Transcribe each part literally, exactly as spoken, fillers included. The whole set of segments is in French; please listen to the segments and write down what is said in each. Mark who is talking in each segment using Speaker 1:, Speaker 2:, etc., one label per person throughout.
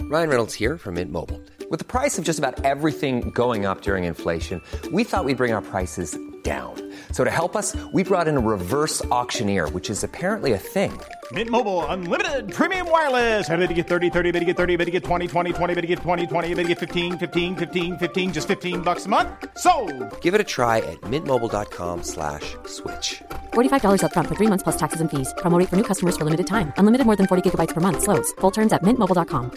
Speaker 1: Ryan Reynolds here from Mint Mobile. With the price of just about everything going up during inflation, we thought we'd bring our prices down. So to help us, we brought in a reverse auctioneer, which is apparently a thing.
Speaker 2: Mint Mobile Unlimited Premium Wireless. How to get thirty, thirty, how to get thirty, how to get twenty, twenty, twenty, how to get twenty, twenty, how to get fifteen, fifteen, fifteen, fifteen, just fifteen bucks a month? Sold! Give it a try at mintmobile.com slash switch.
Speaker 3: forty-five dollars up front for three months plus taxes and fees. Promo rate for new customers for limited time. Unlimited more than forty gigabytes per month. Slows full terms at mint mobile dot com.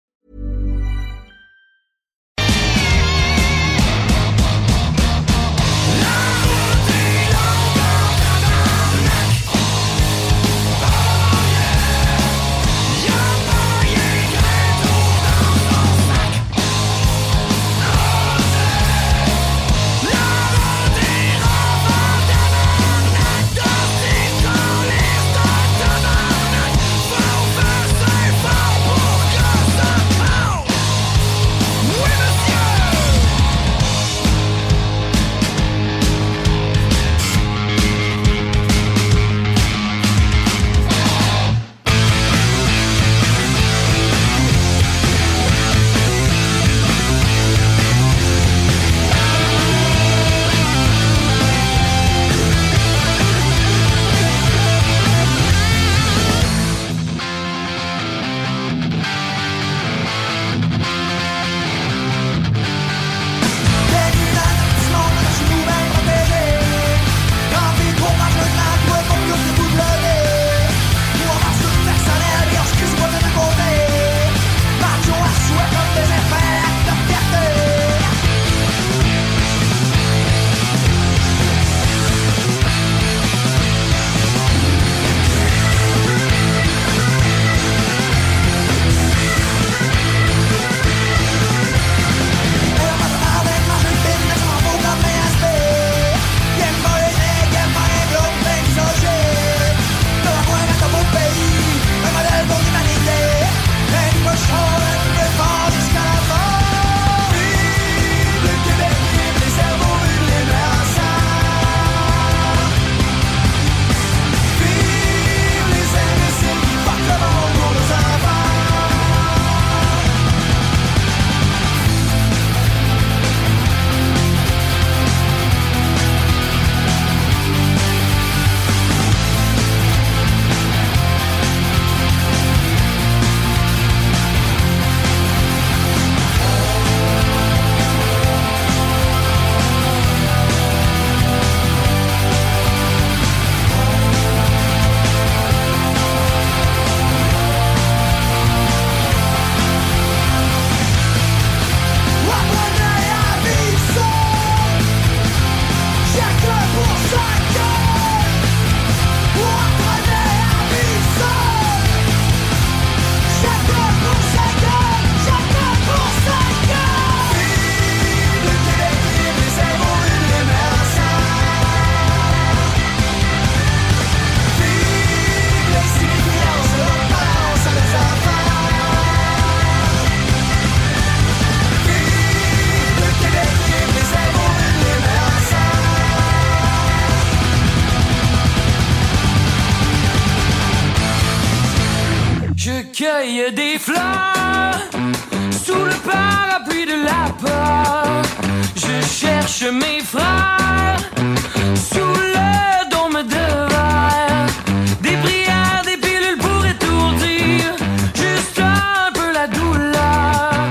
Speaker 4: Cueille des fleurs sous le parapluie de la peur. Je cherche mes frères sous le dôme de verre. Des prières, des pilules pour étourdir juste un peu la douleur.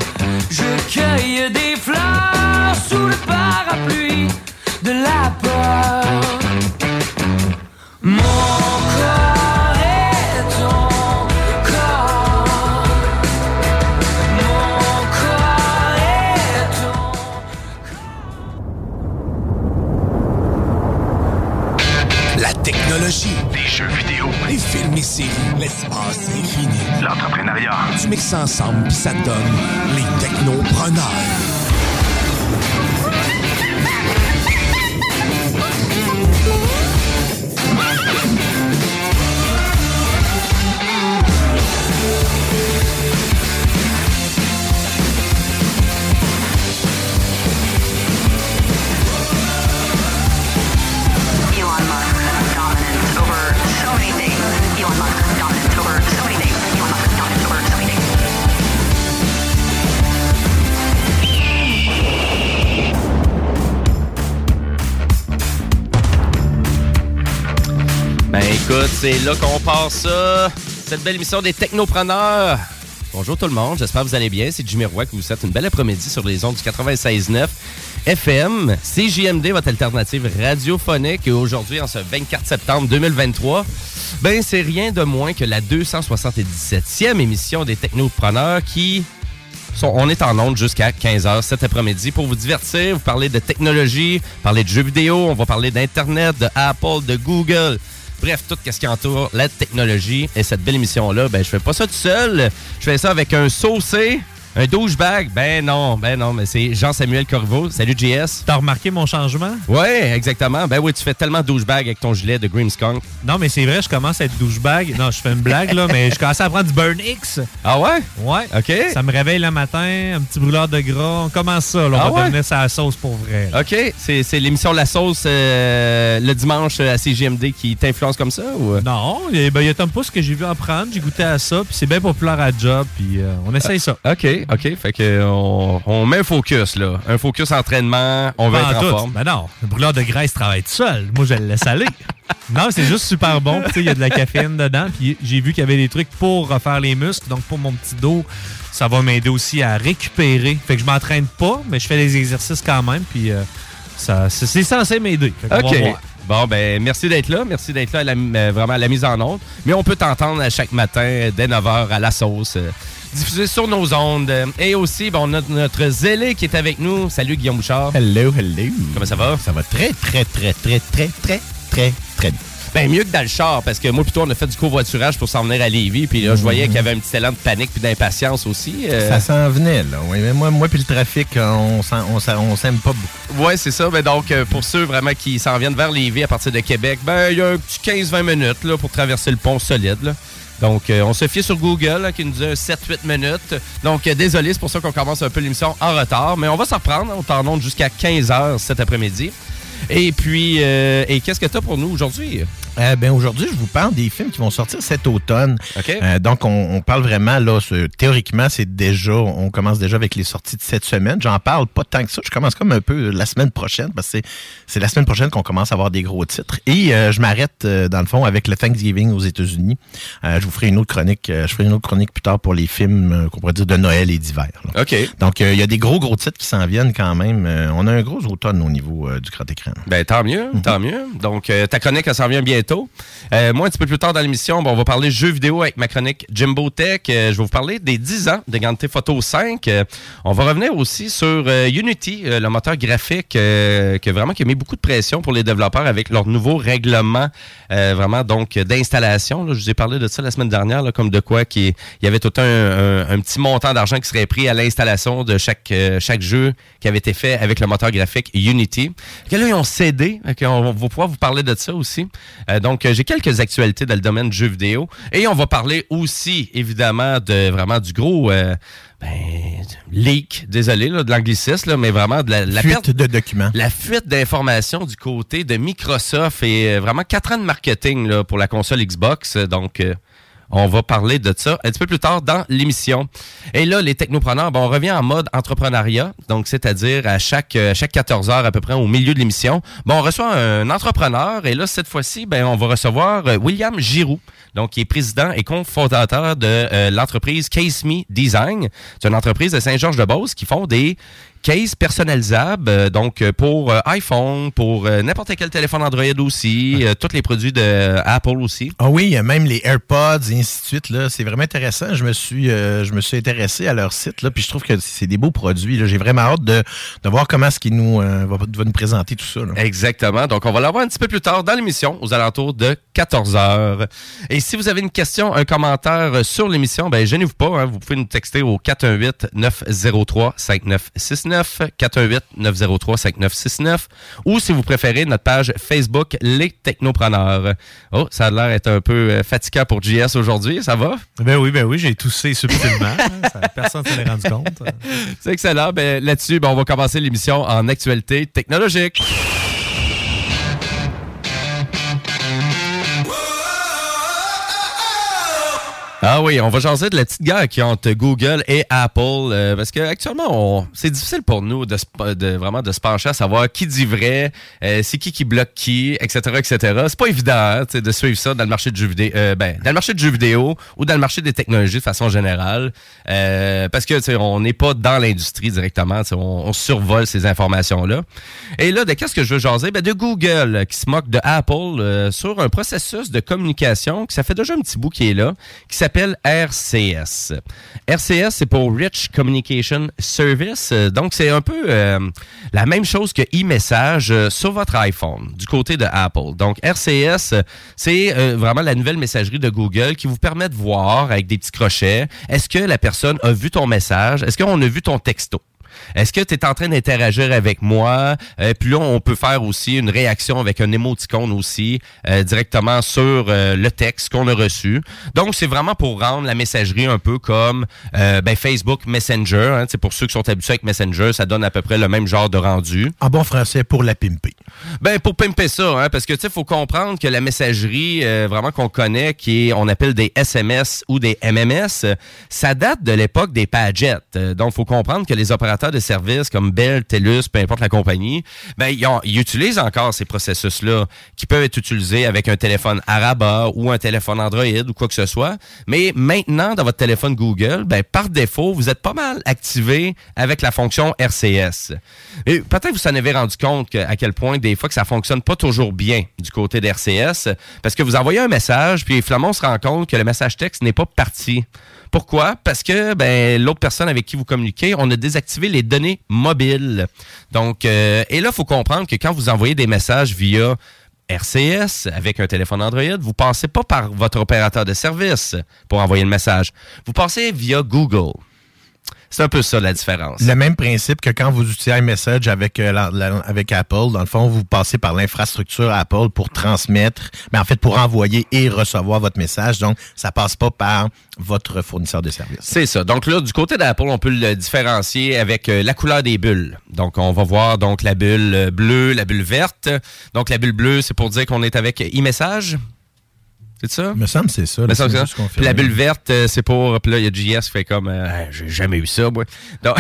Speaker 4: Je cueille des fleurs sous le parapluie de la peur. Mon corps est ton
Speaker 5: technologie, des jeux vidéo, les films et séries, l'espace infini, l'entrepreneuriat. Tu mixes ensemble pis ça donne les technopreneurs.
Speaker 6: Écoute, c'est là qu'on part ça. Cette belle émission des Technopreneurs. Bonjour tout le monde, j'espère que vous allez bien. C'est Jimmy Roy qui vous souhaite une belle après-midi sur les ondes du quatre-vingt-seize neuf F M. C J M D, votre alternative radiophonique. Et aujourd'hui, en ce vingt-quatre septembre deux mille vingt-trois, ben c'est rien de moins que la deux cent soixante-dix-septième émission des Technopreneurs qui... Sont, on est en ondes jusqu'à quinze heures cet après-midi pour vous divertir, vous parler de technologie, parler de jeux vidéo, on va parler d'Internet, de Apple, de Google. Bref, tout ce qui entoure la technologie. Et cette belle émission-là, ben je fais pas ça tout seul. Je fais ça avec un saucé, un douchebag. Ben non, ben non, mais c'est Jean-Samuel Corriveau. Salut, J S.
Speaker 7: T'as remarqué mon changement?
Speaker 6: Oui, exactement. Ben oui, tu fais tellement douchebag avec ton gilet de Grimmskunk.
Speaker 7: Non, mais c'est vrai, je commence à être douchebag. Non, je fais une blague, là, mais je commence à prendre du Burn X.
Speaker 6: Ah ouais?
Speaker 7: Ouais.
Speaker 6: OK.
Speaker 7: Ça me réveille le matin, un petit brûleur de gras. On commence ça, là. On
Speaker 6: ah
Speaker 7: va
Speaker 6: ouais?
Speaker 7: devenir sa sauce pour vrai. Là.
Speaker 6: OK. C'est, c'est l'émission La Sauce euh, le dimanche à C J M D qui t'influence comme ça? Ou?
Speaker 7: Non, il y, ben, y a Tom Pouce que j'ai vu en prendre. J'ai goûté à ça, puis c'est bien populaire à job, puis euh, on essaye ça.
Speaker 6: OK, OK. Fait que on, on met un focus, là. Un focus entraînement. On va
Speaker 7: Pas
Speaker 6: être en
Speaker 7: tout.
Speaker 6: forme.
Speaker 7: Ben non, le brûleur de graisse travaille tout seul. Moi, je le laisse aller. Non, c'est juste super bon. Il y a de la caféine dedans. Puis j'ai vu qu'il y avait des trucs pour refaire les muscles. Donc, pour mon petit dos, ça va m'aider aussi à récupérer. Fait que je m'entraîne pas, mais je fais des exercices quand même. Puis euh, ça, c'est, c'est censé m'aider. Fait qu'on
Speaker 6: OK.
Speaker 7: va voir.
Speaker 6: Bon, ben merci d'être là. Merci d'être là à la, euh, vraiment à la mise en onde. Mais on peut t'entendre à chaque matin dès neuf heures à La Sauce. Euh, diffusé sur nos ondes. Et aussi, bon, on a notre zélé qui est avec nous. Salut, Guillaume Bouchard.
Speaker 8: Hello, hello.
Speaker 6: Comment ça va?
Speaker 8: Ça va très, très, très, très, très, très, très, très bien.
Speaker 6: Ben mieux que dans le char, parce que moi, plutôt, on a fait du covoiturage pour s'en venir à Lévis. Puis là, je voyais qu'il y avait un petit élan de panique puis d'impatience aussi. Euh...
Speaker 8: Ça s'en venait, là. Oui, mais moi, moi puis le trafic, on, on, on s'aime pas beaucoup.
Speaker 6: Oui, c'est ça. Ben donc, pour ceux vraiment qui s'en viennent vers Lévis à partir de Québec, ben il y a un petit quinze vingt minutes là, pour traverser le pont solide, là. Donc, euh, on se fie sur Google, là, qui nous dit un sept huit minutes. Donc, euh, désolé, c'est pour ça qu'on commence un peu l'émission en retard. Mais on va s'en reprendre. On t'en onde jusqu'à quinze heures cet après-midi. Et puis, euh, et qu'est-ce que tu as pour nous aujourd'hui?
Speaker 8: Euh, ben aujourd'hui, je vous parle des films qui vont sortir cet automne.
Speaker 6: Okay.
Speaker 8: Euh, donc, on, on parle vraiment, là, ce, théoriquement, c'est déjà, on commence déjà avec les sorties de cette semaine. J'en parle pas tant que ça. Je commence comme un peu la semaine prochaine, parce que c'est, c'est la semaine prochaine qu'on commence à avoir des gros titres. Et euh, je m'arrête, euh, dans le fond, avec le Thanksgiving aux États-Unis. Euh, je vous ferai une autre chronique. Euh, je ferai une autre chronique plus tard pour les films euh, qu'on pourrait dire de Noël et d'hiver. Là.
Speaker 6: OK.
Speaker 8: Donc, il euh, y a des gros, gros titres qui s'en viennent quand même. Euh, on a un gros automne au niveau euh, du grand écran.
Speaker 6: Ben tant mieux, mm-hmm. tant mieux. Donc, euh, ta chronique, elle s'en vient bientôt. Euh, moi, un petit peu plus tard dans l'émission, bon, on va parler jeux vidéo avec ma chronique Jimbo Tech. Euh, je vais vous parler des dix ans de Grande Theft Auto cinq. Euh, on va revenir aussi sur euh, Unity, euh, le moteur graphique euh, qui, vraiment, qui a mis beaucoup de pression pour les développeurs avec leur nouveau règlement euh, vraiment donc d'installation. Là, je vous ai parlé de ça la semaine dernière, là, comme de quoi il y avait tout un, un, un petit montant d'argent qui serait pris à l'installation de chaque, euh, chaque jeu qui avait été fait avec le moteur graphique Unity. Et là, ils ont cédé. On va pouvoir vous parler de ça aussi. Euh, donc, j'ai quelques actualités dans le domaine du jeu vidéo. Et on va parler aussi, évidemment, de vraiment du gros euh, ben, leak, désolé, là, de l'anglicisme, là, mais vraiment de la, la
Speaker 8: fuite
Speaker 6: perte
Speaker 8: de documents.
Speaker 6: La fuite d'informations du côté de Microsoft et euh, vraiment quatre ans de marketing là, pour la console Xbox. Donc, euh, on va parler de ça un petit peu plus tard dans l'émission. Et là, les technopreneurs, bon, on revient en mode entrepreneuriat, donc c'est-à-dire à chaque, à chaque quatorze heures à peu près au milieu de l'émission. Bon, on reçoit un entrepreneur et là, cette fois-ci, ben, on va recevoir William Giroux, donc qui est président et cofondateur de euh, l'entreprise Case Me Design. C'est une entreprise de Saint-Georges-de-Beauce qui font des case personnalisable, euh, donc pour euh, iPhone, pour euh, n'importe quel téléphone Android aussi, euh, tous les produits de euh, Apple aussi.
Speaker 8: Ah oui, même les AirPods et ainsi de suite. Là, c'est vraiment intéressant. Je me suis, euh, je me suis intéressé à leur site, là, puis je trouve que c'est des beaux produits. Là. J'ai vraiment hâte de, de voir comment est-ce qu'ils nous euh, va, va nous présenter tout ça. Là.
Speaker 6: Exactement. Donc, on va l'avoir un petit peu plus tard dans l'émission, aux alentours de quatorze heures. Et si vous avez une question, un commentaire sur l'émission, ben gênez-vous pas. Hein, vous pouvez nous texter au quatre un huit neuf zéro trois cinq neuf six neuf, quatre un huit neuf zéro trois cinq neuf six neuf, ou si vous préférez notre page Facebook Les Technopreneurs. Oh, ça a l'air d'être un peu fatigant pour J S aujourd'hui, ça va?
Speaker 7: Ben oui, ben oui, j'ai toussé subtilement. ça, personne ne s'en est rendu compte.
Speaker 6: C'est excellent. Ben, là-dessus, ben, on va commencer l'émission en actualité technologique. Ah oui, on va jaser de la petite guerre qui est entre Google et Apple, euh, parce qu'actuellement, on, c'est difficile pour nous de, de vraiment de se pencher à savoir qui dit vrai, euh, c'est qui qui bloque qui, et cetera, et cetera. C'est pas évident hein, de suivre ça dans le marché du jeu vidéo, euh, ben, dans le marché du jeu vidéo ou dans le marché des technologies de façon générale, euh, parce que on n'est pas dans l'industrie directement, on, on survole ces informations-là. Et là, de qu'est-ce que je veux jaser? Ben, de Google qui se moque de Apple euh, sur un processus de communication qui ça fait déjà un petit bout qui est là, qui s'appelle R C S. R C S, c'est pour Rich Communication Service. Donc, c'est un peu euh, la même chose que e-message euh, sur votre iPhone, du côté de Apple. Donc, R C S, c'est euh, vraiment la nouvelle messagerie de Google qui vous permet de voir, avec des petits crochets, est-ce que la personne a vu ton message? Est-ce qu'on a vu ton texto? Est-ce que tu es en train d'interagir avec moi? Euh, puis là, on peut faire aussi une réaction avec un émoticône aussi, euh, directement sur euh, le texte qu'on a reçu. Donc, c'est vraiment pour rendre la messagerie un peu comme euh, ben, Facebook Messenger. Hein, pour ceux qui sont habitués avec Messenger, ça donne à peu près le même genre de rendu.
Speaker 8: En bon français, pour la pimper.
Speaker 6: Ben, pour pimper ça, hein, parce que tu sais, faut comprendre que la messagerie euh, vraiment qu'on connaît, qui est, on appelle des S M S ou des M M S, ça date de l'époque des pagettes. Euh, donc, faut comprendre que les opérateurs de services comme Bell, TELUS, peu importe la compagnie, ben ils, ont, ils utilisent encore ces processus-là qui peuvent être utilisés avec un téléphone Araba ou un téléphone Android ou quoi que ce soit. Mais maintenant, dans votre téléphone Google, ben par défaut, vous êtes pas mal activé avec la fonction R C S. Et peut-être que vous s'en avez rendu compte que, à quel point des fois que ça fonctionne pas toujours bien du côté d'R C S parce que vous envoyez un message puis finalement on se rend compte que le message texte n'est pas parti. Pourquoi? Parce que ben l'autre personne avec qui vous communiquez, on a désactivé les données mobiles. Donc, euh, et là, il faut comprendre que quand vous envoyez des messages via R C S avec un téléphone Android, vous passez pas par votre opérateur de service pour envoyer le message. Vous passez via Google. C'est un peu ça la différence.
Speaker 8: Le même principe que quand vous utilisez iMessage avec, euh, la, la, avec Apple, dans le fond, vous passez par l'infrastructure Apple pour transmettre, mais en fait pour envoyer et recevoir votre message. Donc, ça passe pas par votre fournisseur de services.
Speaker 6: C'est ça. Donc là, du côté d'Apple, on peut le différencier avec euh, la couleur des bulles. Donc, on va voir donc la bulle bleue, la bulle verte. Donc, la bulle bleue, c'est pour dire qu'on est avec iMessage. C'est ça?
Speaker 8: Me semble c'est ça.
Speaker 6: Me semble c'est ça. Puis la bulle verte, c'est pour... Puis là, il y a J S qui fait comme... Euh, j'ai jamais eu ça, moi. Donc,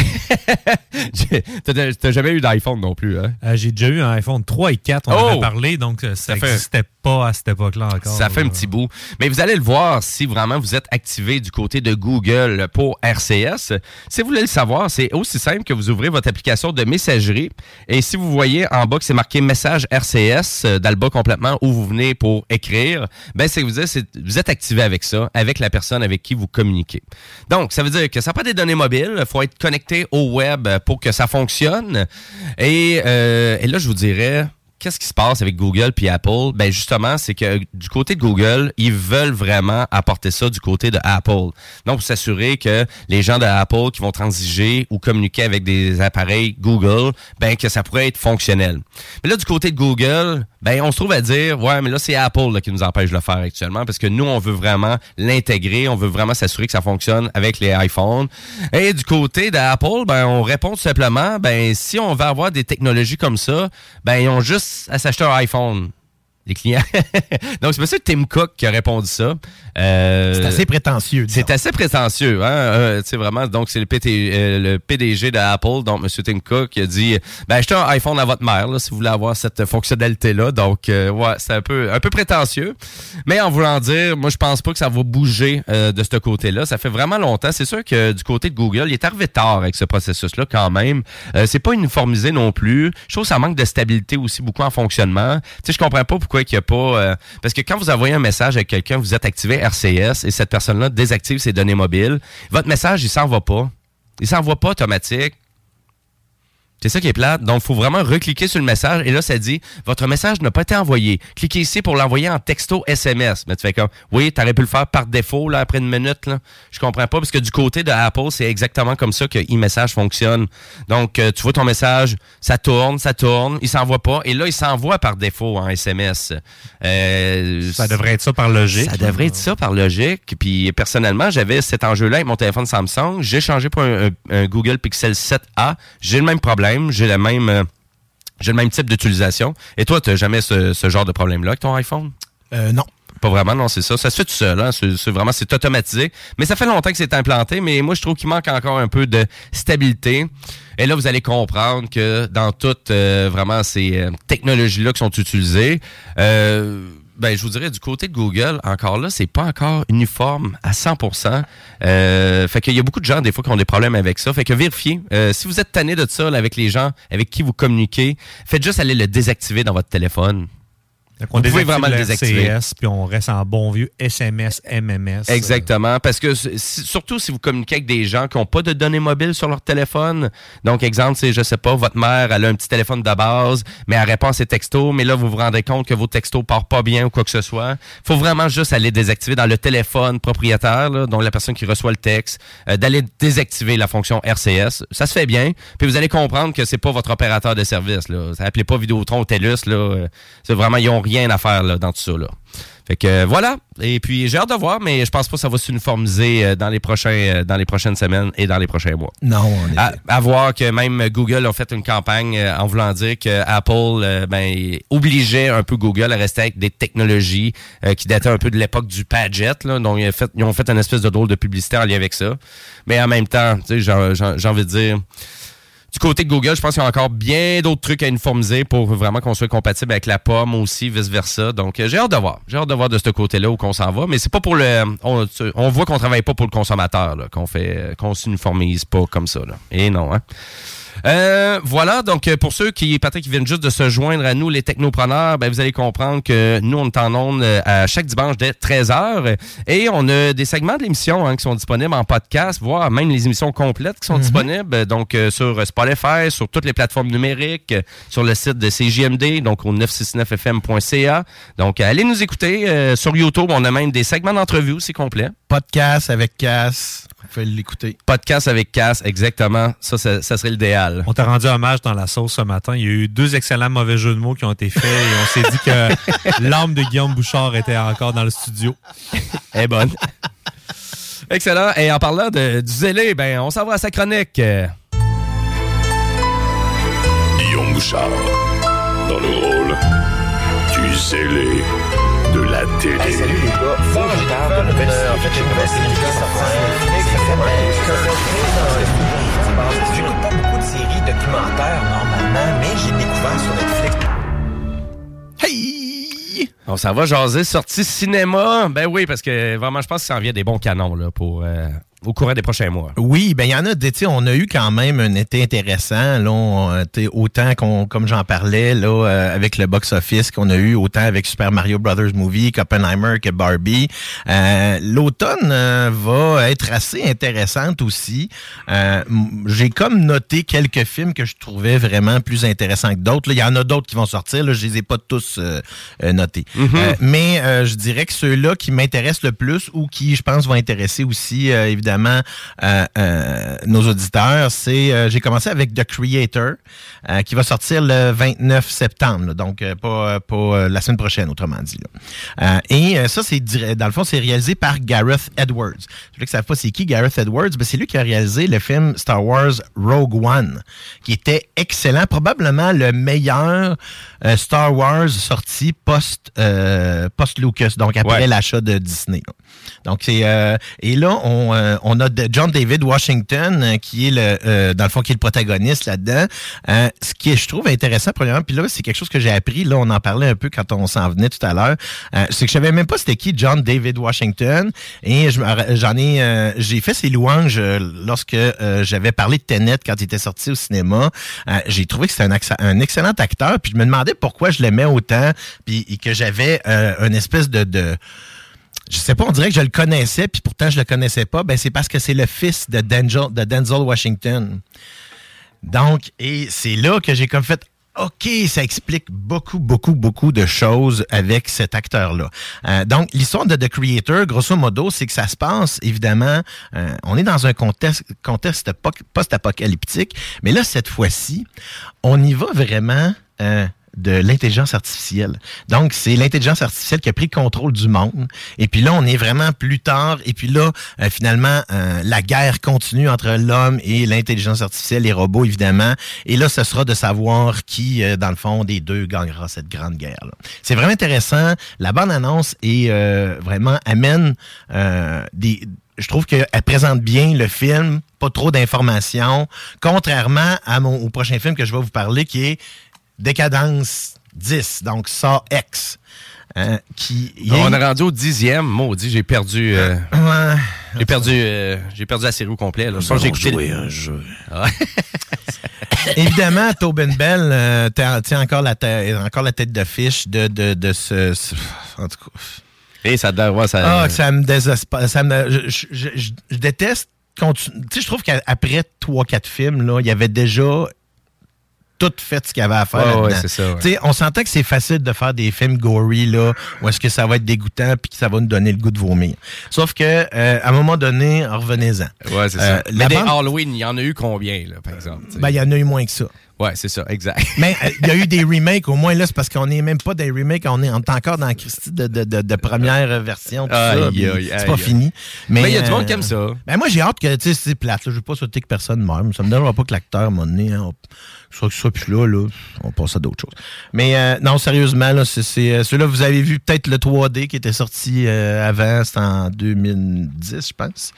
Speaker 6: t'as, t'as jamais eu d'iPhone non plus, hein?
Speaker 7: Euh, j'ai déjà eu un iPhone trois et quatre, on
Speaker 6: oh!
Speaker 7: en a parlé, donc ça n'existait pas à cette époque-là encore.
Speaker 6: Ça fait un petit bout. Mais vous allez le voir si vraiment vous êtes activé du côté de Google pour R C S. Si vous voulez le savoir, c'est aussi simple que vous ouvrez votre application de messagerie. Et si vous voyez en bas que c'est marqué Message R C S, dans le bas complètement, où vous venez pour écrire, ben c'est vous, c'est, vous êtes activé avec ça, avec la personne avec qui vous communiquez. Donc, ça veut dire que ça n'a pas des données mobiles, il faut être connecté au web pour que ça fonctionne. Et, euh, et là, je vous dirais... Qu'est-ce qui se passe avec Google puis Apple? Ben justement, c'est que du côté de Google, ils veulent vraiment apporter ça du côté de Apple. Donc, pour s'assurer que les gens de Apple qui vont transiger ou communiquer avec des appareils Google, ben que ça pourrait être fonctionnel. Mais là, du côté de Google, ben on se trouve à dire, ouais, mais là, c'est Apple là, qui nous empêche de le faire actuellement parce que nous, on veut vraiment l'intégrer, on veut vraiment s'assurer que ça fonctionne avec les iPhones. Et du côté d'Apple, ben on répond tout simplement, ben si on veut avoir des technologies comme ça, ben ils ont juste à s'acheter un iPhone, les clients. Donc, c'est M. Tim Cook qui a répondu ça.
Speaker 8: Euh, c'est assez prétentieux. Disons.
Speaker 6: C'est assez prétentieux. Hein? Euh, tu sais, vraiment, donc, c'est le, P T, euh, le P D G d'Apple, donc M. Tim Cook, qui a dit, ben, achetez un iPhone à votre mère, là, si vous voulez avoir cette fonctionnalité-là. Donc, euh, ouais, c'est un peu, un peu prétentieux. Mais en voulant dire, moi, je pense pas que ça va bouger euh, de ce côté-là. Ça fait vraiment longtemps. C'est sûr que du côté de Google, il est arrivé tard avec ce processus-là, quand même. Euh, c'est pas uniformisé non plus. Je trouve que ça manque de stabilité aussi beaucoup en fonctionnement. Tu sais, je comprends pas pourquoi il n'y a pas... Euh, parce que quand vous envoyez un message avec quelqu'un, vous êtes activé R C S et cette personne-là désactive ses données mobiles, votre message, il s'en va pas. Il s'en va pas automatique. C'est ça qui est plate. Donc, il faut vraiment recliquer sur le message. Et là, ça dit, votre message n'a pas été envoyé. Cliquez ici pour l'envoyer en texto S M S. Mais tu fais comme, oui, tu aurais pu le faire par défaut, là, après une minute, là. Je comprends pas, parce que du côté de Apple, c'est exactement comme ça que e-message fonctionne. Donc, euh, tu vois ton message, ça tourne, ça tourne, il s'envoie pas. Et là, il s'envoie par défaut en S M S. Euh,
Speaker 7: ça devrait être ça par logique.
Speaker 6: Ça devrait être ça par logique. Puis, personnellement, j'avais cet enjeu-là avec mon téléphone Samsung. J'ai changé pour un, un, un Google Pixel sept A. J'ai le même problème. J'ai le même, euh, j'ai le même type d'utilisation. Et toi, tu n'as jamais ce, ce genre de problème-là avec ton iPhone?
Speaker 8: Euh, non.
Speaker 6: Pas vraiment, non, c'est ça. Ça se fait tout seul, hein. C'est, c'est vraiment, c'est automatisé. Mais ça fait longtemps que c'est implanté, mais moi, je trouve qu'il manque encore un peu de stabilité. Et là, vous allez comprendre que dans toutes euh, vraiment ces euh, technologies-là qui sont utilisées, euh, ben, je vous dirais, du côté de Google, encore là, c'est pas encore uniforme à cent pour cent. Euh, fait qu'il y a beaucoup de gens, des fois, qui ont des problèmes avec ça. Fait que vérifiez. Euh, si vous êtes tanné de ça, là, avec les gens avec qui vous communiquez, faites juste aller le désactiver dans votre téléphone.
Speaker 7: On
Speaker 6: vous pouvez vraiment le désactiver.
Speaker 7: R C S, puis on reste en bon vieux S M S, M M S.
Speaker 6: Exactement, parce que si, surtout si vous communiquez avec des gens qui n'ont pas de données mobiles sur leur téléphone. Donc, exemple, c'est, je sais pas, votre mère, elle a un petit téléphone de base, mais elle répond à ses textos, mais là, vous vous rendez compte que vos textos partent pas bien ou quoi que ce soit. Faut vraiment juste aller désactiver dans le téléphone propriétaire, là, donc la personne qui reçoit le texte, euh, d'aller désactiver la fonction R C S. Ça se fait bien, puis vous allez comprendre que c'est pas votre opérateur de service, là. Ça appelez pas Vidéotron ou TELUS, là. C'est vraiment, ils ont rien rien à faire là, dans tout ça. Là. Fait que euh, voilà. Et puis j'ai hâte de voir, mais je pense pas que ça va s'uniformiser euh, dans les prochains euh, dans les prochaines semaines et dans les prochains mois.
Speaker 8: Non, on est...
Speaker 6: à, à voir que même Google a fait une campagne euh, en voulant dire que Apple euh, ben, obligeait un peu Google à rester avec des technologies euh, qui dataient un peu de l'époque du Padgett. Là, donc ils ont, fait, ils ont fait une espèce de drôle de publicité en lien avec ça. Mais en même temps, tu sais, j'ai, j'ai, j'ai envie de dire... Du côté de Google, je pense qu'il y a encore bien d'autres trucs à uniformiser pour vraiment qu'on soit compatible avec la pomme aussi, vice-versa. Donc, euh, j'ai hâte de voir. J'ai hâte de voir de ce côté-là où qu'on s'en va. Mais c'est pas pour le... On, on voit qu'on travaille pas pour le consommateur, là, qu'on fait, qu'on s'uniformise pas comme ça. Là. Et non, hein. Euh, voilà, donc pour ceux qui peut-être qui viennent juste de se joindre à nous, les technopreneurs, ben vous allez comprendre que nous, on est en ondes à chaque dimanche dès treize heures et on a des segments de l'émission hein, qui sont disponibles en podcast, voire même les émissions complètes qui sont mm-hmm. disponibles donc euh, sur Spotify, sur toutes les plateformes numériques, sur le site de C J M D, donc au neuf cent soixante-neuf F M point C A. Donc, allez nous écouter. Euh, sur YouTube, on a même des segments d'entrevue aussi complets.
Speaker 8: Podcast avec Cass. Vous pouvez l'écouter.
Speaker 6: Podcast avec Cass, exactement. Ça, ça, ça serait l'idéal.
Speaker 7: On t'a rendu hommage dans la sauce ce matin. Il y a eu deux excellents mauvais jeux de mots qui ont été faits et on s'est dit que l'âme de Guillaume Bouchard était encore dans le studio.
Speaker 6: Elle est bonne. Excellent. Et en parlant de, du zélé, ben, on s'en va à sa chronique.
Speaker 9: Guillaume Bouchard, dans le rôle du zélé de la télé.
Speaker 10: Hey, salut les gars, faut que je parle de nouvelle série. En fait, j'ai une nouvelle série qui sort sur Netflix. J'écoute pas beaucoup de séries documentaires normalement, mais j'ai découvert sur Netflix.
Speaker 6: Hey! On s'en va jaser, sortie cinéma. Ben oui, parce que vraiment, je pense que ça en vient des bons canons là, pour... Euh... au courant des prochains mois.
Speaker 8: Oui, ben il y en a, tu sais, on a eu quand même un été intéressant, là, on, autant qu'on, comme j'en parlais, là, euh, avec le box-office qu'on a eu, autant avec Super Mario Brothers Movie, qu'Oppenheimer, que Barbie. Euh, l'automne euh, va être assez intéressante aussi. Euh, j'ai comme noté quelques films que je trouvais vraiment plus intéressants que d'autres. Là, il y en a d'autres qui vont sortir, là, je les ai pas tous euh, euh, notés. Mm-hmm. Euh, mais euh, je dirais que ceux-là qui m'intéressent le plus ou qui, je pense, vont intéresser aussi, euh, évidemment, Euh, euh, nos auditeurs, c'est euh, j'ai commencé avec The Creator euh, qui va sortir le vingt-neuf septembre, là, donc euh, pas, pas euh, la semaine prochaine, autrement dit. Là. Euh, et euh, ça, c'est dans le fond, c'est réalisé par Gareth Edwards. Ceux qui ne savent pas c'est qui Gareth Edwards, ben, c'est lui qui a réalisé le film Star Wars Rogue One, qui était excellent, probablement le meilleur euh, Star Wars sorti post euh, post Lucas, donc après ouais. l'achat de Disney. Là. Donc c'est euh, et là on euh, on a John David Washington euh, qui est le euh, dans le fond qui est le protagoniste là-dedans. Euh, ce qui est, je trouve intéressant premièrement, puis là c'est quelque chose que j'ai appris, là on en parlait un peu quand on s'en venait tout à l'heure. Euh, c'est que je savais même pas c'était qui John David Washington et je, j'en ai euh, j'ai fait ses louanges euh, lorsque euh, j'avais parlé de Tenet quand il était sorti au cinéma. Euh, j'ai trouvé que c'était un, un excellent acteur, puis je me demandais pourquoi je l'aimais autant, puis et que j'avais euh, une espèce de, de je sais pas, on dirait que je le connaissais, puis pourtant je le connaissais pas. Ben c'est parce que c'est le fils de Denzel, de Denzel Washington. Donc, et c'est là que j'ai comme fait, OK, ça explique beaucoup, beaucoup, beaucoup de choses avec cet acteur-là. Euh, donc, l'histoire de The Creator, grosso modo, c'est que ça se passe, évidemment, euh, on est dans un contexte, contexte post-apocalyptique, mais là, cette fois-ci, on y va vraiment... Euh, de l'intelligence artificielle. Donc, c'est l'intelligence artificielle qui a pris le contrôle du monde. Et puis là, on est vraiment plus tard. Et puis là, euh, finalement, euh, la guerre continue entre l'homme et l'intelligence artificielle, les robots, évidemment. Et là, ce sera de savoir qui, euh, dans le fond, des deux gagnera cette grande guerre-là. C'est vraiment intéressant. La bande-annonce est euh, vraiment amène euh, des... Je trouve qu'elle présente bien le film, pas trop d'informations, contrairement à mon au prochain film que je vais vous parler, qui est Décadence dix, donc Saw X. Euh, qui
Speaker 6: est... On est rendu au dixième, maudit, j'ai perdu... Euh, ouais. J'ai perdu euh, j'ai perdu la série au complet. Là. Je j'ai écouté
Speaker 8: joué un jeu. Ouais. Évidemment, Tobin Bell euh, tient encore la, t- encore la tête d'affiche de, de, de ce, ce... En tout cas...
Speaker 6: Et ça, ouais, ça...
Speaker 8: Ah, ça me désespère. Ça me, je, je, je, je déteste... Continu... Tu sais, je trouve qu'après trois quatre films, là, il y avait déjà... tout fait ce qu'il y avait à faire.
Speaker 6: Oh,
Speaker 8: là-dedans.
Speaker 6: ouais, c'est ça, ouais.
Speaker 8: On s'entend que c'est facile de faire des films gory, là, où est-ce que ça va être dégoûtant puis que ça va nous donner le goût de vomir. Sauf que, euh, à un moment donné, revenez-en.
Speaker 6: Ouais, c'est euh, ça. Mais des bande... Halloween, il y en a eu combien, là, par exemple?
Speaker 8: Ben, il y en a eu moins que ça.
Speaker 6: Ouais, c'est ça, exact.
Speaker 8: Mais il euh, y a eu des remakes, au moins là, c'est parce qu'on n'est même pas des remakes, on est, on est encore dans la Christie de, de, de, de première version, tout
Speaker 6: aïe,
Speaker 8: ça.
Speaker 6: Aïe, aïe,
Speaker 8: c'est pas
Speaker 6: aïe.
Speaker 8: fini.
Speaker 6: Mais il y a du monde qui aime ça.
Speaker 8: Ben moi, j'ai hâte que, tu sais, c'est plate, là, je veux pas souhaiter que personne meure, mais ça me donnera pas que l'acteur, à un moment donné, hein, on, soit que ce soit plus là, là, on passe à d'autres choses. Mais euh, non, sérieusement, là, c'est, c'est euh, celui-là, vous avez vu peut-être le trois D qui était sorti euh, avant, c'était en deux mille dix, je pense.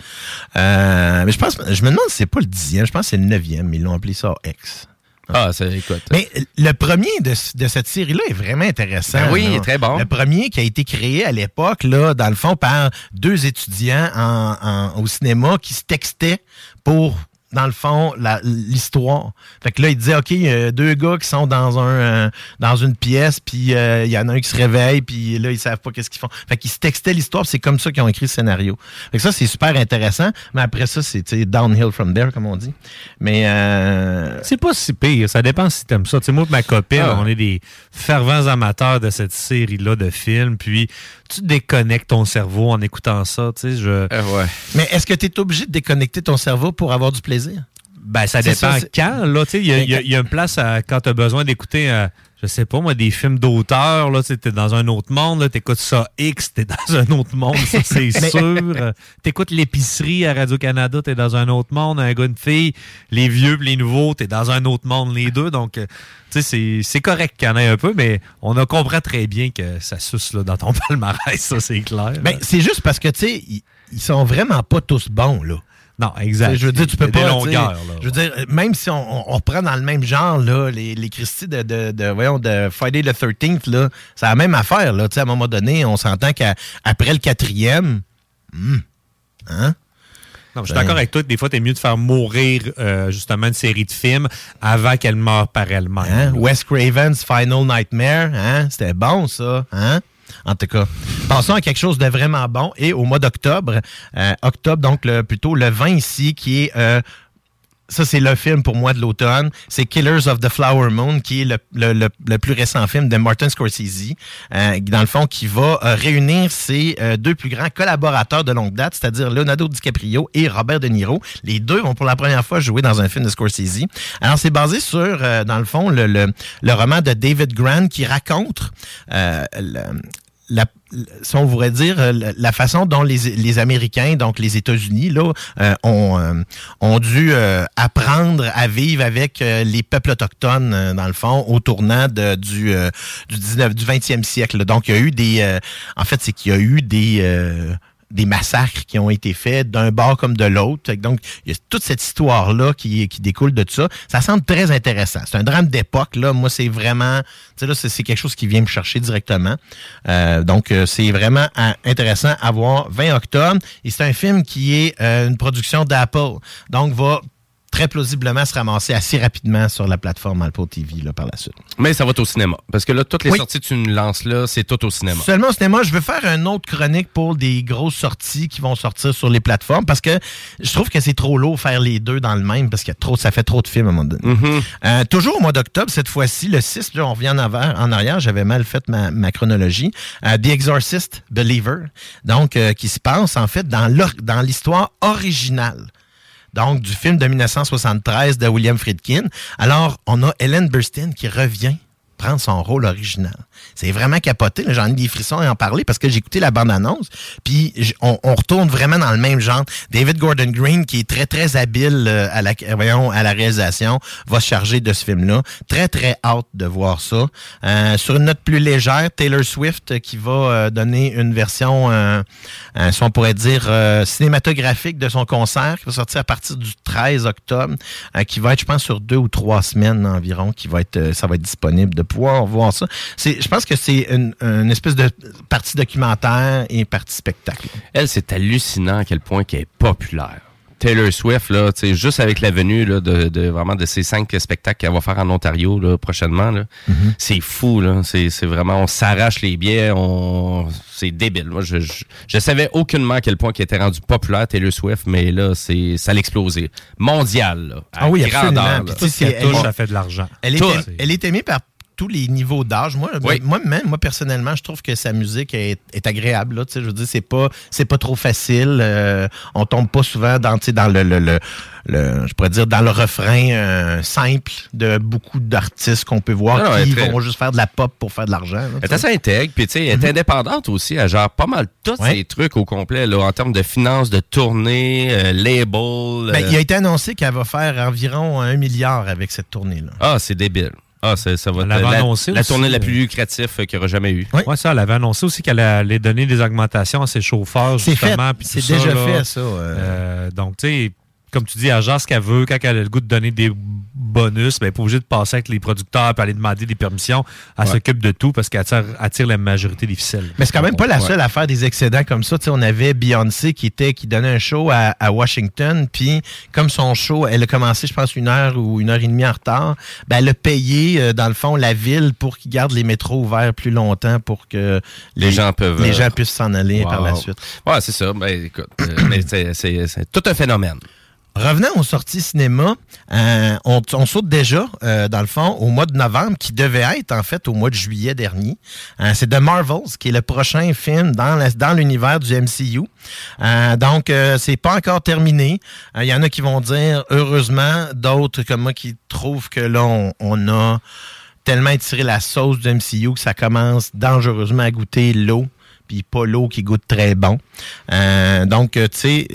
Speaker 8: Euh, mais je pense, je me demande si c'est pas le dixième, je pense que c'est le neuvième, ils l'ont appelé ça X.
Speaker 6: Ah, ça, écoute.
Speaker 8: Mais le premier de, de cette série-là est vraiment intéressant.
Speaker 6: Ben oui,
Speaker 8: là.
Speaker 6: il est très bon.
Speaker 8: Le premier qui a été créé à l'époque, là, dans le fond, par deux étudiants en, en, au cinéma qui se textaient pour, dans le fond, la, l'histoire. Fait que là, il disait, OK, il y a deux gars qui sont dans un euh, dans une pièce, puis il euh, y en a un qui se réveille, puis là, ils savent pas qu'est-ce qu'ils font. Fait qu'ils se textaient l'histoire, c'est comme ça qu'ils ont écrit le scénario. Fait que ça, c'est super intéressant, mais après ça, c'est downhill from there, comme on dit. Mais... Euh...
Speaker 7: C'est pas si pire, ça dépend si t'aimes ça. Tu sais, moi et ma copine, ah. on est des fervents amateurs de cette série-là de films, puis tu déconnectes ton cerveau en écoutant ça, tu sais, je...
Speaker 6: Euh, ouais.
Speaker 8: Mais est-ce que tu es obligé de déconnecter ton cerveau pour avoir du plaisir?
Speaker 7: Ben, ça dépend ça, quand, là, tu sais, il y, y, y a une place à, quand tu as besoin d'écouter, euh, je sais pas, moi, des films d'auteur, là, tu sais, t'es dans un autre monde, là, t'écoutes ça X, t'es dans un autre monde, ça, c'est sûr. T'écoutes l'épicerie à Radio-Canada, t'es dans un autre monde, un gars, une fille, les vieux pis les nouveaux, t'es dans un autre monde, les deux, donc, tu sais, c'est, c'est correct qu'il y en ait un peu, mais on a compris très bien que ça suce, là, dans ton palmarès, ça, c'est clair.
Speaker 8: Ben, c'est juste parce que, tu sais, ils, ils sont vraiment pas tous bons, là.
Speaker 7: Non, exact.
Speaker 8: T'sais, je veux dire, tu peux pas.
Speaker 7: Longueurs,
Speaker 8: je veux dire, même si on, on reprend dans le même genre, là, les, les Christie de, de, de, voyons, de Friday the thirteenth, là, c'est la même affaire, là. Tu sais, à un moment donné, on s'entend qu'après le quatrième, hmm, hein?
Speaker 7: Non, je suis ben... d'accord avec toi que des fois, t'es mieux de faire mourir, euh, justement, une série de films avant qu'elle meure par elle-même.
Speaker 8: Hein? Wes Craven's Final Nightmare, hein? C'était bon, ça, hein? En tout cas, passons à quelque chose de vraiment bon. Et au mois d'octobre, euh, octobre, donc le, plutôt le vingt ici, qui est... Euh, ça, c'est le film pour moi de l'automne. C'est Killers of the Flower Moon, qui est le, le, le, le plus récent film de Martin Scorsese, euh, dans le fond, qui va euh, réunir ses euh, deux plus grands collaborateurs de longue date, c'est-à-dire Leonardo DiCaprio et Robert De Niro. Les deux vont pour la première fois jouer dans un film de Scorsese. Alors, c'est basé sur, euh, dans le fond, le, le, le roman de David Grann qui raconte euh, le, la si on voudrait dire, la façon dont les, les Américains, donc les États-Unis, là, euh, ont, euh, ont dû euh, apprendre à vivre avec euh, les peuples autochtones, euh, dans le fond, au tournant de, du, euh, du dix-neuvième, du vingtième siècle. Là. Donc, il y a eu des... Euh, en fait, c'est qu'il y a eu des... Euh, des massacres qui ont été faits d'un bord comme de l'autre. Donc, il y a toute cette histoire-là qui, qui découle de tout ça. Ça semble très intéressant. C'est un drame d'époque, là. Moi, c'est vraiment... Tu sais, là, c'est, c'est quelque chose qui vient me chercher directement. Euh, donc, euh, c'est vraiment à, intéressant à voir. vingt octobre. Et c'est un film qui est euh, une production d'Apple. Donc, va... très plausiblement se ramasser assez rapidement sur la plateforme Apple T V là, par la suite.
Speaker 6: Mais ça va être au cinéma. Parce que là, toutes les oui. sorties que tu nous lances là, c'est tout au cinéma.
Speaker 8: Seulement au cinéma. Je veux faire une autre chronique pour des grosses sorties qui vont sortir sur les plateformes parce que je trouve que c'est trop lourd faire les deux dans le même parce que trop, ça fait trop de films à un moment donné. Mm-hmm. Euh, toujours au mois d'octobre, cette fois-ci, le six, là, on revient en arrière, en arrière j'avais mal fait ma, ma chronologie. Euh, The Exorcist Believer, donc euh, qui se passe en fait dans, dans l'histoire originale. Donc, du film de dix-neuf cent soixante-treize de William Friedkin. Alors, on a Ellen Burstyn qui revient reprendre son rôle original. C'est vraiment capoté. Là, j'en ai des frissons à en parler parce que j'ai écouté la bande-annonce, puis on, on retourne vraiment dans le même genre. David Gordon Green, qui est très, très habile euh, à, la, voyons, à la réalisation, va se charger de ce film-là. Très, très hâte de voir ça. Euh, sur une note plus légère, Taylor Swift qui va euh, donner une version, euh, euh, si on pourrait dire, euh, cinématographique de son concert, qui va sortir à partir du treize octobre, euh, qui va être, je pense, sur deux ou trois semaines environ, qui va être, euh, ça va être disponible de pouvoir voir ça. C'est, je pense que c'est une, une espèce de partie documentaire et partie spectacle.
Speaker 6: Elle, c'est hallucinant à quel point qu'elle est populaire. Taylor Swift, là, tu sais, juste avec la venue là, de, de vraiment de ces cinq spectacles qu'elle va faire en Ontario là, prochainement, là, mm-hmm. c'est fou, là. C'est, c'est vraiment, on s'arrache les billets, on, c'est débile. Moi, je, je, je savais aucunement à quel point qu'elle était rendue populaire, Taylor Swift, mais là, c'est, ça l'explosé. Mondial, là.
Speaker 8: Ah oui, absolument.
Speaker 7: Puis, tout ce qu'elle touche, ça fait de l'argent.
Speaker 8: Elle est, elle est aimée par tous les niveaux d'âge. Moi, oui. moi même, moi personnellement, je trouve que sa musique est, est agréable. Là, je veux dire, c'est pas, c'est pas trop facile. Euh, on tombe pas souvent dans, dans le, le, le, le, je pourrais dire, dans le refrain euh, simple de beaucoup d'artistes qu'on peut voir non, qui très... vont juste faire de la pop pour faire de l'argent. Là,
Speaker 6: elle est assez intègre, puis tu sais, elle est mm-hmm. indépendante aussi. Elle gère pas mal tous ouais. ces trucs au complet, là, en termes de finances, de tournée, euh, label.
Speaker 8: Ben, euh... Il a été annoncé qu'elle va faire environ un milliard avec cette tournée-là.
Speaker 6: Ah, c'est débile. Ah, ça, ça va être la, la tournée la plus lucrative qu'il n'y aura jamais eu.
Speaker 7: Oui, ouais, ça, elle avait annoncé aussi qu'elle allait donner des augmentations à ses chauffeurs,
Speaker 8: c'est
Speaker 7: justement.
Speaker 8: Fait. C'est ça, déjà là. fait, ça.
Speaker 7: Euh... Euh, donc, tu sais, comme tu dis, elle gère ce qu'elle veut. Quand elle a le goût de donner des bonus, ben, elle n'est pas obligée de passer avec les producteurs et aller demander des permissions. Elle ouais. s'occupe de tout parce qu'elle attire, attire la majorité des ficelles.
Speaker 8: Mais c'est quand même pas la seule ouais. à faire des excédents comme ça. T'sais, on avait Beyoncé qui était qui donnait un show à, à Washington, puis comme son show, elle a commencé, je pense, une heure ou une heure et demie en retard, ben, elle a payé, euh, dans le fond, la ville pour qu'ils gardent les métros ouverts plus longtemps pour que les,
Speaker 6: les gens peuvent
Speaker 8: les gens puissent s'en aller wow. par la suite.
Speaker 6: Ouais, c'est ça. Ben, écoute, euh, mais c'est, c'est, c'est tout un phénomène.
Speaker 8: Revenant aux sorties cinéma, euh, on, on saute déjà, euh, dans le fond, au mois de novembre, qui devait être, en fait, au mois de juillet dernier. Euh, c'est The Marvels, qui est le prochain film dans, la, dans l'univers du M C U. Euh, donc, euh, c'est pas encore terminé. Il euh, y en a qui vont dire, heureusement, d'autres comme moi qui trouvent que là, on, on a tellement étiré la sauce du M C U que ça commence dangereusement à goûter l'eau. Puis pas l'eau qui goûte très bon. Euh, donc, tu sais,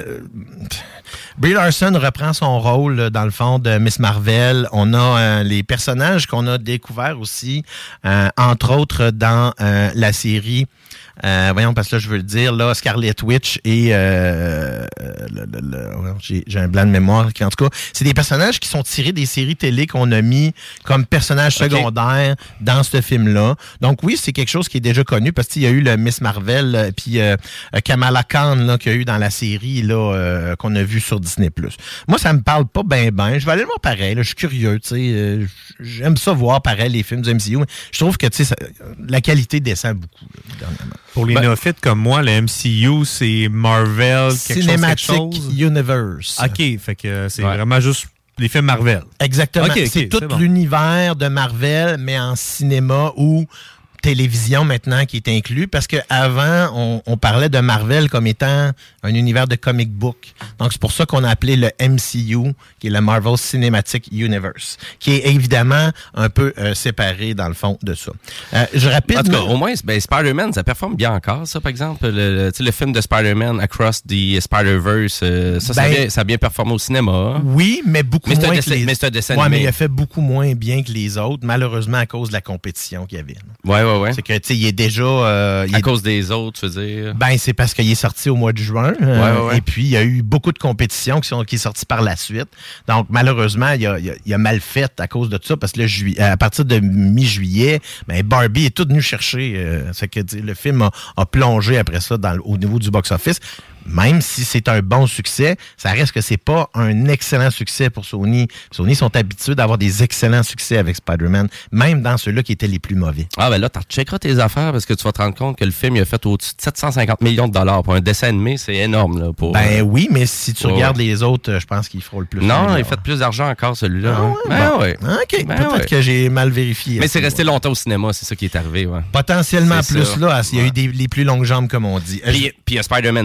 Speaker 8: Brie Larson reprend son rôle, dans le fond, de Miss Marvel. On a euh, les personnages qu'on a découverts aussi, euh, entre autres dans euh, la série... Euh, voyons, parce que là, je veux le dire, là, Scarlet Witch et euh, le, le, le, j'ai, j'ai un blanc de mémoire. Qui, en tout cas, c'est des personnages qui sont tirés des séries télé qu'on a mis comme personnages okay. secondaires dans ce film-là. Donc oui, c'est quelque chose qui est déjà connu parce qu'il y a eu le Miss Marvel puis euh, Kamala Khan là, qu'il y a eu dans la série là euh, qu'on a vu sur Disney plus. Moi, ça me parle pas ben ben. Je vais aller le voir pareil. Là, je suis curieux. Tu sais, euh, j'aime ça voir pareil les films du M C U. Je trouve que tu sais, la qualité descend beaucoup là, dernièrement.
Speaker 7: Pour les ben, néophytes comme moi, le M C U, c'est Marvel, quelque
Speaker 8: Cinematic
Speaker 7: chose, quelque chose.
Speaker 8: Universe.
Speaker 7: OK, fait que c'est ouais. vraiment juste les films Marvel.
Speaker 8: Exactement. Okay, okay, c'est tout c'est bon. L'univers de Marvel, mais en cinéma ou télévision maintenant qui est inclus, parce qu'avant, on, on parlait de Marvel comme étant un univers de comic book. Donc, c'est pour ça qu'on a appelé le M C U, qui est le Marvel Cinematic Universe, qui est évidemment un peu euh, séparé, dans le fond, de ça. Euh, je rappelle...
Speaker 6: En tout cas, au moins, ben, Spider-Man, ça performe bien encore, ça, par exemple. Le, le, le film de Spider-Man, Across the Spider-Verse, euh, ça, ben, ça, a bien, ça a bien performé au cinéma.
Speaker 8: Oui, mais beaucoup
Speaker 6: mais
Speaker 8: moins
Speaker 6: dessin,
Speaker 8: que les...
Speaker 6: Mais c'est un dessin
Speaker 8: ouais,
Speaker 6: animé.
Speaker 8: mais il a fait beaucoup moins bien que les autres, malheureusement, à cause de la compétition qu'il y avait.
Speaker 6: Oui, oui, oui.
Speaker 8: C'est que, tu sais, il est déjà... Euh, il
Speaker 6: à
Speaker 8: est...
Speaker 6: cause des autres, tu veux dire?
Speaker 8: Ben, c'est parce qu'il est sorti au mois de juin. Euh,
Speaker 6: ouais, ouais, ouais.
Speaker 8: Et puis, il y a eu beaucoup de compétitions qui sont qui est sorties par la suite. Donc, malheureusement, il a, il a, il a mal fait à cause de ça, parce que là, ju- à partir de mi-juillet, ben, Barbie est tout venu chercher. Euh, c'est que le film a, a plongé après ça dans, au niveau du box-office. Même si c'est un bon succès, ça reste que c'est pas un excellent succès pour Sony. Sony sont habitués d'avoir des excellents succès avec Spider-Man, même dans ceux-là qui étaient les plus mauvais.
Speaker 6: Ah ben là, tu checkeras tes affaires parce que tu vas te rendre compte que le film il a fait au-dessus de sept cent cinquante millions de dollars. Pour un dessin animé, c'est énorme. Là, pour,
Speaker 8: ben euh, oui, mais si tu regardes ouais. les autres, je pense qu'ils feront le plus.
Speaker 6: Non, il fait plus d'argent encore celui-là.
Speaker 8: Ah ouais,
Speaker 6: ben
Speaker 8: bon.
Speaker 6: ouais.
Speaker 8: OK,
Speaker 6: ben
Speaker 8: peut-être
Speaker 6: ouais.
Speaker 8: que j'ai mal vérifié.
Speaker 6: Mais c'est resté longtemps au cinéma, c'est ça qui est arrivé. Ouais.
Speaker 8: Potentiellement
Speaker 6: c'est
Speaker 8: plus
Speaker 6: ça.
Speaker 8: là, il y a
Speaker 6: ouais.
Speaker 8: eu des, les plus longues jambes, comme on dit.
Speaker 6: Puis il y a Spider-Man deux aussi qui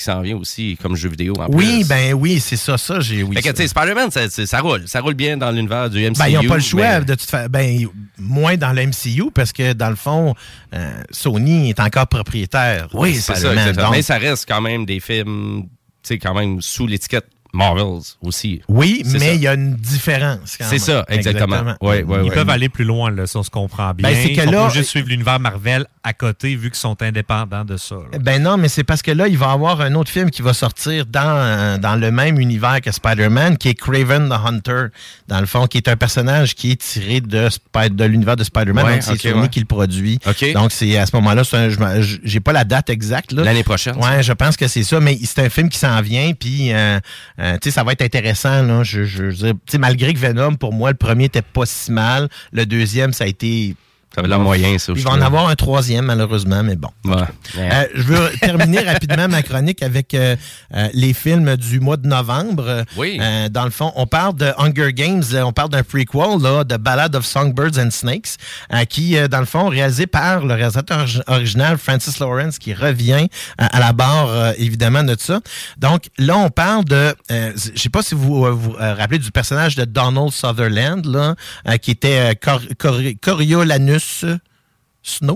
Speaker 6: qui s'en vient aussi comme jeu vidéo en
Speaker 8: oui,
Speaker 6: plus.
Speaker 8: ben oui, c'est ça, ça, j'ai oui.
Speaker 6: Fait que, tu sais, Spider-Man, ça, ça roule. Ça roule bien dans l'univers du M C U.
Speaker 8: Ben, ils n'ont pas le choix,
Speaker 6: mais...
Speaker 8: de toute façon. Ben, moins dans le M C U, parce que, dans le fond, euh, Sony est encore propriétaire.
Speaker 6: Oui, c'est ça, exactement.
Speaker 8: Donc,
Speaker 6: mais ça reste quand même des films, tu sais, quand même sous l'étiquette Marvels aussi.
Speaker 8: Oui,
Speaker 6: c'est
Speaker 8: mais il y a une différence.
Speaker 6: C'est ça, exactement. exactement. Ouais, ouais,
Speaker 7: Ils
Speaker 6: ouais.
Speaker 7: peuvent aller plus loin, là, si on se comprend bien.
Speaker 8: Ben, c'est que
Speaker 7: Ils
Speaker 8: là,
Speaker 7: peuvent juste suivre l'univers Marvel à côté, vu qu'ils sont indépendants de ça. Là.
Speaker 8: Ben non, mais c'est parce que là, il va y avoir un autre film qui va sortir dans, dans le même univers que Spider-Man, qui est Kraven the Hunter, dans le fond, qui est un personnage qui est tiré de, de l'univers de Spider-Man.
Speaker 6: Ouais,
Speaker 8: donc, c'est
Speaker 6: okay,
Speaker 8: Sony
Speaker 6: ouais.
Speaker 8: qui le produit.
Speaker 6: Okay.
Speaker 8: Donc, c'est à ce moment-là, c'est un, je, j'ai pas la date exacte. Là.
Speaker 6: L'année prochaine.
Speaker 8: Ouais, je pense que c'est ça, mais c'est un film qui s'en vient, puis euh, euh, tu sais, ça va être intéressant. Là, je, je, je veux dire, malgré que Venom, pour moi, le premier était pas si mal. Le deuxième, ça a été...
Speaker 6: Ça avait l'air moyen, ça.
Speaker 8: Il va en avoir un troisième, malheureusement, mais bon.
Speaker 6: Ouais.
Speaker 8: Euh, je veux terminer rapidement ma chronique avec euh, euh, les films du mois de novembre.
Speaker 6: Oui.
Speaker 8: Euh, dans le fond, on parle de Hunger Games, on parle d'un prequel, là, de Ballad of Songbirds and Snakes, euh, qui, euh, dans le fond, réalisé par le réalisateur original Francis Lawrence, qui revient euh, à la barre, euh, évidemment, de ça. Donc, là, on parle de... Euh, je sais pas si vous euh, vous euh, rappelez du personnage de Donald Sutherland, là, euh, qui était euh, Cor- Cor- Coriolanus Snow.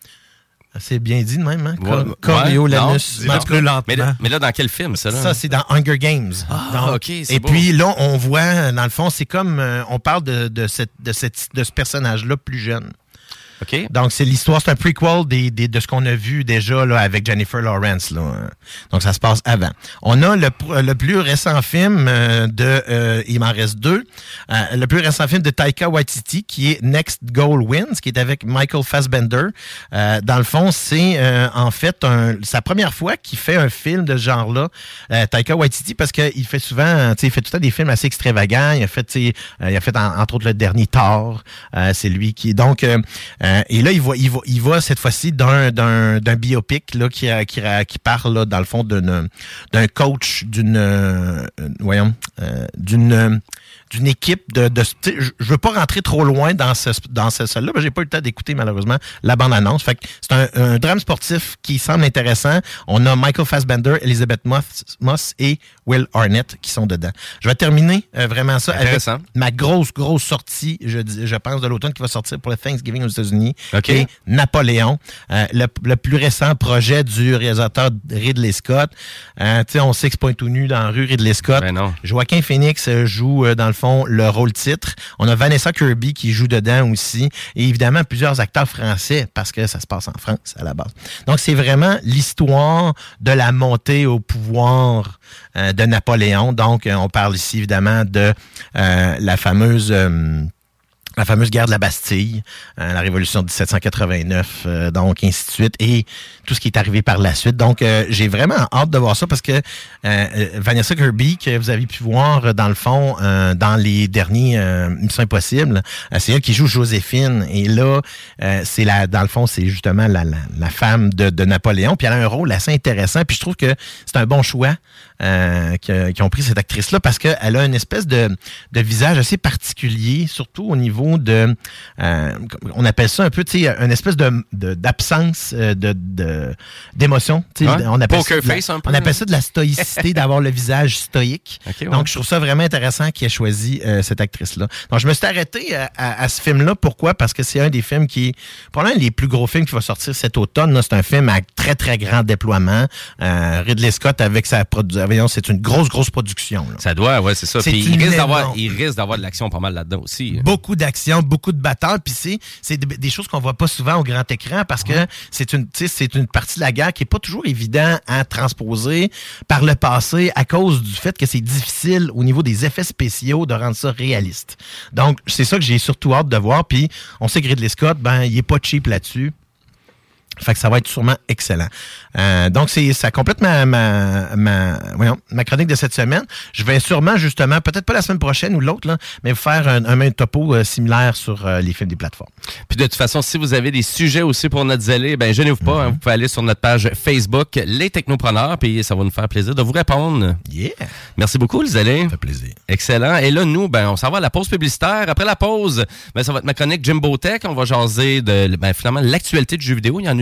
Speaker 8: C'est bien dit de même, hein?
Speaker 6: Ouais,
Speaker 8: Coriolanus.
Speaker 6: ouais, plus lentement. Mais là, mais là, dans quel film, ça? Là?
Speaker 8: Ça, c'est dans Hunger Games.
Speaker 6: Ah,
Speaker 8: donc,
Speaker 6: OK, c'est
Speaker 8: Et
Speaker 6: beau.
Speaker 8: puis là, on voit, dans le fond, c'est comme... Euh, on parle de, de, cette, de, cette, de ce personnage-là plus jeune.
Speaker 6: OK.
Speaker 8: Donc, c'est l'histoire, c'est un prequel des, des, de ce qu'on a vu déjà là, avec Jennifer Lawrence. Là. Donc, ça se passe avant. On a le, le plus récent film euh, de... Euh, il m'en reste deux. Euh, le plus récent film de Taika Waititi, qui est Next Goal Wins, qui est avec Michael Fassbender. Euh, dans le fond, c'est euh, en fait un, sa première fois qu'il fait un film de ce genre-là, euh, Taika Waititi, parce qu'il fait souvent... Il fait tout le temps des films assez extravagants. Il a fait, euh, il a fait en, entre autres, le dernier Thor. Euh, c'est lui qui... Donc... Euh, Euh, et là, il va, il va, il va cette fois-ci d'un, d'un, d'un biopic là, qui, qui, qui parle, là, dans le fond, d'un, d'un coach d'une, euh, voyons, euh, d'une, d'une équipe de... de je ne veux pas rentrer trop loin dans ce, dans ce celle-là, mais j'ai pas eu le temps d'écouter, malheureusement, la bande-annonce. Fait que c'est un, un drame sportif qui semble intéressant. On a Michael Fassbender, Elizabeth Moss, Moss et Will Arnett qui sont dedans. Je vais terminer euh, vraiment ça avec ma grosse, grosse sortie, je, je pense, de l'automne qui va sortir pour le Thanksgiving aux États-Unis.
Speaker 6: Okay.
Speaker 8: Et Napoléon, euh, le, le plus récent projet du réalisateur Ridley Scott. Euh, tu sais, on sait que c'est pas un tout nu dans la rue Ridley Scott.
Speaker 6: Ben non.
Speaker 8: Joaquin Phoenix joue, euh, dans le fond, le rôle titre. On a Vanessa Kirby qui joue dedans aussi. Et évidemment, plusieurs acteurs français parce que ça se passe en France à la base. Donc, c'est vraiment l'histoire de la montée au pouvoir euh, de Napoléon. Donc, euh, on parle ici, évidemment, de euh, la fameuse... Euh, la fameuse guerre de la Bastille, euh, la révolution de dix-sept cent quatre-vingt-neuf, euh, donc ainsi de suite, et tout ce qui est arrivé par la suite. Donc, euh, j'ai vraiment hâte de voir ça parce que euh, Vanessa Kirby, que vous avez pu voir dans le fond, euh, dans les derniers euh, Mission Impossible, euh, c'est elle qui joue Joséphine, et là, euh, c'est la, dans le fond, c'est justement la, la, la femme de, de Napoléon, puis elle a un rôle assez intéressant, puis je trouve que c'est un bon choix euh, qu'ils ont pris cette actrice-là parce qu'elle a une espèce de, de visage assez particulier, surtout au niveau de, euh, on appelle ça un peu, tu sais, une espèce de, de d'absence de, de d'émotion. Tu sais,
Speaker 6: ouais.
Speaker 8: on appelle
Speaker 6: Poker
Speaker 8: ça,
Speaker 6: face un peu.
Speaker 8: On appelle ça de la stoïcité, d'avoir le visage stoïque.
Speaker 6: Okay, ouais.
Speaker 8: Donc, je trouve ça vraiment intéressant qu'il ait choisi euh, cette actrice-là. Donc, je me suis arrêté à, à, à ce film-là. Pourquoi? Parce que c'est un des films qui est probablement un des plus gros films qui va sortir cet automne. Là, c'est un film à très, très grand déploiement. Euh, Ridley Scott, avec sa production, c'est une grosse, grosse production. Là.
Speaker 6: Ça doit, ouais, c'est ça.
Speaker 8: C'est
Speaker 6: Puis il risque, d'avoir,
Speaker 8: énorme.
Speaker 6: il risque d'avoir de l'action pas mal là-dedans aussi.
Speaker 8: Beaucoup d'action, beaucoup de batailles, puis c'est, c'est des, des choses qu'on voit pas souvent au grand écran parce que c'est une, tu sais, c'est une partie de la guerre qui est pas toujours évident à transposer par le passé à cause du fait que c'est difficile au niveau des effets spéciaux de rendre ça réaliste. Donc, c'est ça que j'ai surtout hâte de voir, puis on sait que Ridley Scott, ben, il est pas cheap là-dessus. Fait que ça va être sûrement excellent. Euh, donc, c'est, ça complète ma, ma, ma, voyons, ma chronique de cette semaine. Je vais sûrement, justement, peut-être pas la semaine prochaine ou l'autre, là, mais vous faire un, un, un topo euh, similaire sur euh, les films des plateformes.
Speaker 6: Puis de toute façon, si vous avez des sujets aussi pour notre zélé, ben gênez-vous pas. Mm-hmm. Hein, vous pouvez aller sur notre page Facebook, Les Technopreneurs, puis ça va nous faire plaisir de vous répondre.
Speaker 8: Yeah!
Speaker 6: Merci beaucoup, les zélés.
Speaker 8: Ça fait plaisir.
Speaker 6: Excellent. Et là, nous, ben, on s'en va à la pause publicitaire. Après la pause, ben, ça va être ma chronique Jimbo Tech. On va jaser de, ben, finalement, l'actualité du jeu vidéo. Il y en a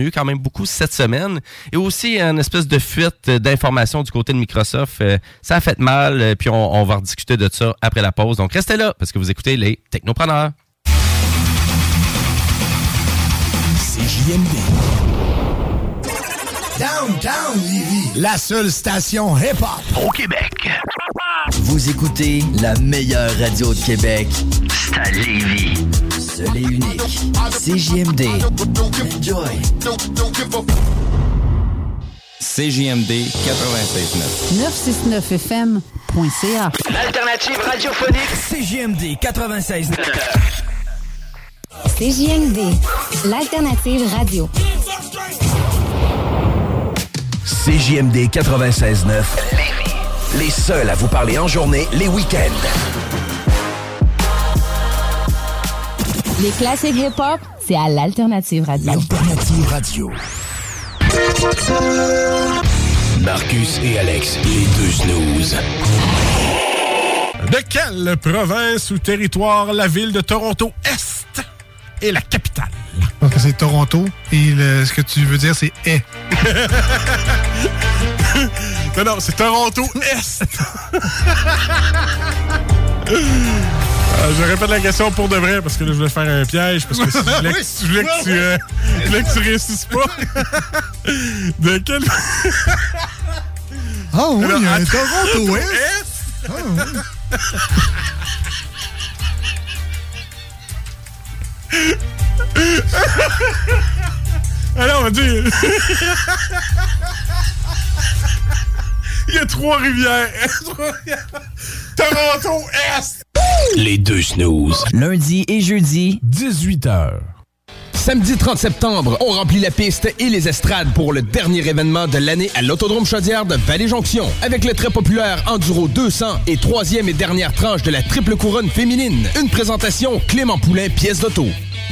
Speaker 6: a eu quand même beaucoup cette semaine. Et aussi, une espèce de fuite d'informations du côté de Microsoft. Euh, ça a fait mal, euh, puis on, on va rediscuter de ça après la pause. Donc, restez là, parce que vous écoutez les Technopreneurs.
Speaker 5: C J M D. Downtown Lévis, la seule station hip-hop au Québec.
Speaker 11: Vous écoutez la meilleure radio de Québec. C'est à Lévis. Seul et unique. C J M D. Enjoy.
Speaker 12: C J M D quatre-vingt-seize neuf.
Speaker 13: neuf cent soixante-neuf F M point C A.
Speaker 11: L'alternative radiophonique.
Speaker 14: C J M D quatre-vingt-seize neuf.
Speaker 15: C J M D, l'alternative radio.
Speaker 14: C J M D quatre-vingt-seize neuf. Lévis. Les seuls à vous parler en journée, les week-ends.
Speaker 15: Les classiques hip-hop, c'est à l'alternative radio.
Speaker 14: L'alternative radio. Marcus et Alex, les deux snooze.
Speaker 5: De quelle province ou territoire la ville de Toronto Est est la capitale?
Speaker 16: Donc c'est Toronto et le, ce que tu veux dire c'est est.
Speaker 5: non, non, c'est Toronto Est. euh, je répète la question pour de vrai parce que là, je voulais faire un piège parce que si je voulais que, je voulais que tu, euh, je voulais que tu réussisses pas. De quelle...
Speaker 16: Ah oui,
Speaker 5: alors,
Speaker 16: il y a un
Speaker 5: attends,
Speaker 16: Toronto Est.
Speaker 5: Est.
Speaker 16: Ah oui.
Speaker 5: Alors, on va dire... Il y a trois rivières. Toronto Est.
Speaker 14: Les deux snooze.
Speaker 17: Lundi et jeudi, dix-huit heures. Samedi trente septembre, on remplit la piste et les estrades pour le dernier événement de l'année à l'Autodrome Chaudière de Vallée-Jonction. Avec le très populaire Enduro deux cents et troisième et dernière tranche de la triple couronne féminine. Une présentation Clément Poulain, pièce d'auto.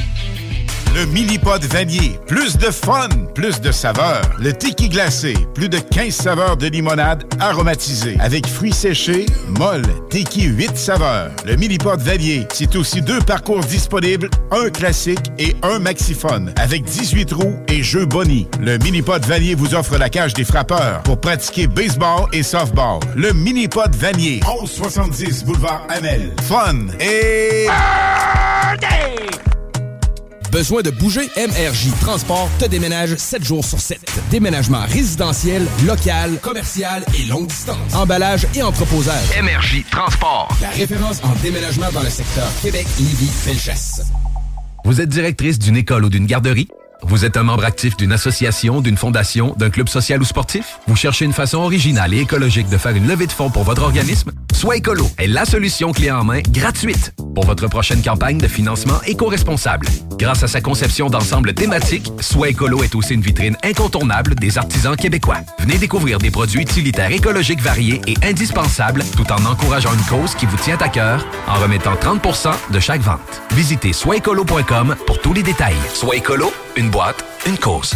Speaker 18: Le mini-pod Vanier. Plus de fun, plus de saveurs. Le tiki glacé. Plus de quinze saveurs de limonade aromatisée. Avec fruits séchés, molle, tiki huit saveurs. Le mini-pod Vanier. C'est aussi deux parcours disponibles, un classique et un maxiphone. Avec dix-huit roues et jeux Bonnie. Le mini-pod Vanier vous offre la cage des frappeurs pour pratiquer baseball et softball. Le mini-pod Vanier. onze soixante-dix boulevard Amel. Fun et... Party!
Speaker 17: Besoin de bouger? M R J Transport te déménage sept jours sur sept. Déménagement résidentiel, local, commercial et longue distance. Emballage et entreposage.
Speaker 14: M R J Transport.
Speaker 17: La référence en déménagement dans le secteur Québec-Lévis-Felchasse.
Speaker 19: Vous êtes directrice d'une école ou d'une garderie? Vous êtes un membre actif d'une association, d'une fondation, d'un club social ou sportif? Vous cherchez une façon originale et écologique de faire une levée de fonds pour votre organisme? Soit Écolo est la solution clé en main gratuite pour votre prochaine campagne de financement éco-responsable. Grâce à sa conception d'ensemble thématique, Soit Écolo est aussi une vitrine incontournable des artisans québécois. Venez découvrir des produits utilitaires écologiques variés et indispensables tout en encourageant une cause qui vous tient à cœur en remettant trente pour cent de chaque vente. Visitez soit écolo point com pour tous les détails. Soit Écolo, une boîte, une cause.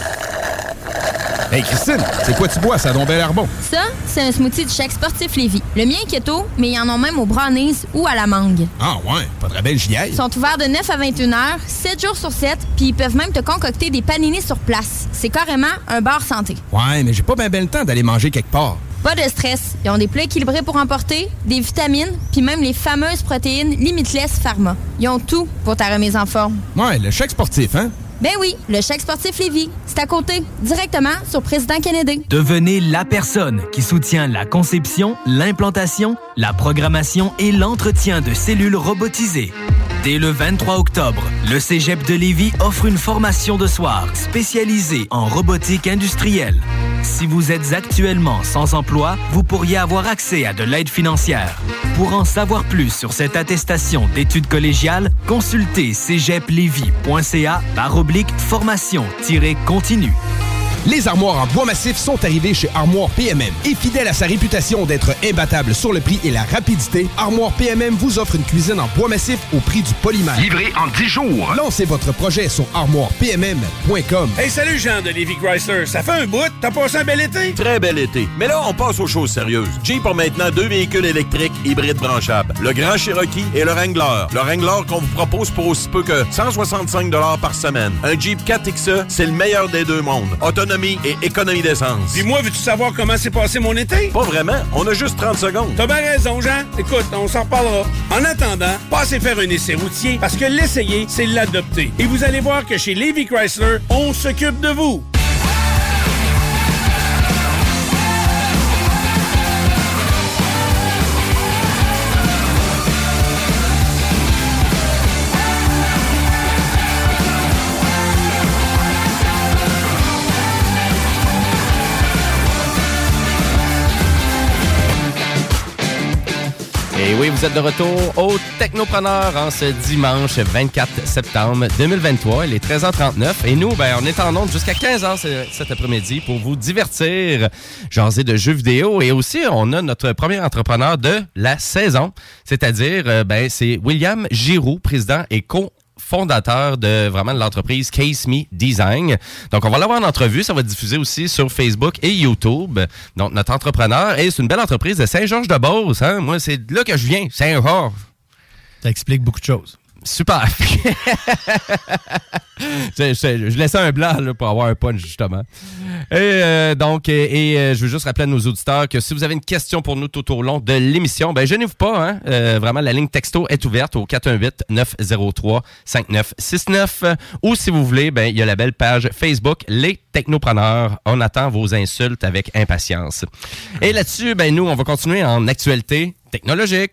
Speaker 17: Hey Christine, c'est quoi tu bois? Ça a donc bien l'air bon.
Speaker 20: Ça, c'est un smoothie du Chèque Sportif Lévis. Le mien est keto, mais ils en ont même au brownies ou à la mangue.
Speaker 17: Ah ouais, pas de rabais, j'y aille.
Speaker 20: Ils sont ouverts de neuf à vingt et une heures, sept jours sur sept, puis ils peuvent même te concocter des paninis sur place. C'est carrément un bar santé.
Speaker 17: Ouais, mais j'ai pas bien ben le temps d'aller manger quelque part.
Speaker 20: Pas de stress. Ils ont des plats équilibrés pour emporter, des vitamines, puis même les fameuses protéines Limitless Pharma. Ils ont tout pour ta remise en forme.
Speaker 17: Ouais, le Chèque Sportif, hein?
Speaker 20: Ben oui, le Chèque Sportif Lévis. C'est à côté, directement sur Président Kennedy.
Speaker 21: Devenez la personne qui soutient la conception, l'implantation, la programmation et l'entretien de cellules robotisées. Dès le vingt-trois octobre, le Cégep de Lévis offre une formation de soir spécialisée en robotique industrielle. Si vous êtes actuellement sans emploi, vous pourriez avoir accès à de l'aide financière. Pour en savoir plus sur cette attestation d'études collégiales, consultez cégep lévis point c a barre oblique formation-continue.
Speaker 17: Les armoires en bois massif sont arrivées chez Armoire P M M. Et fidèle à sa réputation d'être imbattable sur le prix et la rapidité, Armoire P M M vous offre une cuisine en bois massif au prix du polymère.
Speaker 14: Livré en dix jours.
Speaker 17: Lancez votre projet sur armoire p m m point com.
Speaker 1: Hey, salut Jean de Lévis Chrysler. Ça fait un bout. T'as passé un bel été?
Speaker 22: Très bel été. Mais là, on passe aux choses sérieuses. Jeep a maintenant deux véhicules électriques hybrides branchables. Le Grand Cherokee et le Wrangler. Le Wrangler qu'on vous propose pour aussi peu que cent soixante-cinq dollars par semaine. Un Jeep quatre X E, c'est le meilleur des deux mondes. Autonomie et économie d'essence.
Speaker 1: Puis moi, veux-tu savoir comment s'est passé mon été?
Speaker 22: Pas vraiment. On a juste trente secondes.
Speaker 1: T'as bien raison, Jean. Écoute, on s'en reparlera. En attendant, passez faire un essai routier parce que l'essayer, c'est l'adopter. Et vous allez voir que chez Lévis Chrysler, on s'occupe de vous.
Speaker 6: Et oui, vous êtes de retour au Technopreneur en ce dimanche vingt-quatre septembre deux mille vingt-trois. Il est treize heures trente-neuf et nous, ben, on est en onde jusqu'à quinze heures cet après-midi pour vous divertir, jaser de jeux vidéo. Et aussi, on a notre premier entrepreneur de la saison, c'est-à-dire, ben, c'est William Giroux, président et co fondateur de vraiment de l'entreprise Case Me Design. Donc, on va l'avoir en entrevue. Ça va être diffusé aussi sur Facebook et YouTube. Donc, notre entrepreneur, et c'est une belle entreprise de Saint-Georges-de-Beauce. Hein? Moi, c'est de là que je viens, Saint-Georges.
Speaker 8: Ça explique beaucoup de choses.
Speaker 6: Super. je, je, je laissais un blanc là, pour avoir un punch, justement. Et euh, donc, et, et euh, je veux juste rappeler à nos auditeurs que si vous avez une question pour nous tout au long de l'émission, ben gênez-vous pas. Hein? Euh, vraiment, la ligne texto est ouverte au quatre un huit neuf zéro trois cinq neuf six neuf. Ou si vous voulez, ben il y a la belle page Facebook Les Technopreneurs. On attend vos insultes avec impatience. Et là-dessus, ben nous, on va continuer en actualité technologique.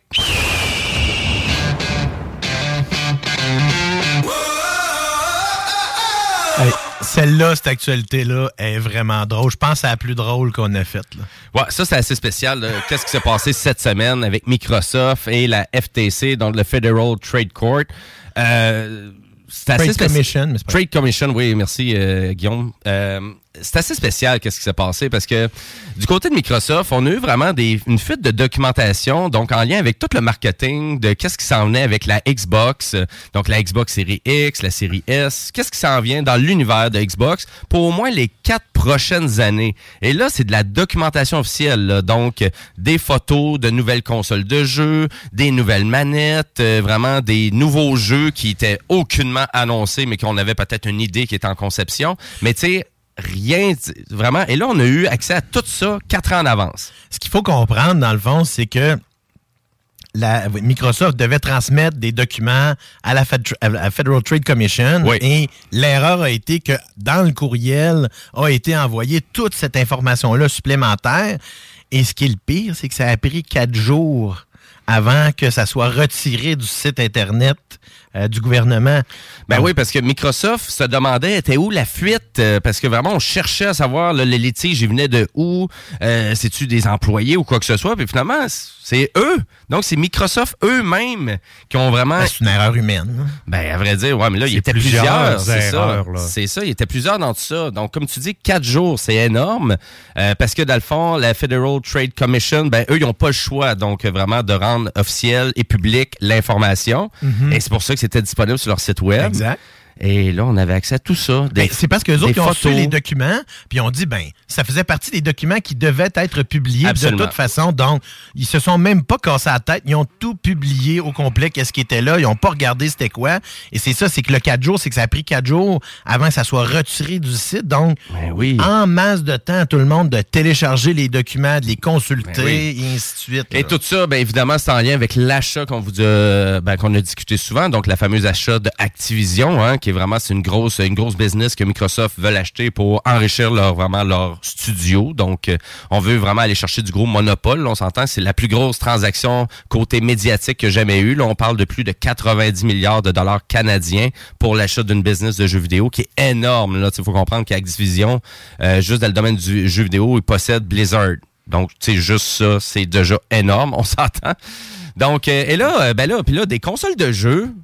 Speaker 8: Hey, celle-là, cette actualité-là, est vraiment drôle. Je pense que c'est la plus drôle qu'on a faite. Là.
Speaker 6: Ouais, ça, c'est assez spécial. Là. Qu'est-ce qui s'est passé cette semaine avec Microsoft et la F T C, donc le Federal Trade Court? Euh, c'est assez
Speaker 8: Trade
Speaker 6: spéci-
Speaker 8: Commission. Mais c'est pas...
Speaker 6: Trade Commission, oui, merci euh, Guillaume. Euh, c'est assez spécial qu'est-ce qui s'est passé parce que du côté de Microsoft, on a eu vraiment des, une fuite de documentation, donc en lien avec tout le marketing de qu'est-ce qui s'en venait avec la Xbox, donc la Xbox Series X, la Series S, qu'est-ce qui s'en vient dans l'univers de Xbox pour au moins les quatre prochaines années. Et là, c'est de la documentation officielle, là, donc des photos de nouvelles consoles de jeux, des nouvelles manettes, euh, vraiment des nouveaux jeux qui étaient aucunement annoncés, mais qu'on avait peut-être une idée qui était en conception. Mais tu sais, rien, vraiment. Et là, on a eu accès à tout ça quatre ans en avance.
Speaker 8: Ce qu'il faut comprendre, dans le fond, c'est que la, Microsoft devait transmettre des documents à la, Fed, à la Federal Trade Commission. Oui. Et l'erreur a été que dans le courriel a été envoyée toute cette information-là supplémentaire. Et ce qui est le pire, c'est que ça a pris quatre jours avant que ça soit retiré du site Internet euh, du gouvernement.
Speaker 6: Ben
Speaker 8: Donc,
Speaker 6: oui, parce que Microsoft se demandait était où la fuite, euh, parce que vraiment, on cherchait à savoir là, le litige, il venait de où, euh, c'est-tu des employés ou quoi que ce soit, puis finalement, c'est eux. Donc, c'est Microsoft eux-mêmes qui ont vraiment...
Speaker 8: Ben, c'est une erreur humaine.
Speaker 6: Ben, à vrai dire, ouais, mais là, il y était plusieurs, c'est ça. C'est ça, il y était plusieurs dans tout ça. Donc, comme tu dis, quatre jours, c'est énorme, euh, parce que dans le fond, la Federal Trade Commission, ben, eux, ils n'ont pas le choix, donc, vraiment, de rendre officiel et public l'information. Mm-hmm. Et c'est pour ça que c'était disponible sur leur site web.
Speaker 8: Exact.
Speaker 6: Et là, on avait accès à tout ça. Des,
Speaker 8: ben, c'est parce qu'eux autres, ils ont reçu les documents, puis ils ont dit, ben, ça faisait partie des documents qui devaient être publiés. Absolument. De toute façon. Donc, ils se sont même pas cassés la tête. Ils ont tout publié au complet, qu'est-ce qui était là. Ils n'ont pas regardé c'était quoi. Et c'est ça, c'est que le quatre jours, c'est que ça a pris quatre jours avant que ça soit retiré du site. Donc,
Speaker 6: ben oui.
Speaker 8: en masse de temps, tout le monde de télécharger les documents, de les consulter, ben oui. et ainsi de suite.
Speaker 6: Et
Speaker 8: là.
Speaker 6: tout ça, bien évidemment, c'est en lien avec l'achat qu'on vous a, ben, qu'on a discuté souvent. Donc, la fameuse achat de Activision, hein, qui est vraiment, c'est une grosse, une grosse business que Microsoft veut acheter pour enrichir leur, vraiment leur studio. Donc, euh, on veut vraiment aller chercher du gros monopole. On s'entend, c'est la plus grosse transaction côté médiatique que jamais eu. Là, on parle de plus de quatre-vingt-dix milliards de dollars canadiens pour l'achat d'une business de jeux vidéo qui est énorme. Là, il faut comprendre qu'Activision, euh, juste dans le domaine du jeu vidéo, il possède Blizzard. Donc, tu sais, juste ça, c'est déjà énorme. On s'entend. Donc, euh, et là, ben là, puis là, des consoles de jeux,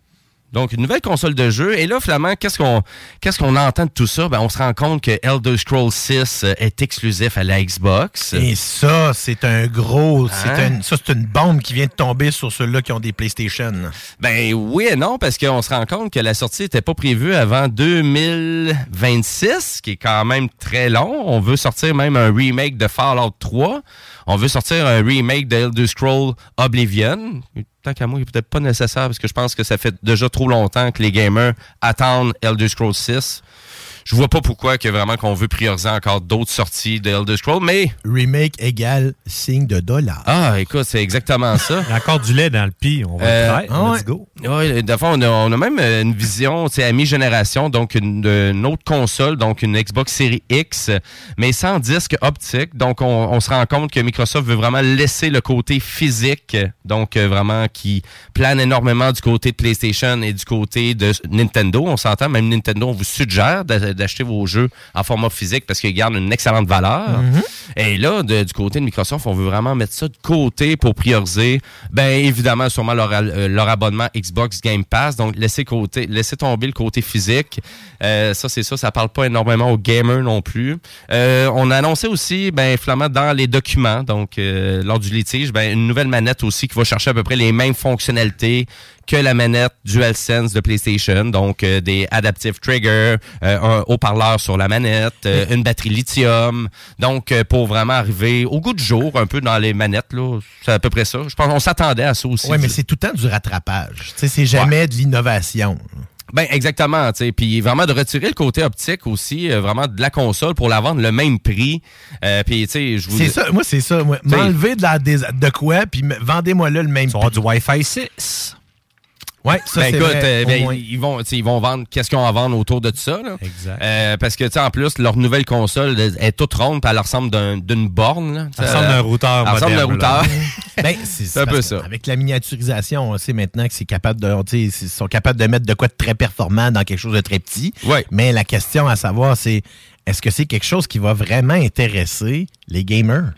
Speaker 6: Donc, une nouvelle console de jeu. Et là, finalement, qu'est-ce qu'on qu'est-ce qu'on entend de tout ça? Ben, on se rend compte que Elder Scrolls six est exclusif à la Xbox.
Speaker 8: Et ça, c'est un gros... C'est
Speaker 6: Hein?
Speaker 8: un, ça, c'est une bombe qui vient de tomber sur ceux-là qui ont des PlayStation.
Speaker 6: Ben oui et non, parce qu'on se rend compte que la sortie n'était pas prévue avant deux mille vingt-six, qui est quand même très long. On veut sortir même un remake de Fallout trois. On veut sortir un remake de Elder Scrolls Oblivion. Tant qu'à moi, il n'est peut-être pas nécessaire parce que je pense que ça fait déjà trop longtemps que les gamers attendent Elder Scrolls six. Je vois pas pourquoi que vraiment qu'on veut prioriser encore d'autres sorties de Elder Scrolls, mais...
Speaker 8: Remake égale signe de dollar.
Speaker 6: Ah, écoute, c'est exactement ça.
Speaker 7: Il y a encore du lait dans le pis. On va
Speaker 6: Euh,
Speaker 7: le faire.
Speaker 6: ah
Speaker 7: Let's
Speaker 6: ouais.
Speaker 7: go.
Speaker 6: Oui, de fond, on a, on a même une vision à mi-génération, donc une, une autre console, donc une Xbox Series X, mais sans disque optique. Donc, on, on se rend compte que Microsoft veut vraiment laisser le côté physique, donc euh, vraiment qui plane énormément du côté de PlayStation et du côté de Nintendo. On s'entend, même Nintendo, on vous suggère d'a- d'acheter vos jeux en format physique parce qu'ils gardent une excellente valeur.
Speaker 8: Mm-hmm.
Speaker 6: Et là, de- du côté de Microsoft, on veut vraiment mettre ça de côté pour prioriser, ben évidemment, sûrement leur, euh, leur abonnement Xbox Game Pass. Donc, laisser, côté, laisser tomber le côté physique. Euh, ça, c'est ça. Ça parle pas énormément aux gamers non plus. Euh, on a annoncé aussi, ben, finalement, dans les documents, donc, euh, lors du litige, ben, une nouvelle manette aussi qui va chercher à peu près les mêmes fonctionnalités que la manette DualSense de PlayStation. Donc, euh, des Adaptive Triggers, euh, un haut-parleur sur la manette, euh, une batterie lithium. Donc, euh, pour vraiment arriver au goût du jour, un peu dans les manettes, là, c'est à peu près ça. Je pense qu'on s'attendait à ça aussi.
Speaker 8: Oui, mais c'est tout le temps du rattrapage. Tu sais, c'est jamais
Speaker 6: Ouais.
Speaker 8: de l'innovation.
Speaker 6: Ben exactement, tu sais, puis vraiment de retirer le côté optique aussi, euh, vraiment de la console pour la vendre le même prix. Euh, puis tu sais, je vous
Speaker 8: C'est ça, moi c'est ça. Moi.
Speaker 6: T'sais-
Speaker 8: M'enlever de, la, des- de quoi, puis me- vendez-moi là le même prix.
Speaker 7: Du Wi-Fi six.
Speaker 8: Ouais, ça
Speaker 6: ben
Speaker 8: c'est
Speaker 6: écoute,
Speaker 8: vrai,
Speaker 6: euh,
Speaker 8: au
Speaker 6: ben,
Speaker 8: moins.
Speaker 6: ils vont, tu sais, ils vont vendre qu'est-ce qu'ils ont à vendre autour de ça. Là.
Speaker 7: Exact.
Speaker 6: Euh, parce que tu sais, en plus, leur nouvelle console elle est toute ronde, puis elle ressemble d'un- d'une borne. Là.
Speaker 7: Ça ressemble d'un routeur
Speaker 6: Elle ressemble d'un
Speaker 7: moderne,
Speaker 6: routeur.
Speaker 7: là.
Speaker 8: Ben, c'est
Speaker 6: C'est un
Speaker 8: parce
Speaker 6: peu
Speaker 8: que
Speaker 6: ça.
Speaker 8: Avec la miniaturisation, on sait maintenant que c'est capable de, tu sais, ils sont capables de mettre de quoi de très performant dans quelque chose de très petit.
Speaker 6: Ouais.
Speaker 8: Mais la question à savoir, c'est est-ce que c'est quelque chose qui va vraiment intéresser les gamers?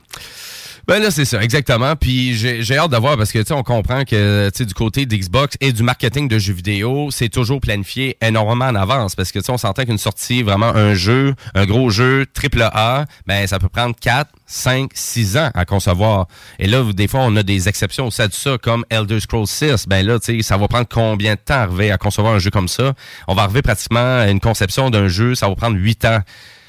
Speaker 6: Ben là, c'est ça, exactement. Puis j'ai j'ai hâte de voir parce que, tu sais, on comprend que, tu sais, du côté d'Xbox et du marketing de jeux vidéo, c'est toujours planifié énormément en avance parce que, tu sais, on s'entend qu'une sortie, vraiment un jeu, un gros jeu, triple A, ben ça peut prendre quatre, cinq, six ans à concevoir. Et là, des fois, on a des exceptions aussi à tout ça, comme Elder Scrolls six. Ben là, tu sais, ça va prendre combien de temps à arriver à concevoir un jeu comme ça? On va arriver pratiquement à une conception d'un jeu, ça va prendre huit ans.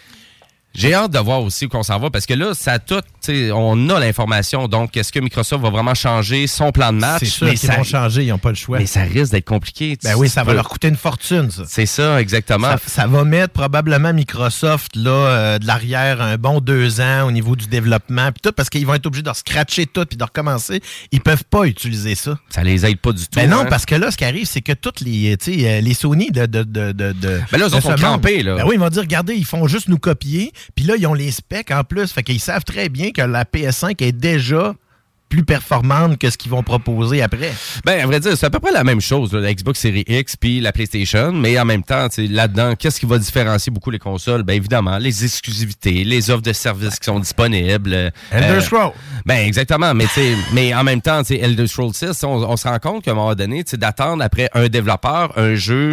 Speaker 6: J'ai hâte de voir aussi où on s'en va parce que là, ça a tout, tu sais, on a l'information. Donc, est-ce que Microsoft va vraiment changer son plan de match?
Speaker 8: C'est sûr
Speaker 6: Mais
Speaker 8: qu'ils
Speaker 6: ça-
Speaker 8: vont changer, ils n'ont pas le choix.
Speaker 6: Mais ça risque d'être compliqué.
Speaker 8: Ben oui, ça va leur coûter une fortune, ça.
Speaker 6: C'est ça, exactement.
Speaker 8: Ça, ça va mettre probablement Microsoft là, euh, de l'arrière un bon deux ans au niveau du développement puis tout, parce qu'ils vont être obligés de scratcher tout puis de recommencer. Ils peuvent pas utiliser ça.
Speaker 6: Ça les aide pas du tout.
Speaker 8: Ben non,
Speaker 6: hein.
Speaker 8: parce que là, ce qui arrive, c'est que toutes les, tu sais, euh, les Sony de, de, de, de, de
Speaker 6: Ben là, eux
Speaker 8: de
Speaker 6: autres
Speaker 8: ce
Speaker 6: sont
Speaker 8: monde,
Speaker 6: crampés, là.
Speaker 8: Ben oui, ils vont dire, regardez, ils font juste nous copier, puis là, ils ont les specs en plus, fait qu'ils savent très bien que la P S cinq est déjà plus performante que ce qu'ils vont proposer après.
Speaker 6: Ben, à vrai dire, c'est à peu près la même chose, là, la Xbox Series X puis la PlayStation, mais en même temps, tu sais, là-dedans, qu'est-ce qui va différencier beaucoup les consoles? Ben, évidemment, les exclusivités, les offres de services qui sont disponibles. euh,
Speaker 8: Elder Scrolls.
Speaker 6: Ben, exactement, mais tu sais, mais en même temps, tu sais, Elder Scrolls six, on, on se rend compte qu'à un moment donné, tu sais, d'attendre après un développeur, un jeu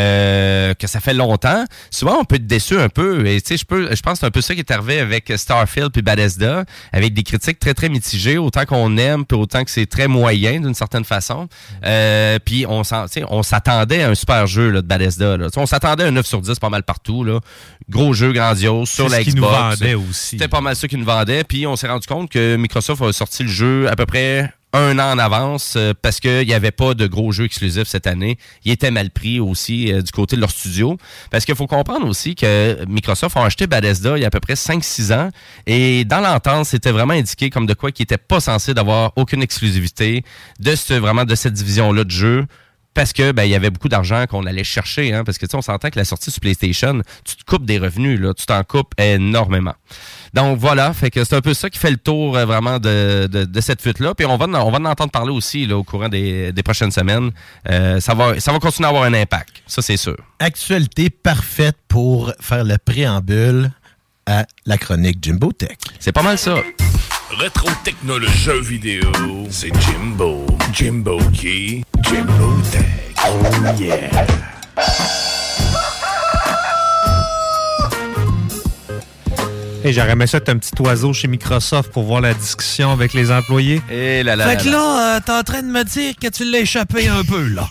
Speaker 6: euh, que ça fait longtemps, souvent, on peut être déçu un peu. Et tu sais, je peux, je pense que c'est un peu ça qui est arrivé avec Starfield puis Bethesda, avec des critiques très, très mitigées, autant qu'on aime, puis autant que c'est très moyen d'une certaine façon. Euh, puis on, s'en- tu sais, on s'attendait à un super jeu là, de Bethesda. Là. Tu sais, on s'attendait à un neuf sur dix pas mal partout. Là. Gros jeu grandiose sur
Speaker 7: C'est
Speaker 6: la
Speaker 7: ce qui nous
Speaker 6: Xbox.
Speaker 7: vendait aussi.
Speaker 6: C'était pas mal ça qui nous vendait. Puis on s'est rendu compte que Microsoft a sorti le jeu à peu près un an en avance euh, parce qu'il n'y avait pas de gros jeux exclusifs cette année. Il était mal pris aussi euh, du côté de leur studio. Parce qu'il faut comprendre aussi que Microsoft a acheté Bethesda il y a à peu près cinq six ans. Et dans l'entente, c'était vraiment indiqué comme de quoi qu'il n'était pas censé d'avoir aucune exclusivité de ce, vraiment de cette division-là de jeux. Parce que ben il y avait beaucoup d'argent qu'on allait chercher, hein, parce que tu sais, on s'entend que la sortie sur PlayStation, tu te coupes des revenus, là, tu t'en coupes énormément. Donc voilà, fait que c'est un peu ça qui fait le tour euh, vraiment de, de, de cette fuite-là. Puis on va, en- on va en entendre parler aussi là, au courant des, des prochaines semaines. Euh, ça va, ça va continuer à avoir un impact, ça c'est sûr.
Speaker 8: Actualité parfaite pour faire le préambule à la chronique Jimbo Tech.
Speaker 6: C'est pas mal ça.
Speaker 9: Rétro technologie jeux vidéo, c'est Jimbo. Jimbo qui? Jimbo Tech.
Speaker 8: Oh yeah!
Speaker 7: Hey, j'aurais aimé ça être un petit oiseau chez Microsoft pour voir la discussion avec les employés.
Speaker 6: Et là, là,
Speaker 2: fait
Speaker 6: là,
Speaker 2: que là, euh, t'es en train de me dire que tu l'as échappé un peu, là.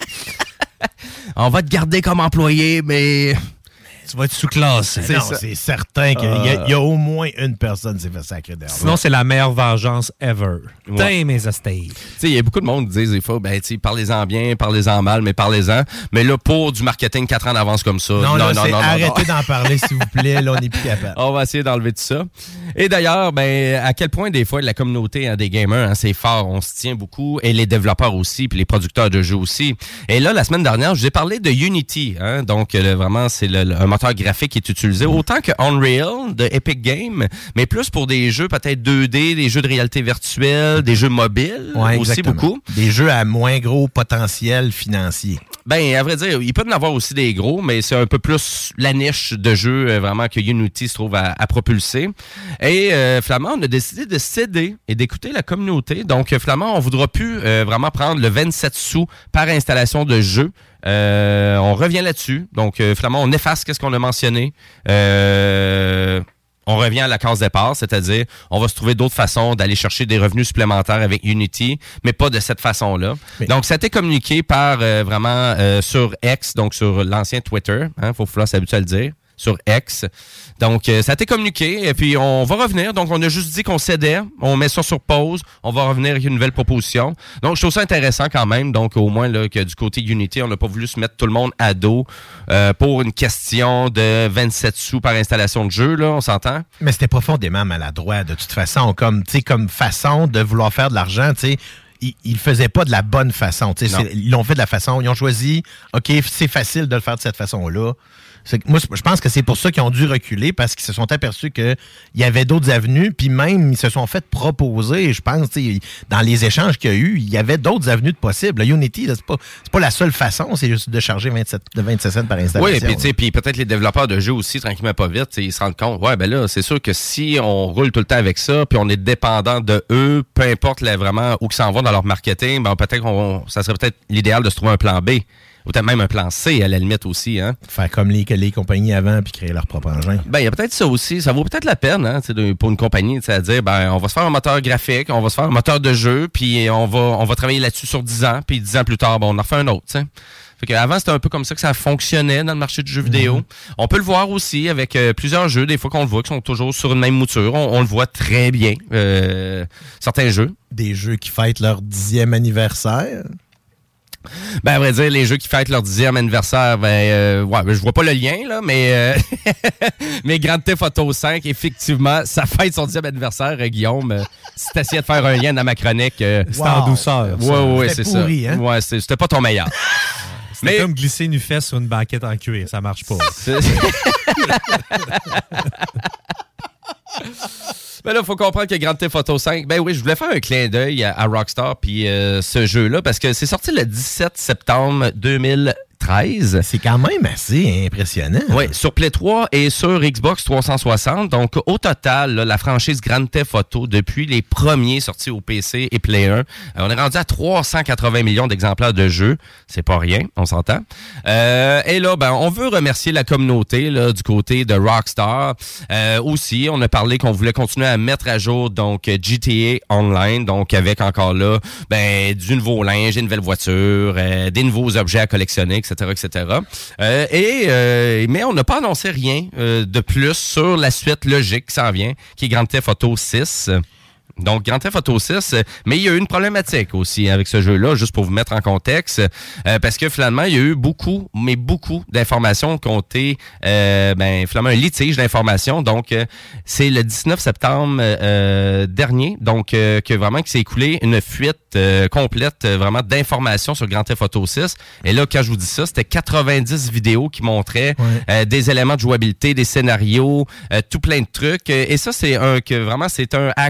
Speaker 6: On va te garder comme employé, mais...
Speaker 2: Tu vas être sous-classé.
Speaker 8: C'est, c'est certain qu'il y, a, il y a au moins une personne qui s'est fait sacrer derrière.
Speaker 7: Sinon, c'est la meilleure vengeance ever.
Speaker 6: Ouais.
Speaker 7: Damn is a state.
Speaker 6: Tu sais, il y a beaucoup de monde qui disent des fois, ben, tu sais, parlez-en bien, parlez-en mal, mais parlez-en. Mais là, pour du marketing quatre ans d'avance comme ça.
Speaker 8: Non,
Speaker 6: non,
Speaker 8: là,
Speaker 6: non,
Speaker 8: c'est
Speaker 6: non,
Speaker 8: arrêtez
Speaker 6: non.
Speaker 8: d'en parler, s'il vous plaît. Là, on n'est plus capable.
Speaker 6: On va essayer d'enlever tout ça. Et d'ailleurs, ben, à quel point, des fois, la communauté hein, des gamers, hein, c'est fort. On se tient beaucoup. Et les développeurs aussi, puis les producteurs de jeux aussi. Et là, la semaine dernière, je vous ai parlé de Unity. Hein, donc, le, vraiment, c'est le, le, un moteur graphique qui est utilisé autant que Unreal de Epic Games, mais plus pour des jeux peut-être deux D, des jeux de réalité virtuelle, des jeux mobiles
Speaker 8: ouais,
Speaker 6: aussi
Speaker 8: exactement.
Speaker 6: beaucoup.
Speaker 8: Des jeux à moins gros potentiel financier.
Speaker 6: Ben, à vrai dire, il peut y en avoir aussi des gros, mais c'est un peu plus la niche de jeux euh, vraiment que Unity se trouve à, à propulser. Et euh, Flamand, on a décidé de céder et d'écouter la communauté. Donc, Flamand, on voudra plus euh, vraiment prendre le vingt-sept sous par installation de jeu. Euh, on revient là-dessus. Donc, euh, Flamand, on efface qu'est-ce qu'on a mentionné. Euh... On revient à la case départ, c'est-à-dire on va se trouver d'autres façons d'aller chercher des revenus supplémentaires avec Unity, mais pas de cette façon-là. Mais... Donc, ça a été communiqué par euh, vraiment euh, sur X, donc sur l'ancien Twitter. Hein, faut falloir s'habituer à le dire. Sur X. Donc, euh, ça a été communiqué et puis on va revenir. Donc, on a juste dit qu'on cédait. On met ça sur pause. On va revenir avec une nouvelle proposition. Donc, je trouve ça intéressant quand même. Donc, au moins, là, que du côté Unity, on n'a pas voulu se mettre tout le monde à dos euh, pour une question de vingt-sept sous par installation de jeu, là. On s'entend?
Speaker 8: Mais c'était profondément maladroit, de toute façon. Comme, tu sais, comme façon de vouloir faire de l'argent, tu sais. Ils ne le faisaient pas de la bonne façon. C'est, ils l'ont fait de la façon. Ils ont choisi, OK, c'est facile de le faire de cette façon-là. C'est, moi, je pense que c'est pour ça qu'ils ont dû reculer, parce qu'ils se sont aperçus qu'il y avait d'autres avenues, puis même, ils se sont fait proposer, je pense, dans les échanges qu'il y a eu, il y avait d'autres avenues de possibles. Le Unity, là, c'est pas, c'est pas la seule façon, c'est juste de charger vingt-sept, de vingt-sept cents par installation.
Speaker 6: Oui, puis puis peut-être les développeurs de jeux aussi, tranquillement pas vite, ils se rendent compte, ouais, ben là, c'est sûr que si on roule tout le temps avec ça, puis on est dépendant de eux, peu importe là, vraiment où ils s'en vont dans leur marketing, ben peut-être qu'on, ça serait peut-être l'idéal de se trouver un plan B. Ou peut-être même un plan C, à la limite aussi. Hein?
Speaker 8: Faire comme les, les compagnies avant puis créer leur propre engin.
Speaker 6: Ben, il y a peut-être ça aussi. Ça vaut peut-être la peine hein, de, pour une compagnie à dire ben, on va se faire un moteur graphique, on va se faire un moteur de jeu, puis on va, on va travailler là-dessus sur dix ans, puis dix ans plus tard, bon, on en refait un autre. T'sais. Fait qu'avant, c'était un peu comme ça que ça fonctionnait dans le marché du jeu vidéo. Mm-hmm. On peut le voir aussi avec euh, plusieurs jeux, des fois qu'on le voit, qui sont toujours sur une même mouture. On, on le voit très bien. Euh, certains jeux.
Speaker 8: Des jeux qui fêtent leur dixième anniversaire.
Speaker 6: Ben, à vrai dire, les jeux qui fêtent leur dixième anniversaire, ben, euh, ouais, ben, je vois pas le lien, là, mais, euh, mais Grand Theft Auto cinq, effectivement, ça fête son dixième anniversaire, euh, Guillaume. Euh, si t'essayais de faire un lien dans ma chronique. Euh,
Speaker 7: c'était wow. en douceur.
Speaker 6: Ouais, ouais, ouais, c'est
Speaker 8: pourri,
Speaker 6: ça.
Speaker 8: Hein?
Speaker 6: Ouais, c'est, c'était pas ton meilleur.
Speaker 7: C'était mais... comme glisser une fesse sur une banquette en cuir, ça marche pas.
Speaker 6: Ben là, il faut comprendre que Grand Theft Auto cinq, ben oui, je voulais faire un clin d'œil à, à Rockstar puis euh, ce jeu-là, parce que c'est sorti le dix-sept septembre deux mille treize.
Speaker 8: C'est quand même assez impressionnant.
Speaker 6: Oui, sur Play trois et sur Xbox trois cent soixante. Donc, au total, là, la franchise Grand Theft Auto, depuis les premiers sortis au P C et Play un, euh, on est rendu à trois cent quatre-vingts millions d'exemplaires de jeux. C'est pas rien, on s'entend. Euh, et là, ben, on veut remercier la communauté là, du côté de Rockstar. Euh, aussi, on a parlé qu'on voulait continuer à mettre à jour donc G T A Online, donc avec encore là ben, du nouveau linge, une nouvelle voiture, euh, des nouveaux objets à collectionner, et cetera, et cetera. Euh, et, euh, mais on n'a pas annoncé rien euh, de plus sur la suite logique qui s'en vient, qui est Grand Theft Auto six. Donc, Grand Theft Auto six, mais il y a eu une problématique aussi avec ce jeu-là, juste pour vous mettre en contexte, euh, parce que finalement, il y a eu beaucoup, mais beaucoup d'informations qui ont été, euh, ben, finalement, un litige d'informations. Donc, euh, c'est le dix-neuf septembre euh, dernier, donc, euh, que vraiment, qui s'est écoulé une fuite euh, complète, euh, vraiment, d'informations sur Grand Theft Auto six. Et là, quand je vous dis ça, c'était quatre-vingt-dix vidéos qui montraient ouais. euh, des éléments de jouabilité, des scénarios, euh, tout plein de trucs. Et ça, c'est un, que vraiment, c'est un hacker, donc,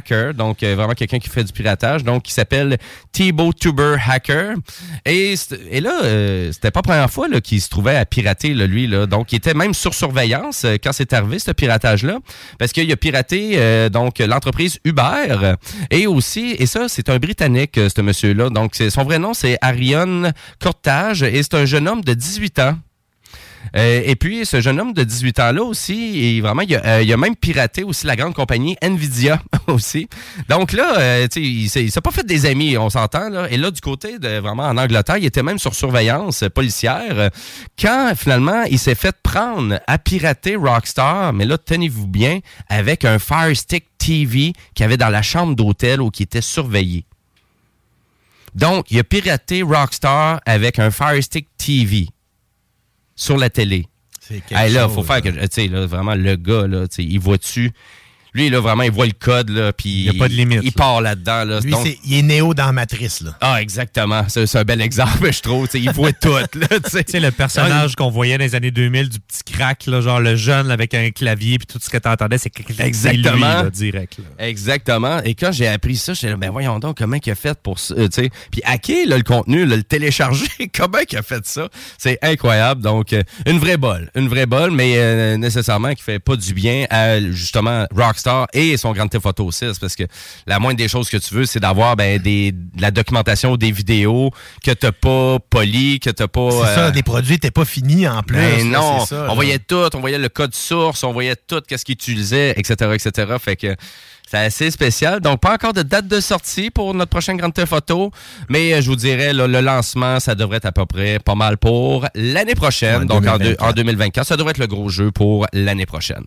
Speaker 6: donc euh, vraiment quelqu'un qui fait du piratage, donc qui s'appelle Thibaut Tuber Hacker. Et, et là, euh, c'était pas la première fois là, qu'il se trouvait à pirater, là, lui. Là. Donc, il était même sur surveillance euh, quand c'est arrivé, ce piratage-là, parce qu'il a piraté euh, donc l'entreprise Uber. Et aussi, et ça, c'est un Britannique, euh, ce monsieur-là. Donc, c'est, son vrai nom, c'est Arion Cortage, et c'est un jeune homme de dix-huit ans. Euh, et puis, ce jeune homme de dix-huit ans-là aussi, il, vraiment, il a, euh, il a même piraté aussi la grande compagnie Nvidia aussi. Donc là, euh, tu sais, il s'est, il s'est pas fait des amis, on s'entend, là. Et là, du côté de, vraiment, en Angleterre, il était même sur surveillance policière. Euh, quand, finalement, il s'est fait prendre à pirater Rockstar, mais là, tenez-vous bien, avec un Fire Stick T V qu'il y avait dans la chambre d'hôtel ou qui était surveillé. Donc, il a piraté Rockstar avec un Fire Stick T V. Sur la télé. C'est quelque hey, là, chose, faut faire que, tu sais, là, vraiment, le gars, là, tu sais, il voit-tu. Lui, là, vraiment, il voit le code, là, puis il n'y a pas de limite. Il, il part là-dedans, là.
Speaker 8: Lui,
Speaker 6: donc,
Speaker 8: c'est, il est Néo dans Matrice, là.
Speaker 6: Ah, exactement. C'est, c'est un bel exemple, je trouve. T'sais, il voit tout, là, tu sais.
Speaker 7: Tu sais, le personnage qu'on voyait dans les années deux mille, du petit crack, là, genre le jeune là, avec un clavier, puis tout ce que t'entendais, c'est que
Speaker 6: exactement.
Speaker 7: C'est lui, là, direct. Là.
Speaker 6: Exactement. Et quand j'ai appris ça, j'étais là, ben voyons donc, comment il a fait pour ça, tu sais. Puis hacker, là, le contenu, là, le télécharger, comment il a fait ça? C'est incroyable. Donc, euh, une vraie bolle. Une vraie bolle, mais euh, nécessairement qui fait pas du bien à, justement, Rockstar et son Grand Theft Auto six, parce que la moindre des choses que tu veux, c'est d'avoir ben, des, de la documentation, des vidéos que t'as pas polies, que t'as pas...
Speaker 8: C'est euh... ça, des produits t'es pas fini en plus.
Speaker 6: Ben
Speaker 8: là,
Speaker 6: non,
Speaker 8: c'est ça,
Speaker 6: on
Speaker 8: là.
Speaker 6: voyait tout, on voyait le code source, on voyait tout, qu'est-ce qu'il utilisait, et cetera, et cetera. Fait que c'est assez spécial. Donc, pas encore de date de sortie pour notre prochain Grand Theft Auto, mais euh, je vous dirais, là, le lancement, ça devrait être à peu près pas mal pour l'année prochaine, en donc en, deux, en deux mille vingt-quatre. Ça devrait être le gros jeu pour l'année prochaine.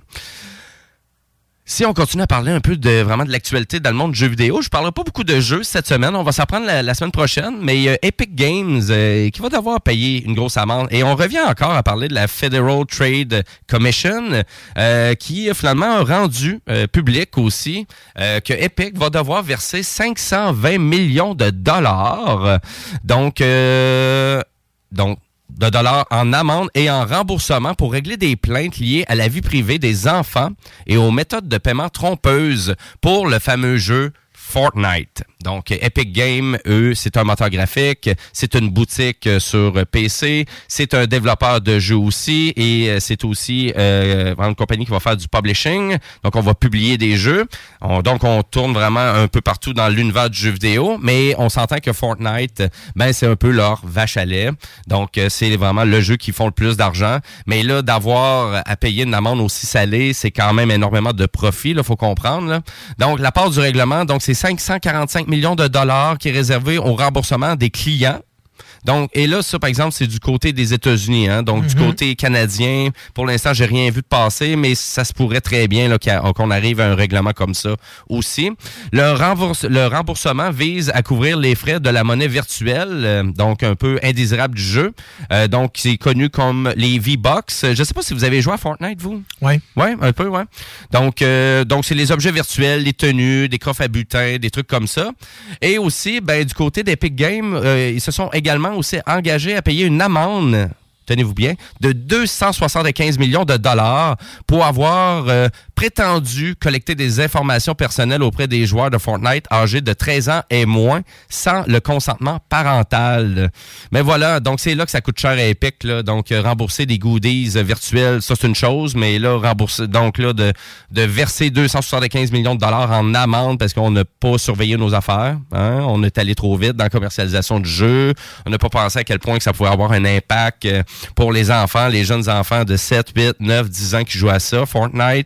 Speaker 6: Si on continue à parler un peu de vraiment de l'actualité dans le monde du jeu vidéo, je ne parlerai pas beaucoup de jeux cette semaine. On va s'en prendre la, la semaine prochaine, mais il y a Epic Games euh, qui va devoir payer une grosse amende. Et on revient encore à parler de la Federal Trade Commission euh, qui finalement a rendu euh, public aussi euh, que Epic va devoir verser cinq cent vingt millions de dollars. Donc, euh, donc de dollars en amende et en remboursement pour régler des plaintes liées à la vie privée des enfants et aux méthodes de paiement trompeuses pour le fameux jeu Fortnite. Donc, Epic Games, eux, c'est un moteur graphique, c'est une boutique sur P C, c'est un développeur de jeux aussi, et c'est aussi euh, une compagnie qui va faire du publishing. Donc, on va publier des jeux. On, donc, on tourne vraiment un peu partout dans l'univers du jeu vidéo, mais on s'entend que Fortnite, ben, c'est un peu leur vache à lait. Donc, c'est vraiment le jeu qui font le plus d'argent. Mais là, d'avoir à payer une amende aussi salée, c'est quand même énormément de profit, il faut comprendre. Là. Donc, la part du règlement, donc c'est cinq cent quarante-cinq millions de dollars qui est réservé au remboursement des clients. Donc, et là, ça, par exemple, c'est du côté des États-Unis, hein. Donc, mm-hmm. du côté canadien, pour l'instant, j'ai rien vu de passer, mais ça se pourrait très bien là, qu'on arrive à un règlement comme ça aussi. Le, rembourse, le remboursement vise à couvrir les frais de la monnaie virtuelle, euh, donc un peu indésirable du jeu. Euh, donc, c'est connu comme les V-Bucks. Je ne sais pas si vous avez joué à Fortnite, vous?
Speaker 8: Oui.
Speaker 6: Oui, un peu, oui. Donc, euh, donc, c'est les objets virtuels, les tenues, des coffres à butin, des trucs comme ça. Et aussi, ben, du côté d'Epic Games, euh, ils se sont également aussi engagé à payer une amende, tenez-vous bien, de deux cent soixante-quinze millions de dollars pour avoir euh, prétendu collecter des informations personnelles auprès des joueurs de Fortnite âgés de treize ans et moins sans le consentement parental. Mais voilà, donc c'est là que ça coûte cher à Epic, là. Donc euh, rembourser des goodies virtuels, ça c'est une chose, mais là, rembourser, donc là, de, de verser deux cent soixante-quinze millions de dollars en amende parce qu'on n'a pas surveillé nos affaires, hein? On est allé trop vite dans la commercialisation du jeu, on n'a pas pensé à quel point que ça pouvait avoir un impact euh, pour les enfants, les jeunes enfants de sept, huit, neuf, dix ans qui jouent à ça, Fortnite.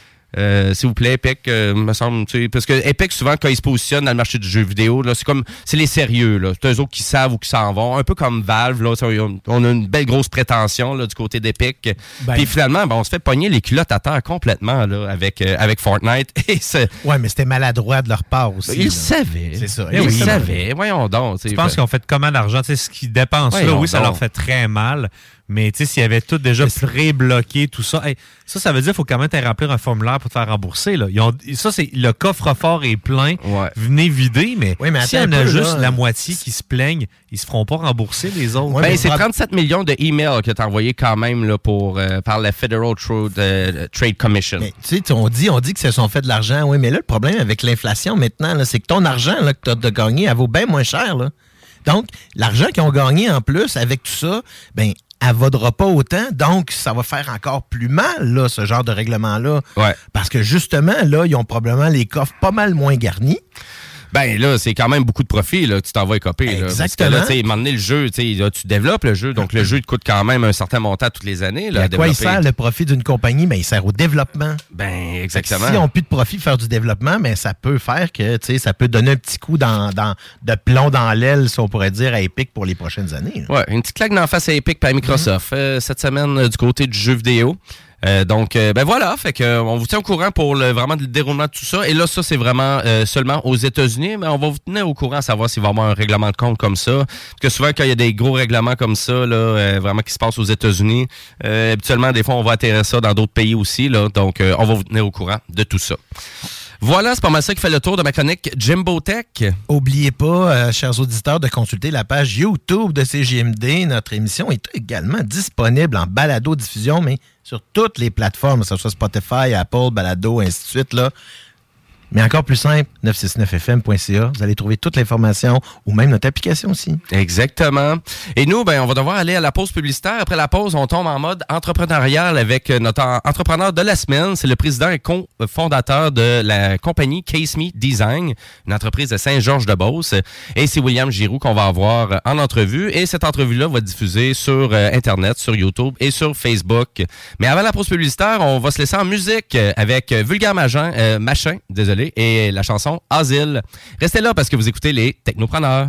Speaker 6: Euh, s'il vous plaît, Epic, euh, me semble, tu sais, parce que Epic, souvent, quand ils se positionnent dans le marché du jeu vidéo, là, c'est comme, c'est les sérieux, là. C'est eux autres qui savent ou qui s'en vont. Un peu comme Valve, là. On a une belle grosse prétention, là, du côté d'Epic. Ben, puis finalement, ben, on se fait pogner les culottes à terre complètement, là, avec, euh, avec Fortnite. Et
Speaker 8: ouais, mais c'était maladroit de leur part aussi.
Speaker 6: Ils savaient.
Speaker 8: C'est ça.
Speaker 6: Ils oui, savaient. Voyons donc.
Speaker 7: Je pense qu'ils ont fait comment d'argent? Tu sais, ce qu'ils dépensent là, oui, ça leur fait très mal. Mais tu sais, s'il y avait tout déjà pré-bloqué, tout ça, hey, ça, ça veut dire qu'il faut quand même remplir un formulaire pour te faire rembourser. Là. Ils ont, ça, c'est le coffre-fort est plein.
Speaker 6: Ouais.
Speaker 7: Venez vider, mais,
Speaker 8: oui, mais
Speaker 7: s'il y en a
Speaker 8: peu,
Speaker 7: juste
Speaker 8: là,
Speaker 7: la moitié qui se plaignent, ils se feront pas rembourser les autres.
Speaker 6: Ouais, ben, c'est trente-sept millions de emails que tu as envoyés quand même là, pour, euh, par la Federal Trade, euh, Trade Commission.
Speaker 8: Mais, tu sais, on dit, on dit que se sont fait de l'argent. Oui, mais là, le problème avec l'inflation maintenant, là, c'est que ton argent là, que tu as de gagner, elle vaut bien moins cher. Là. Donc, l'argent qu'ils ont gagné en plus avec tout ça, ben elle ne vaudra pas autant, donc ça va faire encore plus mal, là, ce genre de règlement-là.
Speaker 6: Ouais.
Speaker 8: Parce que justement, là, ils ont probablement les coffres pas mal moins garnis.
Speaker 6: Ben là, c'est quand même beaucoup de profit, là, tu t'en vas écoper. Là,
Speaker 8: exactement.
Speaker 6: Parce que là, tu sais, à un moment donné, le jeu, là, tu développes le jeu, donc le jeu te coûte quand même un certain montant toutes les années. Là,
Speaker 8: à,
Speaker 6: à
Speaker 8: quoi
Speaker 6: développer.
Speaker 8: il sert le profit d'une compagnie? Ben, il sert au développement.
Speaker 6: Ben, exactement.
Speaker 8: S'ils n'ont plus de profit de faire du développement, ben, ça peut faire que, tu sais, ça peut donner un petit coup dans, dans, de plomb dans l'aile, si on pourrait dire, à Epic pour les prochaines années.
Speaker 6: Là. Ouais, une petite claque d'en face à Epic par Microsoft. Mm-hmm. euh, cette semaine, euh, du côté du jeu vidéo. Euh, donc, euh, ben voilà, fait que euh, on vous tient au courant pour le, vraiment le déroulement de tout ça. Et là, ça, c'est vraiment euh, seulement aux États-Unis, mais on va vous tenir au courant à savoir s'il va y avoir un règlement de compte comme ça. Parce que souvent, quand il y a des gros règlements comme ça, là, euh, vraiment qui se passent aux États-Unis, euh, habituellement, des fois, on va atterrir ça dans d'autres pays aussi. Là, donc, euh, on va vous tenir au courant de tout ça. Voilà, c'est pas mal ça qui fait le tour de ma chronique Jimbo Tech.
Speaker 8: Oubliez pas, euh, chers auditeurs, de consulter la page YouTube de C J M D. Notre émission est également disponible en balado-diffusion, mais sur toutes les plateformes, que ce soit Spotify, Apple, Balado, ainsi de suite, là. Mais encore plus simple, neuf cent soixante-neuf F M point C A. Vous allez trouver toute l'information ou même notre application aussi.
Speaker 6: Exactement. Et nous, ben, on va devoir aller à la pause publicitaire. Après la pause, on tombe en mode entrepreneurial avec notre entrepreneur de la semaine. C'est le président et cofondateur de la compagnie Case Me Design, une entreprise de Saint-Georges-de-Beauce. Et c'est William Giroux qu'on va avoir en entrevue. Et cette entrevue-là va diffuser sur euh, Internet, sur YouTube et sur Facebook. Mais avant la pause publicitaire, on va se laisser en musique avec Vulgaire Machin, euh, Machin, désolé, et la chanson Asile. Restez là parce que vous écoutez les Technopreneurs.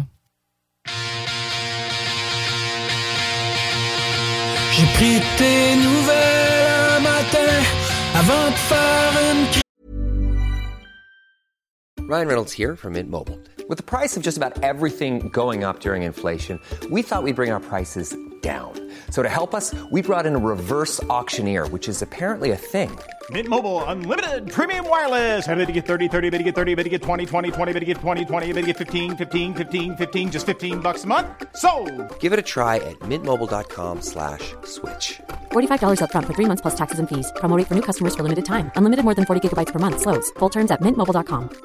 Speaker 3: J'ai pris tes nouvelles un matin avant de faire une...
Speaker 4: Ryan Reynolds here from Mint Mobile. With the price of just about everything going up during inflation, we thought we'd bring our prices down. So to help us, we brought in a reverse auctioneer, which is apparently a thing.
Speaker 23: Mint Mobile Unlimited Premium Wireless. How to get thirty, thirty, how to get thirty, how to get twenty, twenty, twenty, how to get twenty, twenty, how to get fifteen, fifteen, fifteen, fifteen, just fifteen bucks a month? Sold!
Speaker 4: Give it a try at mintmobile.com slash switch.
Speaker 24: forty-five dollars up front for three months plus taxes and fees. Promo rate for new customers for limited time. Unlimited more than forty gigabytes per month. Slows full terms at mint mobile dot com.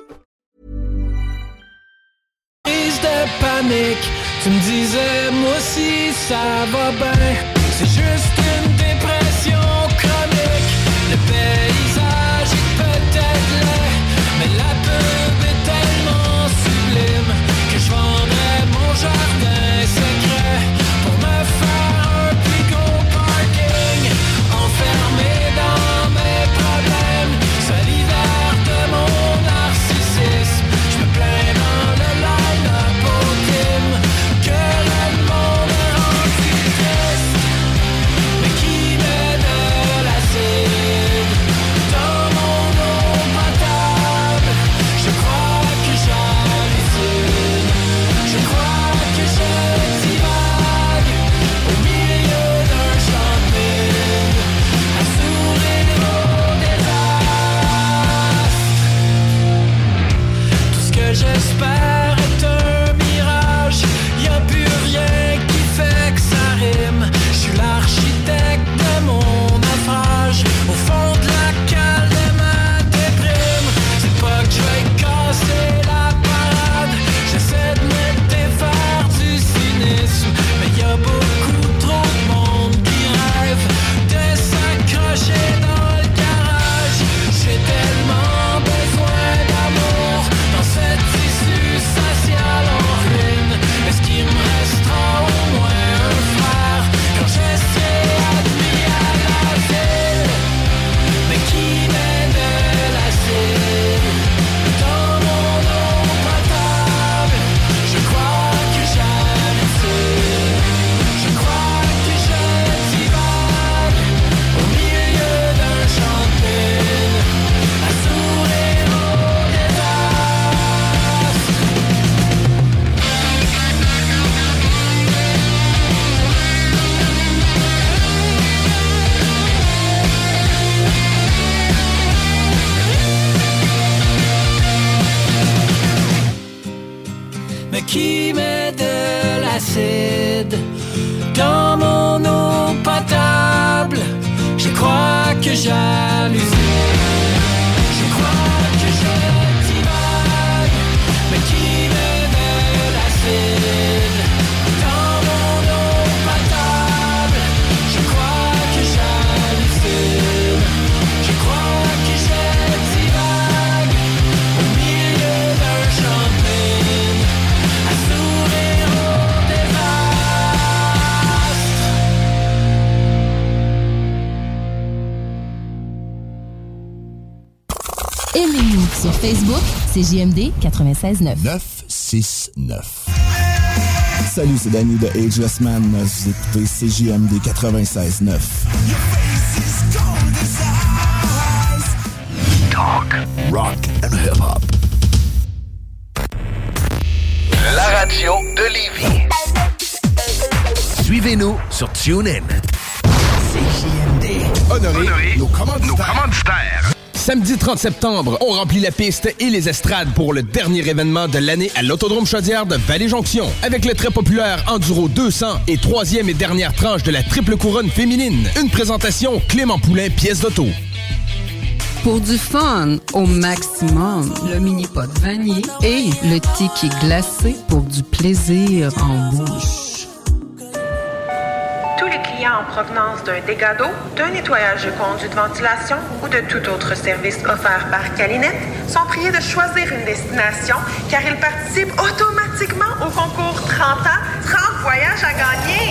Speaker 3: Crise de panique, tu me disais, moi aussi ça va bien. C'est juste une dépression chronique. Le paysage est peut-être laid, mais la pub est tellement sublime que je vendrais mon jardin secret pour me faire un plus gros parking. Enfermé dans mes problèmes, solidaire de mon narcissisme. Je me plains dans le line-up au gym que le monde est rendu triste. jalousie. Je crois que je divague, mais qui me met l'acide dans mon eau potable. Je crois que j'hallucine. Je crois que je divague au milieu d'un champagne, à sourire au désastre.
Speaker 15: Aimez-nous sur Facebook, C J M D quatre-vingt-seize neuf.
Speaker 10: neuf six neuf. Salut, c'est Danny de Ageless Man. Vous écoutez C J M D quatre-vingt-seize neuf.
Speaker 14: Talk, rock and hip-hop. La radio de Lévis. Suivez-nous sur TuneIn. C J M D.
Speaker 17: Honoré,
Speaker 14: Honoré
Speaker 17: nos commanditaires.
Speaker 14: Nos commanditaires.
Speaker 17: Samedi trente septembre, on remplit la piste et les estrades pour le dernier événement de l'année à l'Autodrome Chaudière de Vallée-Jonction. Avec le très populaire Enduro deux cents et troisième et dernière tranche de la triple couronne féminine. Une présentation Clément Poulain, pièce d'auto.
Speaker 11: Pour du fun au maximum, le mini-pot vanille et le tiki glacé pour du plaisir en bouche.
Speaker 12: Tous les clients en provenance d'un dégât d'eau, d'un nettoyage de conduits de ventilation ou de tout autre service offert par Calinette sont priés de choisir une destination car ils participent automatiquement au concours trente ans, trente voyages à gagner.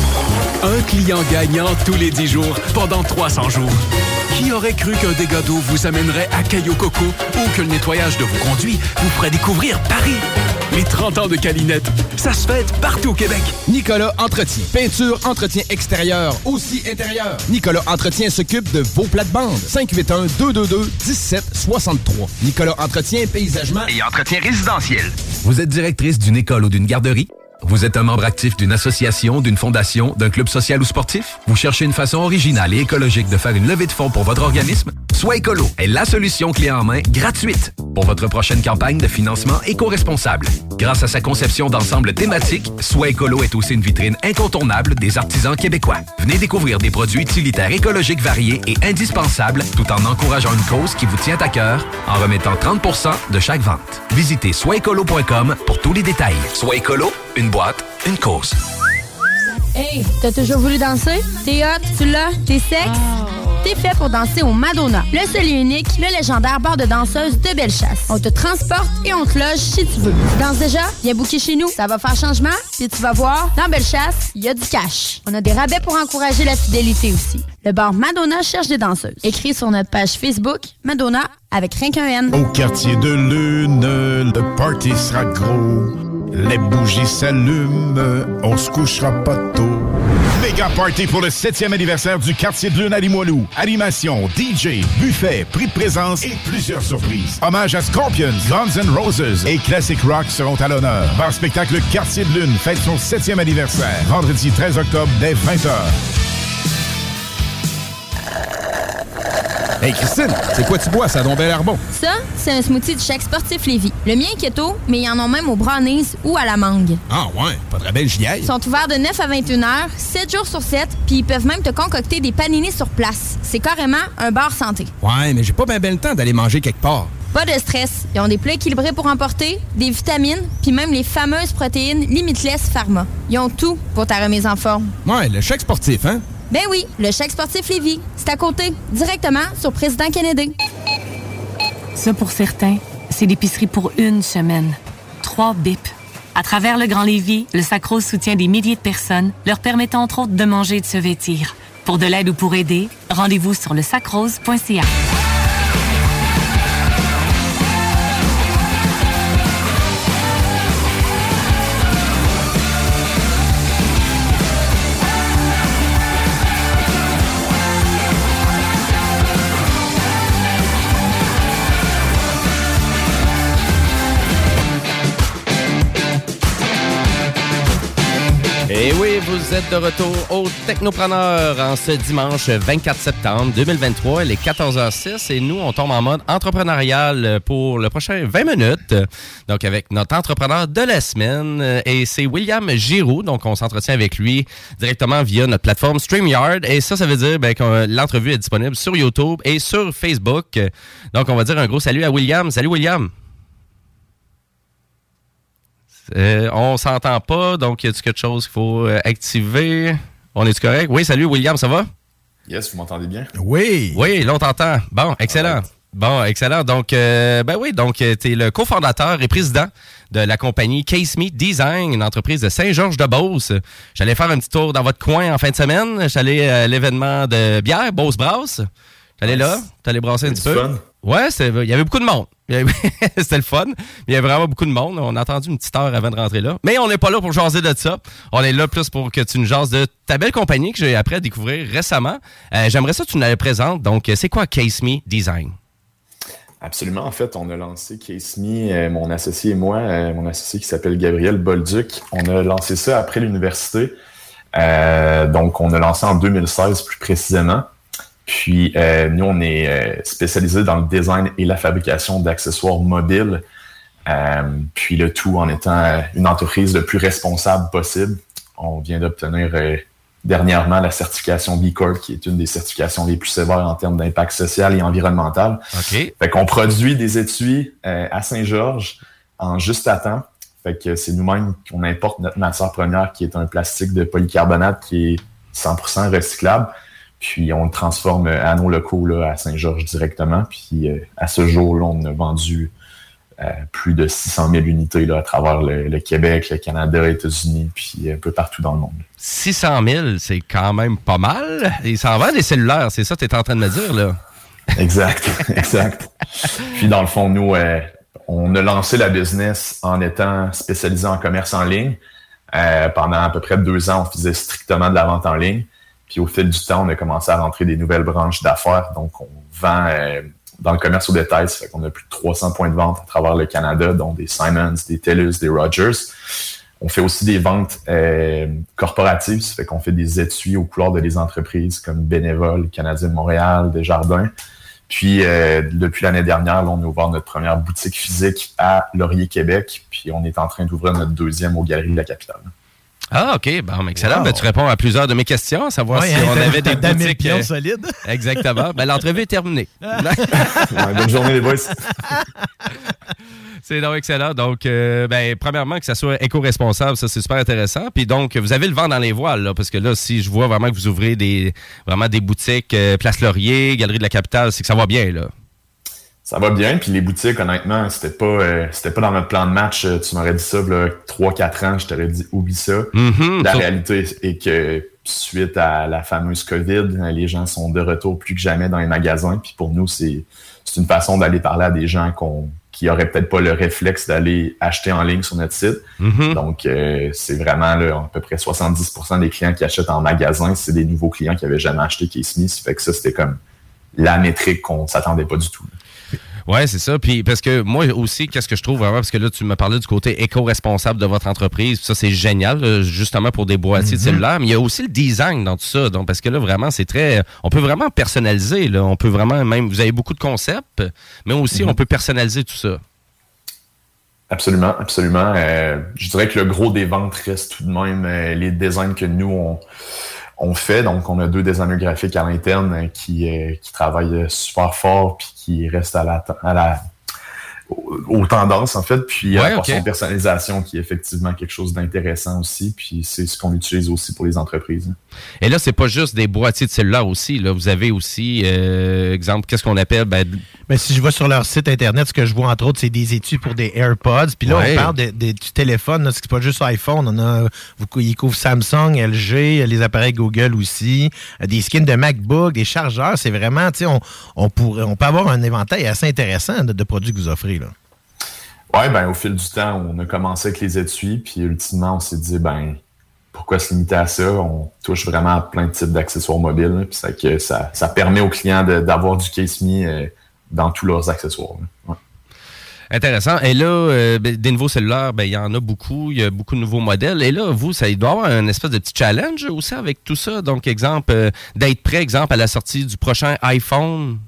Speaker 13: Un client gagnant tous les dix jours pendant trois cents jours. Qui aurait cru qu'un dégât d'eau vous amènerait à Caillou Coco ou que le nettoyage de vos conduits vous ferait découvrir Paris? Les trente ans de Calinette, ça se fête partout au Québec.
Speaker 17: Nicolas Entretien. Peinture, entretien extérieur, aussi intérieur. Nicolas Entretien s'occupe de vos plates-bandes. cinq huit un, deux deux deux, un sept six trois. Nicolas Entretien, paysagement
Speaker 14: Et entretien résidentiel.
Speaker 19: Vous êtes directrice d'une école ou d'une garderie? Vous êtes un membre actif d'une association, d'une fondation, d'un club social ou sportif? Vous cherchez une façon originale et écologique de faire une levée de fonds pour votre organisme? Soit Écolo est la solution clé en main gratuite pour votre prochaine campagne de financement éco-responsable. Grâce à sa conception d'ensemble thématique, Soit Écolo est aussi une vitrine incontournable des artisans québécois. Venez découvrir des produits utilitaires écologiques variés et indispensables tout en encourageant une cause qui vous tient à cœur en remettant trente pour cent de chaque vente. Visitez soit écolo point com pour tous les détails. Soit Écolo, une boîte, une cause.
Speaker 20: Hey, t'as toujours voulu danser? T'es hot, tu l'as, t'es sexe? T'es fait pour danser au Madonna, le seul et unique, le légendaire bar de danseuses de Bellechasse. On te transporte et on te loge si tu veux. Danse déjà? Viens booker chez nous. Ça va faire changement, puis tu vas voir, dans Bellechasse, il y a du cash. On a des rabais pour encourager la fidélité aussi. Le bar Madonna cherche des danseuses. Écris sur notre page Facebook, Madonna, avec rien qu'un N.
Speaker 18: Au quartier de Lune, le party sera gros. Les bougies s'allument, on se couchera pas tôt. Méga party pour le septième anniversaire du quartier de Lune à Limoilou. Animation, D J, buffet, prix de présence et plusieurs surprises. Hommage à Scorpions, Guns N' Roses et Classic Rock seront à l'honneur. Bar spectacle Quartier de Lune fête son septième anniversaire. Vendredi treize octobre dès vingt heures.
Speaker 17: Hey Christine, c'est quoi tu bois? Ça a donc bien l'air bon.
Speaker 20: Ça, c'est un smoothie du Chèque Sportif Lévis. Le mien est keto, mais ils en ont même au brownies ou à la mangue.
Speaker 17: Ah ouais, pas très belle j'y aille.
Speaker 20: Ils sont ouverts de neuf à vingt et une heures, sept jours sur sept, puis ils peuvent même te concocter des paninis sur place. C'est carrément un bar santé.
Speaker 17: Ouais, mais j'ai pas bien ben le temps d'aller manger quelque part.
Speaker 20: Pas de stress. Ils ont des plats équilibrés pour emporter, des vitamines, puis même les fameuses protéines Limitless Pharma. Ils ont tout pour ta remise en forme.
Speaker 17: Ouais, le Chèque Sportif, hein?
Speaker 20: Ben oui, le Chèque Sportif Lévis. C'est à côté, directement sur Président Kennedy.
Speaker 25: Ça, pour certains, c'est l'épicerie pour une semaine. Trois bips. À travers le Grand Lévis, le Sacrose soutient des milliers de personnes, leur permettant entre autres de manger et de se vêtir. Pour de l'aide ou pour aider, rendez-vous sur le sacrose point c a.
Speaker 6: Et oui, vous Vous êtes de retour au Technopreneur en ce dimanche vingt-quatre septembre deux mille vingt-trois. Il est quatorze heures six et nous, on tombe en mode entrepreneurial pour le prochain vingt minutes. Donc, avec notre entrepreneur de la semaine. Et c'est William Giroux. Donc, on s'entretient avec lui directement via notre plateforme StreamYard. Et ça, ça veut dire ben, que l'entrevue est disponible sur YouTube et sur Facebook. Donc, on va dire un gros salut à William. Salut, William. Euh, on s'entend pas, donc y a-t-il quelque chose qu'il faut euh, activer? On est-tu correct? Oui, salut William, ça va?
Speaker 1: Yes, vous m'entendez bien?
Speaker 6: Oui. Oui, là on t'entend. Bon, excellent. Right. Bon, excellent. Donc, euh, ben oui, donc tu es le cofondateur et président de la compagnie Case Me Design, une entreprise de Saint-Georges-de-Beauce. J'allais faire un petit tour dans votre coin en fin de semaine. J'allais à l'événement de bière, Beauce Brasse. T'allais nice. Là, t'allais brasser un petit peu. Fun. Ouais, il y avait beaucoup de monde. C'était le fun. Il y avait vraiment beaucoup de monde. On a attendu une petite heure avant de rentrer là. Mais on n'est pas là pour jaser de ça. On est là plus pour que tu nous jases de ta belle compagnie que j'ai appris à découvrir récemment. Euh, j'aimerais ça que tu nous la présentes. Donc, c'est quoi Case Me Design?
Speaker 1: Absolument. En fait, on a lancé Case Me, euh, mon associé et moi, euh, mon associé qui s'appelle Gabriel Bolduc. On a lancé ça après l'université. Euh, donc, on a lancé en deux mille seize plus précisément. Puis, euh, nous, on est euh, spécialisé dans le design et la fabrication d'accessoires mobiles. Euh, puis, le tout en étant euh, une entreprise le plus responsable possible. On vient d'obtenir euh, dernièrement la certification B Corp, qui est une des certifications les plus sévères en termes d'impact social et environnemental.
Speaker 6: OK.
Speaker 1: Fait qu'on produit des étuis euh, à Saint-Georges en juste à temps. Fait que c'est nous-mêmes qu'on importe notre matière première, qui est un plastique de polycarbonate qui est cent pour cent recyclable. Puis on le transforme à nos locaux là, à Saint-Georges directement. Puis euh, à ce jour-là, on a vendu euh, plus de six cent mille unités là, à travers le, le Québec, le Canada, les États-Unis, puis un peu partout dans le monde.
Speaker 6: six cent mille, c'est quand même pas mal. Ils s'en vendent des cellulaires, c'est ça que tu es en train de me dire, là?
Speaker 1: Exact, exact. Puis dans le fond, nous, euh, on a lancé la business en étant spécialisé en commerce en ligne. Euh, pendant à peu près deux ans, on faisait strictement de la vente en ligne. Puis au fil du temps, on a commencé à rentrer des nouvelles branches d'affaires. Donc, on vend euh, dans le commerce au détail. Ça fait qu'on a plus de trois cents points de vente à travers le Canada, dont des Simons, des TELUS, des Rogers. On fait aussi des ventes euh, corporatives. Ça fait qu'on fait des étuis aux couleurs de des entreprises comme Bénévole, Canadien de Montréal, Desjardins. Puis, euh, depuis l'année dernière, là, on a ouvert notre première boutique physique à Laurier, Québec. Puis, on est en train d'ouvrir notre deuxième aux Galeries de la Capitale.
Speaker 6: Ah, OK. Bon, excellent. Wow. Ben, tu réponds à plusieurs de mes questions, à savoir ouais, si on avait des boutiques...
Speaker 8: Euh, solides.
Speaker 6: Exactement. Ben, l'entrevue est terminée.
Speaker 1: Ouais, bonne journée, les boys.
Speaker 6: C'est donc excellent. Donc, euh, ben, premièrement, que ça soit éco-responsable, ça, c'est super intéressant. Puis donc, vous avez le vent dans les voiles, là, parce que là, si je vois vraiment que vous ouvrez des vraiment des boutiques euh, Place Laurier, Galerie de la Capitale, c'est que ça va bien, là.
Speaker 1: Ça va bien, puis les boutiques, honnêtement, c'était pas euh, c'était pas dans notre plan de match. Tu m'aurais dit ça, là, trois quatre ans, je t'aurais dit oublie ça.
Speaker 6: Mm-hmm,
Speaker 1: la
Speaker 6: ça...
Speaker 1: réalité est que suite à la fameuse COVID, les gens sont de retour plus que jamais dans les magasins. Puis pour nous, c'est c'est une façon d'aller parler à des gens qu'on qui auraient peut-être pas le réflexe d'aller acheter en ligne sur notre site.
Speaker 6: Mm-hmm.
Speaker 1: Donc, euh, c'est vraiment là, à peu près soixante-dix pour cent des clients qui achètent en magasin, c'est des nouveaux clients qui avaient jamais acheté Case Me. Ça fait que ça, c'était comme la métrique qu'on s'attendait pas du tout.
Speaker 6: Oui, c'est ça. Puis parce que moi aussi, qu'est-ce que je trouve vraiment, parce que là, tu me parlais du côté éco-responsable de votre entreprise. Ça, c'est génial, justement pour des boîtiers mm-hmm. de cellulaires. Mais il y a aussi le design dans tout ça. Donc, parce que là, vraiment, c'est très. On peut vraiment personnaliser. Là. On peut vraiment même. Vous avez beaucoup de concepts, mais aussi, mm-hmm. on peut personnaliser tout ça.
Speaker 1: Absolument, absolument. Euh, je dirais que le gros des ventes reste tout de même euh, les designs que nous, on. On fait, donc on a deux designers graphiques à l'interne qui, euh, qui travaillent super fort puis qui restent à la, à la aux, aux tendances en fait, puis
Speaker 6: ouais,
Speaker 1: à la
Speaker 6: okay.
Speaker 1: portion personnalisation qui est effectivement quelque chose d'intéressant aussi, puis c'est ce qu'on utilise aussi pour les entreprises.
Speaker 6: Et là, c'est pas juste des boîtiers de cellulaire aussi, là, vous avez aussi, euh, exemple, qu'est-ce qu'on appelle... Ben,
Speaker 8: ben, si je vais sur leur site Internet, ce que je vois, entre autres, c'est des étuis pour des AirPods. Puis là, ouais. on parle de, de, du téléphone. Là, c'est pas juste iPhone. On a, ils couvrent Samsung, L G, les appareils Google aussi, des skins de MacBook, des chargeurs. C'est vraiment, tu sais, on, on, pourrait, on peut avoir un éventail assez intéressant de, de produits que vous offrez, là.
Speaker 1: Oui, ben, au fil du temps, on a commencé avec les étuis. Puis, ultimement, on s'est dit, ben, pourquoi se limiter à ça? On touche vraiment à plein de types d'accessoires mobiles. Là, puis, ça, que ça, ça permet aux clients de, d'avoir du Case Me euh, dans tous leurs accessoires. Ouais.
Speaker 6: Intéressant. Et là, euh, ben, des nouveaux cellulaires, ben, il y en a beaucoup. Il y a beaucoup de nouveaux modèles. Et là, vous, ça il doit y avoir un espèce de petit challenge aussi avec tout ça. Donc, exemple, euh, d'être prêt, exemple, à la sortie du prochain iPhone.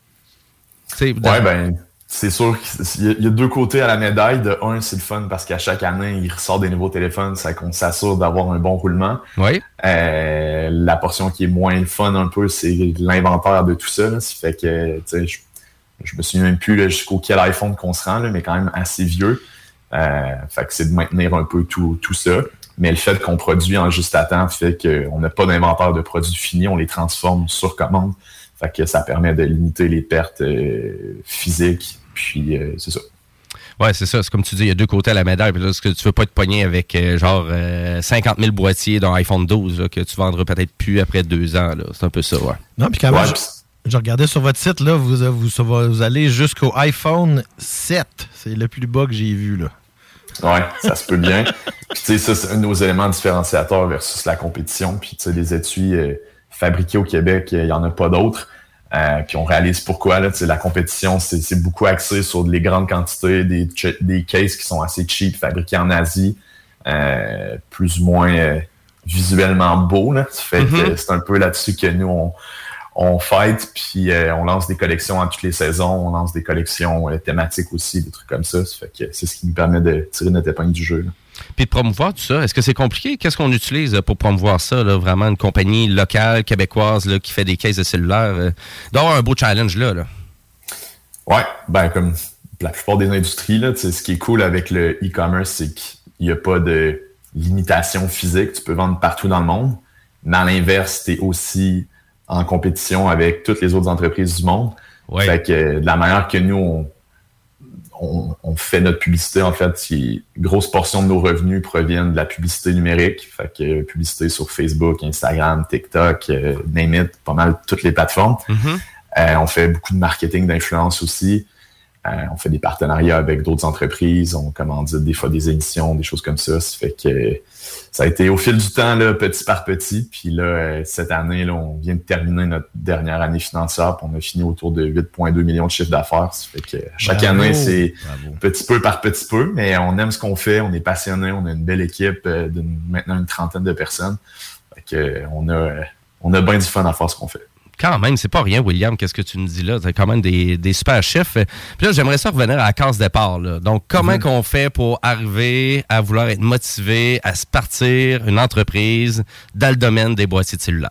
Speaker 1: Oui, ben, c'est sûr qu'il y a deux côtés à la médaille. De un, c'est le fun parce qu'à chaque année, il ressort des nouveaux téléphones, ça qu'on s'assure d'avoir un bon roulement.
Speaker 6: Oui.
Speaker 1: Euh, la portion qui est moins fun un peu, c'est l'inventaire de tout ça. Là. Ça fait que, tu sais, je, je me souviens même plus là, jusqu'au quel iPhone qu'on se rend, là, mais quand même assez vieux. Euh, fait que c'est de maintenir un peu tout, tout ça. Mais le fait qu'on produit en juste à temps fait qu'on n'a pas d'inventaire de produits finis, on les transforme sur commande. Fait que ça permet de limiter les pertes euh, physiques, puis euh, c'est ça.
Speaker 6: Ouais, c'est ça. C'est comme tu dis, il y a deux côtés à la médaille. Puis là, ce que tu veux pas être pogné avec euh, genre euh, cinquante mille boîtiers d'un iPhone douze là, que tu vendras peut-être plus après deux ans. Là. C'est un peu ça, ouais.
Speaker 8: Non, puis quand même, ouais, je, je regardais sur votre site, là, vous, vous, vous allez jusqu'au iPhone sept. C'est le plus bas que j'ai vu, là.
Speaker 1: Ouais, ça se peut bien. Puis tu sais, ça, c'est un de nos éléments différenciateurs versus la compétition. Puis tu sais, les étuis euh, fabriqués au Québec, il n'y en a pas d'autres. Euh, puis on réalise pourquoi. Là, la compétition, c'est, c'est beaucoup axé sur les grandes quantités, des, des cases qui sont assez cheap, fabriqués en Asie, euh, plus ou moins euh, visuellement beaux. Là. Ça fait mm-hmm. que c'est un peu là-dessus que nous, on, on fight, puis euh, on lance des collections en toutes les saisons, on lance des collections euh, thématiques aussi, des trucs comme ça. Ça fait que c'est ce qui nous permet de tirer notre épingle du jeu. Là.
Speaker 6: Puis de promouvoir tout ça, est-ce que c'est compliqué? Qu'est-ce qu'on utilise pour promouvoir ça? Là? Vraiment une compagnie locale, québécoise, là, qui fait des caisses de cellulaires. Euh, d'avoir un beau challenge là. là.
Speaker 1: Ouais, ben comme la plupart des industries, là, ce qui est cool avec le e-commerce, c'est qu'il n'y a pas de limitation physique. Tu peux vendre partout dans le monde. Mais à l'inverse, tu es aussi en compétition avec toutes les autres entreprises du monde. Ouais. Fait que de la manière que nous, on, on, on fait notre publicité, en fait, une grosse portion de nos revenus proviennent de la publicité numérique. Fait que publicité sur Facebook, Instagram, TikTok, euh, name it, pas mal toutes les plateformes. Mm-hmm. Euh, on fait beaucoup de marketing d'influence aussi. Euh, on fait des partenariats avec d'autres entreprises. On commandite des fois des émissions, des choses comme ça. Ça fait que ça a été au fil du temps, là, petit par petit. Puis là, cette année, là, on vient de terminer notre dernière année financière. Puis on a fini autour de huit virgule deux millions de chiffre d'affaires. Ça fait que chaque Bravo. année, c'est Bravo. petit peu par petit peu. Mais on aime ce qu'on fait. On est passionné. On a une belle équipe de maintenant une trentaine de personnes. Fait que on a, on a bien du fun à faire ce qu'on fait.
Speaker 6: Quand même, c'est pas rien, William, qu'est-ce que tu nous dis là? C'est quand même des, des super chiffres. Puis là, j'aimerais ça revenir à la case départ. Là. Donc, comment mm-hmm. qu'on fait pour arriver à vouloir être motivé à se partir une entreprise dans le domaine des boîtiers de cellulaires?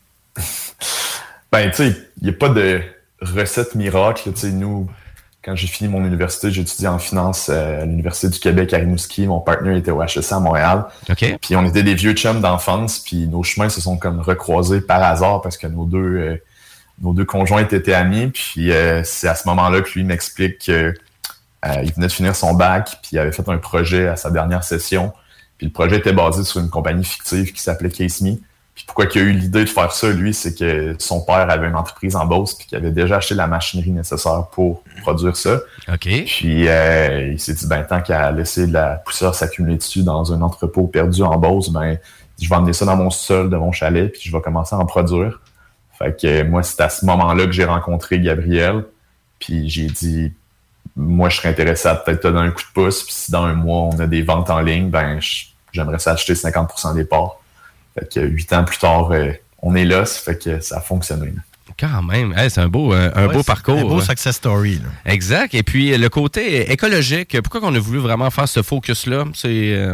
Speaker 1: Ben, tu sais, il n'y a pas de recette miracle. Tu sais, nous, quand j'ai fini mon université, j'ai étudié en finance à l'Université du Québec à Rimouski. Mon partenaire était au H E C à Montréal.
Speaker 6: Okay.
Speaker 1: Puis on était des vieux chums d'enfance, puis nos chemins se sont comme recroisés par hasard parce que nos deux, euh, nos deux conjoints étaient amis. Puis euh, c'est à ce moment-là que lui m'explique qu'il euh, venait de finir son bac, puis il avait fait un projet à sa dernière session. Puis le projet était basé sur une compagnie fictive qui s'appelait CaseMe. Puis pourquoi il a eu l'idée de faire ça, lui, c'est que son père avait une entreprise en Beauce puis qu'il avait déjà acheté la machinerie nécessaire pour produire ça.
Speaker 6: OK.
Speaker 1: Puis euh, il s'est dit, ben tant qu'à laisser de la poussière s'accumuler dessus dans un entrepôt perdu en Beauce, ben je vais emmener ça dans mon sol de mon chalet puis je vais commencer à en produire. Fait que moi, c'est à ce moment-là que j'ai rencontré Gabriel. Puis j'ai dit, moi, je serais intéressé à peut-être te donner un coup de pouce. Puis si dans un mois, on a des ventes en ligne, ben j'aimerais ça acheter cinquante pour cent des parts. Fait que huit ans plus tard, euh, on est là, ça fait que ça a fonctionné.
Speaker 6: Quand même, hey, c'est un beau, un, un
Speaker 8: ouais,
Speaker 6: beau parcours.
Speaker 8: Un beau success story. Là.
Speaker 6: Exact. Et puis, le côté écologique, pourquoi on a voulu vraiment faire ce focus-là? C'est euh,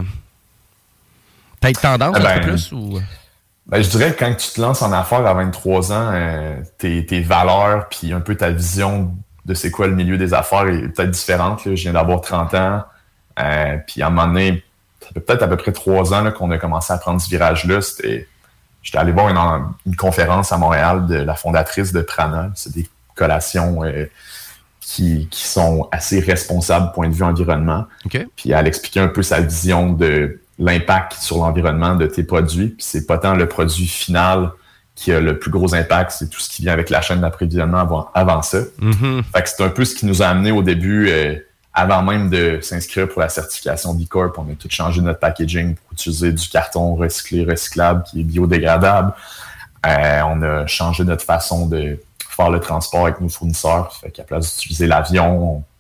Speaker 6: peut-être tendance
Speaker 1: ah ben,
Speaker 6: un peu plus? Ou...
Speaker 1: Ben, je dirais que quand tu te lances en affaires à vingt-trois ans, euh, tes, tes valeurs puis un peu ta vision de c'est quoi le milieu des affaires est peut-être différente. Là. Je viens d'avoir trente ans, euh, puis à un moment donné, ça fait peut-être à peu près trois ans là, qu'on a commencé à prendre ce virage-là. C'était, j'étais allé voir une, une conférence à Montréal de la fondatrice de Prana. C'est des collations euh, qui, qui sont assez responsables point de vue environnement.
Speaker 6: Okay.
Speaker 1: Puis elle expliquait un peu sa vision de l'impact sur l'environnement de tes produits. Puis c'est pas tant le produit final qui a le plus gros impact, c'est tout ce qui vient avec la chaîne d'approvisionnement avant, avant ça.
Speaker 6: Mm-hmm.
Speaker 1: Fait que c'est un peu ce qui nous a amené au début... Euh, Avant même de s'inscrire pour la certification B Corp, on a tout changé notre packaging pour utiliser du carton recyclé, recyclable, qui est biodégradable. Euh, on a changé notre façon de faire le transport avec nos fournisseurs. Fait qu'à place d'utiliser l'avion,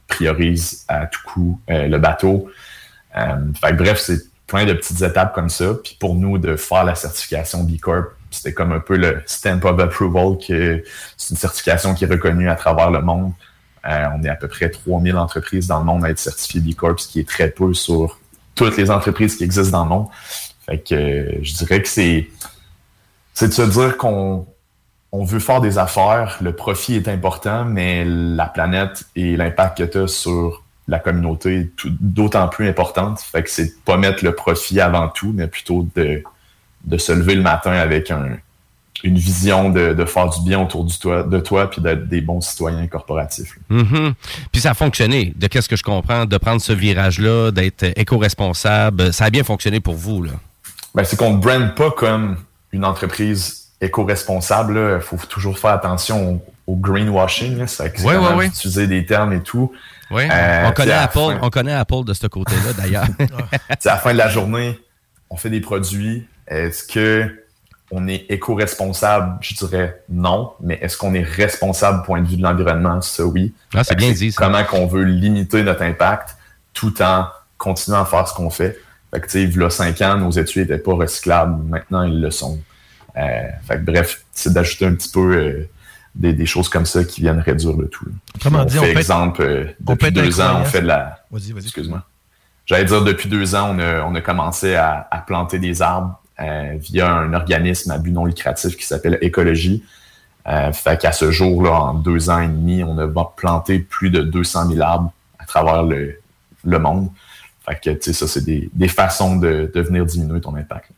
Speaker 1: priorise à tout coup euh, le bateau. Euh, fait que bref, c'est plein de petites étapes comme ça. Puis pour nous, de faire la certification B Corp, c'était comme un peu le stamp of approval, que c'est une certification qui est reconnue à travers le monde. Euh, on est à peu près trois mille entreprises dans le monde à être certifiées B Corp, ce qui est très peu sur toutes les entreprises qui existent dans le monde. Fait que euh, je dirais que c'est, c'est de se dire qu'on on veut faire des affaires, le profit est important, mais la planète et l'impact que tu as sur la communauté est tout, d'autant plus importante. Fait que c'est de pas mettre le profit avant tout, mais plutôt de, de se lever le matin avec un, une vision de, de faire du bien autour du toi, de toi puis d'être des bons citoyens corporatifs.
Speaker 6: Mm-hmm. Puis ça a fonctionné, de qu'est-ce que je comprends, de prendre ce virage-là, d'être éco-responsable. Ça a bien fonctionné pour vous, là?
Speaker 1: Ben, c'est qu'on ne brande pas comme une entreprise éco-responsable. Il faut toujours faire attention au, au greenwashing. Là. C'est
Speaker 6: ouais, ouais, ouais.
Speaker 1: utiliser des termes et tout.
Speaker 6: Oui, euh, on, connaît Apple, fin... on connaît Apple de ce côté-là, d'ailleurs.
Speaker 1: À la fin de la journée, on fait des produits. Est-ce que on est éco-responsable? Je dirais non. Mais est-ce qu'on est responsable point de vue de l'environnement? Ça, oui.
Speaker 6: Ah, c'est bien dit, ça.
Speaker 1: Comment qu'on veut limiter notre impact tout en continuant à faire ce qu'on fait. Fait que, tu sais, il y a cinq ans, nos étuis n'étaient pas recyclables. Maintenant, ils le sont. Euh, fait que, bref, c'est d'ajouter un petit peu euh, des, des choses comme ça qui viennent réduire le tout.
Speaker 8: Comment dire, on fait
Speaker 1: exemple, euh, depuis deux ans, on fait de la...
Speaker 8: Vas-y, vas-y.
Speaker 1: Excuse-moi. J'allais dire, depuis deux ans, on a, on a commencé à, à planter des arbres euh, via un organisme à but non lucratif qui s'appelle Écologie. Euh, fait qu'à ce jour-là, en deux ans et demi, on a planté plus de deux cent mille arbres à travers le, le monde. Fait que, tu sais, ça, c'est des, des façons de, de venir diminuer ton impact.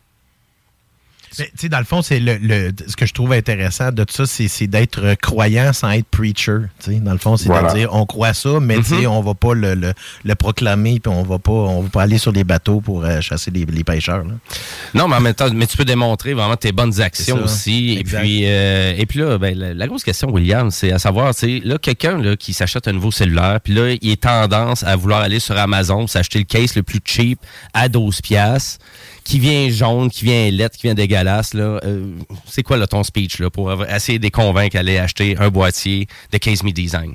Speaker 8: Tu sais, dans le fond, c'est le, le ce que je trouve intéressant de tout ça, c'est, c'est d'être croyant sans être preacher. T'sais. Dans le fond, c'est voilà. de dire on croit ça, mais mm-hmm. on va pas le, le, le proclamer, puis on va pas on va pas aller sur les bateaux pour euh, chasser les, les pêcheurs. Là.
Speaker 6: Non, mais en même temps, mais tu peux démontrer vraiment tes bonnes actions aussi. Exact. Et puis, euh, et puis là, ben, la, la grosse question, William, c'est à savoir, tu sais, là, quelqu'un là, qui s'achète un nouveau cellulaire, puis là, il est tendance à vouloir aller sur Amazon, s'acheter le case le plus cheap à douze piastres. Qui vient jaune, qui vient lettre, qui vient dégueulasse, là, euh, c'est quoi là, ton speech là, pour essayer de les convaincre d'aller acheter un boîtier de Case Me Design?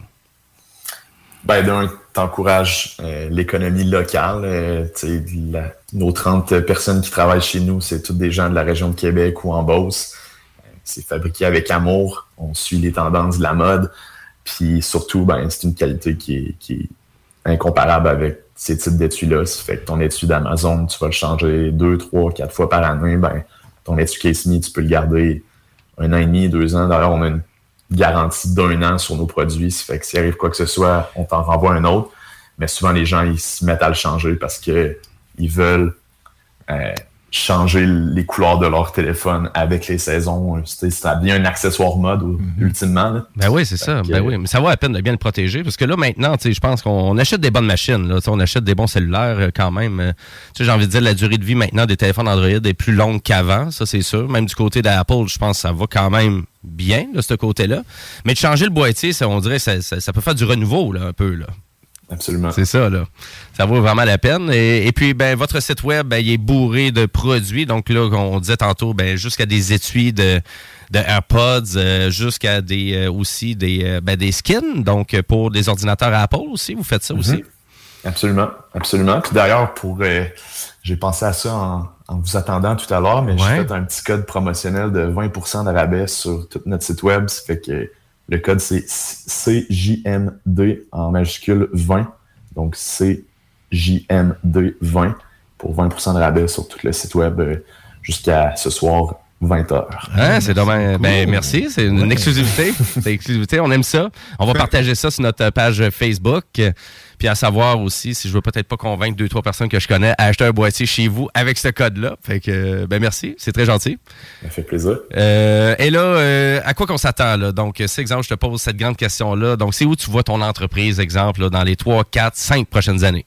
Speaker 1: Ben, d'un, t'encourages euh, l'économie locale. Euh, la, nos trente personnes qui travaillent chez nous, c'est toutes des gens de la région de Québec ou en Beauce. Euh, c'est fabriqué avec amour. On suit les tendances de la mode. Puis surtout, ben, c'est une qualité qui est, qui est incomparable avec ces types d'étuis-là. Ça fait que ton étui d'Amazon, tu vas le changer deux, trois, quatre fois par année. Ben, ton étui Case Me, tu peux le garder un an et demi, deux ans. D'ailleurs, on a une garantie d'un an sur nos produits. Ça fait que s'il arrive quoi que ce soit, on t'en renvoie un autre. Mais souvent, les gens, ils se mettent à le changer parce que ils veulent euh, changer les couleurs de leur téléphone avec les saisons. C'est, ça devient un accessoire mode, mm-hmm. ultimement. Là.
Speaker 6: Ben oui, c'est fait ça. Que, ben oui. Mais ça vaut la peine de bien le protéger parce que là, maintenant, je pense qu'on achète des bonnes machines. Là, on achète des bons cellulaires quand même. J'ai envie de dire, la durée de vie maintenant des téléphones Android est plus longue qu'avant. Ça, c'est sûr. Même du côté d'Apple, je pense que ça va quand même bien de ce côté-là. Mais de changer le boîtier, ça, on dirait ça, ça, ça peut faire du renouveau là, un peu. Là.
Speaker 1: Absolument.
Speaker 6: C'est ça, là. Ça vaut vraiment la peine. Et, et puis, ben, votre site web, ben, il est bourré de produits. Donc là, on disait tantôt, ben, jusqu'à des étuis de, de AirPods, euh, jusqu'à des euh, aussi des, euh, ben, des skins. Donc, pour des ordinateurs Apple aussi, vous faites ça mm-hmm. aussi?
Speaker 1: Absolument, absolument. Puis d'ailleurs, pour euh, j'ai pensé à ça en, en vous attendant tout à l'heure, mais ouais. j'ai fait un petit code promotionnel de vingt pour cent de rabais sur tout notre site web. Ça fait que le code, c'est C J M D en majuscule vingt. Donc, C J M D vingt pour vingt pour cent de rabais sur tout le site web euh, jusqu'à ce soir, vingt heures.
Speaker 6: Hein, c'est dommage. Cool. Ben, merci. C'est une ouais. exclusivité. C'est une exclusivité. On aime ça. On va partager ça sur notre page Facebook. Puis à savoir aussi, si je veux peut-être pas convaincre deux, trois personnes que je connais à acheter un boîtier chez vous avec ce code-là. Fait que, ben merci. C'est très gentil.
Speaker 1: Ça fait plaisir.
Speaker 6: Euh, et là, euh, à quoi qu'on s'attend, là? Donc, c'est exemple, je te pose cette grande question-là. Donc, c'est où tu vois ton entreprise, exemple, là, dans les trois, quatre, cinq prochaines années?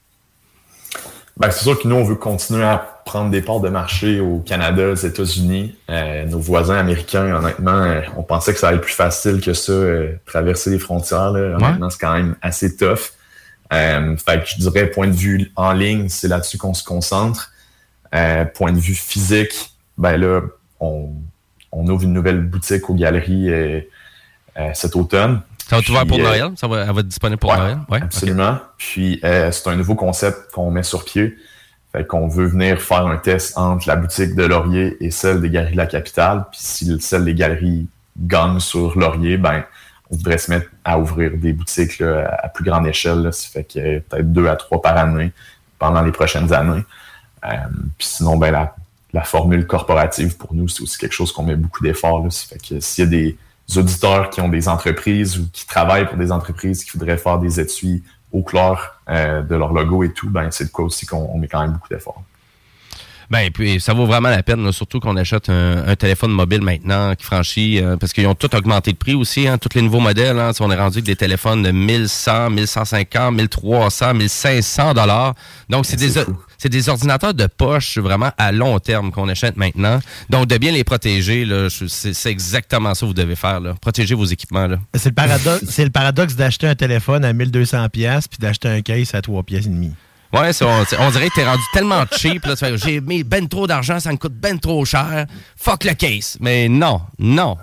Speaker 1: Ben, c'est sûr que nous, on veut continuer à prendre des parts de marché au Canada, aux États-Unis. Euh, nos voisins américains, honnêtement, euh, on pensait que ça allait être plus facile que ça, euh, traverser les frontières. Là. Honnêtement, ouais. c'est quand même assez tough. Euh, fait que je dirais, point de vue en ligne, c'est là-dessus qu'on se concentre. Euh, point de vue physique, ben là, on, on ouvre une nouvelle boutique aux galeries euh, euh, cet automne.
Speaker 6: Ça va être ouvert
Speaker 1: Puis,
Speaker 6: pour
Speaker 1: euh,
Speaker 6: Noël? Ça va, elle va être disponible pour
Speaker 1: ouais,
Speaker 6: Noël? Oui,
Speaker 1: absolument.
Speaker 6: Okay.
Speaker 1: Puis, euh, c'est un nouveau concept qu'on met sur pied. Fait qu'on veut venir faire un test entre la boutique de Laurier et celle des Galeries de la Capitale. Puis, si celle des Galeries gagne sur Laurier, ben on voudrait se mettre à ouvrir des boutiques là, à plus grande échelle. Là. Ça fait que euh, peut-être deux à trois par année pendant les prochaines années. Euh, puis sinon, ben la, la formule corporative, pour nous, c'est aussi quelque chose qu'on met beaucoup d'efforts. Là. Ça fait que s'il y a des auditeurs qui ont des entreprises ou qui travaillent pour des entreprises qui voudraient faire des étuis au clair euh, de leur logo et tout, ben c'est de quoi aussi qu'on on met quand même beaucoup d'efforts.
Speaker 6: Ben, puis ça vaut vraiment la peine, là, surtout qu'on achète un, un téléphone mobile maintenant qui franchit, euh, parce qu'ils ont tout augmenté de prix aussi, hein, tous les nouveaux modèles. Hein, on est rendu avec des téléphones de mille cent, mille cent cinquante, mille trois cents, mille cinq cents dollars. Donc, c'est, c'est des, c'est des ordinateurs de poche vraiment à long terme qu'on achète maintenant. Donc, de bien les protéger, là, c'est, c'est exactement ça que vous devez faire. Là. Protéger vos équipements. Là.
Speaker 8: C'est le paradoxe, c'est le paradoxe d'acheter un téléphone à mille deux cents dollars puis d'acheter un case à trois pièces et demie.
Speaker 6: Ouais, c'est, on, on dirait que t'es rendu tellement cheap. Là, fait, j'ai mis ben trop d'argent, ça me coûte ben trop cher. Fuck le case. Mais non, non.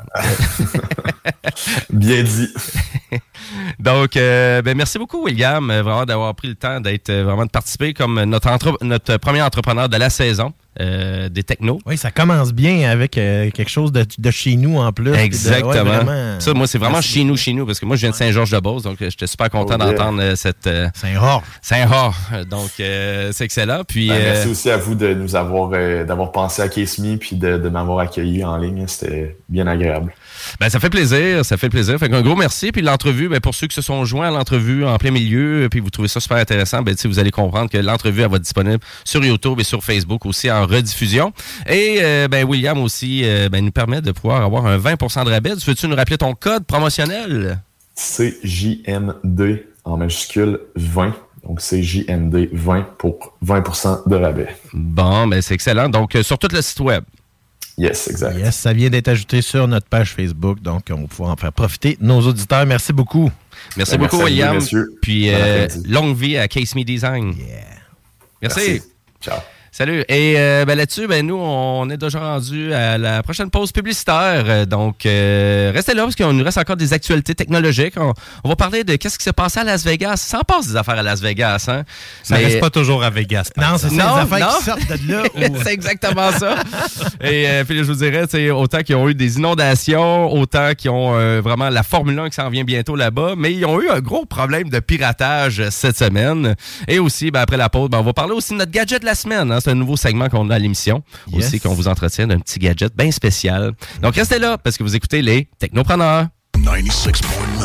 Speaker 1: Bien dit.
Speaker 6: Donc, euh, ben merci beaucoup, William, vraiment d'avoir pris le temps d'être vraiment de participer comme notre, entre, notre premier entrepreneur de la saison. Euh, des technos.
Speaker 8: Oui, ça commence bien avec euh, quelque chose de, de chez nous en plus.
Speaker 6: Exactement.
Speaker 8: De, ouais, vraiment,
Speaker 6: ça, moi, c'est vraiment merci. chez nous, chez nous, parce que moi, je viens de Saint-Georges-de-Beauce, donc j'étais super content oh, yeah. d'entendre euh, cette... Euh,
Speaker 8: Saint-Roch.
Speaker 6: Saint-Roch. Donc, euh, c'est excellent. Puis,
Speaker 1: ben,
Speaker 6: euh,
Speaker 1: merci aussi à vous de nous avoir, euh, d'avoir pensé à Case Me puis de, de m'avoir accueilli en ligne. C'était bien agréable.
Speaker 6: Ben, ça fait plaisir, ça fait plaisir. Fait qu'un gros merci. Puis l'entrevue, ben, pour ceux qui se sont joints à l'entrevue en plein milieu, puis vous trouvez ça super intéressant, ben, vous allez comprendre que l'entrevue, elle va être disponible sur YouTube et sur Facebook aussi en rediffusion. Et euh, ben, William aussi euh, ben, nous permet de pouvoir avoir un vingt pour cent de rabais. Veux-tu nous rappeler ton code promotionnel?
Speaker 1: C J M D en majuscule vingt. Donc, C J M D vingt pour vingt pour cent de rabais.
Speaker 6: Bon, ben c'est excellent. Donc, euh, sur tout le site web.
Speaker 1: Yes, exact.
Speaker 8: Yes, ça vient d'être ajouté sur notre page Facebook, donc on va pouvoir en faire profiter nos auditeurs. Merci beaucoup.
Speaker 6: Merci ben, beaucoup, merci William. Vous, Puis, euh, longue vie à Case Me Design.
Speaker 8: Yeah.
Speaker 6: Merci.
Speaker 1: Merci. Ciao.
Speaker 6: Salut. Et euh, ben, là-dessus, ben, nous, on est déjà rendu à la prochaine pause publicitaire. Donc, euh, restez là parce qu'il nous reste encore des actualités technologiques. On, on va parler de qu'est-ce qui s'est passé à Las Vegas. Ça en passe des affaires à Las Vegas. Hein?
Speaker 7: Ça Mais... reste pas toujours à Vegas.
Speaker 8: Non, c'est ça,
Speaker 6: non,
Speaker 8: les affaires
Speaker 6: non.
Speaker 8: qui sortent de là.
Speaker 6: Ou... c'est exactement ça. Et euh, puis, je vous dirais, autant qu'ils ont eu des inondations, autant qu'ils ont euh, vraiment la Formule un qui s'en vient bientôt là-bas, mais ils ont eu un gros problème de piratage cette semaine. Et aussi, ben, après la pause, ben, on va parler aussi de notre gadget de la semaine. Hein? C'est un nouveau segment qu'on a à l'émission. Yes. Aussi qu'on vous entretient d'un petit gadget bien spécial. Donc, restez là parce que vous écoutez les Technopreneurs.
Speaker 14: quatre-vingt-seize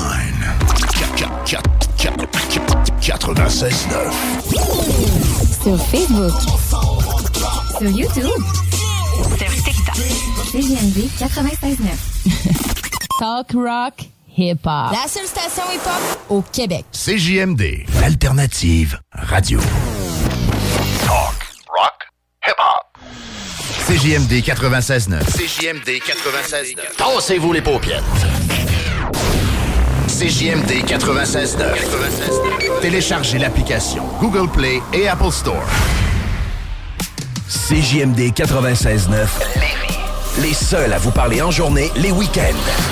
Speaker 14: neuf
Speaker 15: Sur Facebook. Sur YouTube. Sur TikTok. C J M D quatre-vingt-seize neuf. Talk rock hip-hop.
Speaker 20: La seule station hip-hop au Québec.
Speaker 14: C J M D, l'alternative radio. Talk rock hip-hop. C J M D quatre-vingt-seize neuf. C J M D quatre-vingt-seize neuf. Tassez-vous les paupières. C J M D quatre-vingt-seize neuf. Téléchargez l'application Google Play et Apple Store. C J M D quatre-vingt-seize neuf. Lévis. Les seuls à vous parler en journée, les week-ends.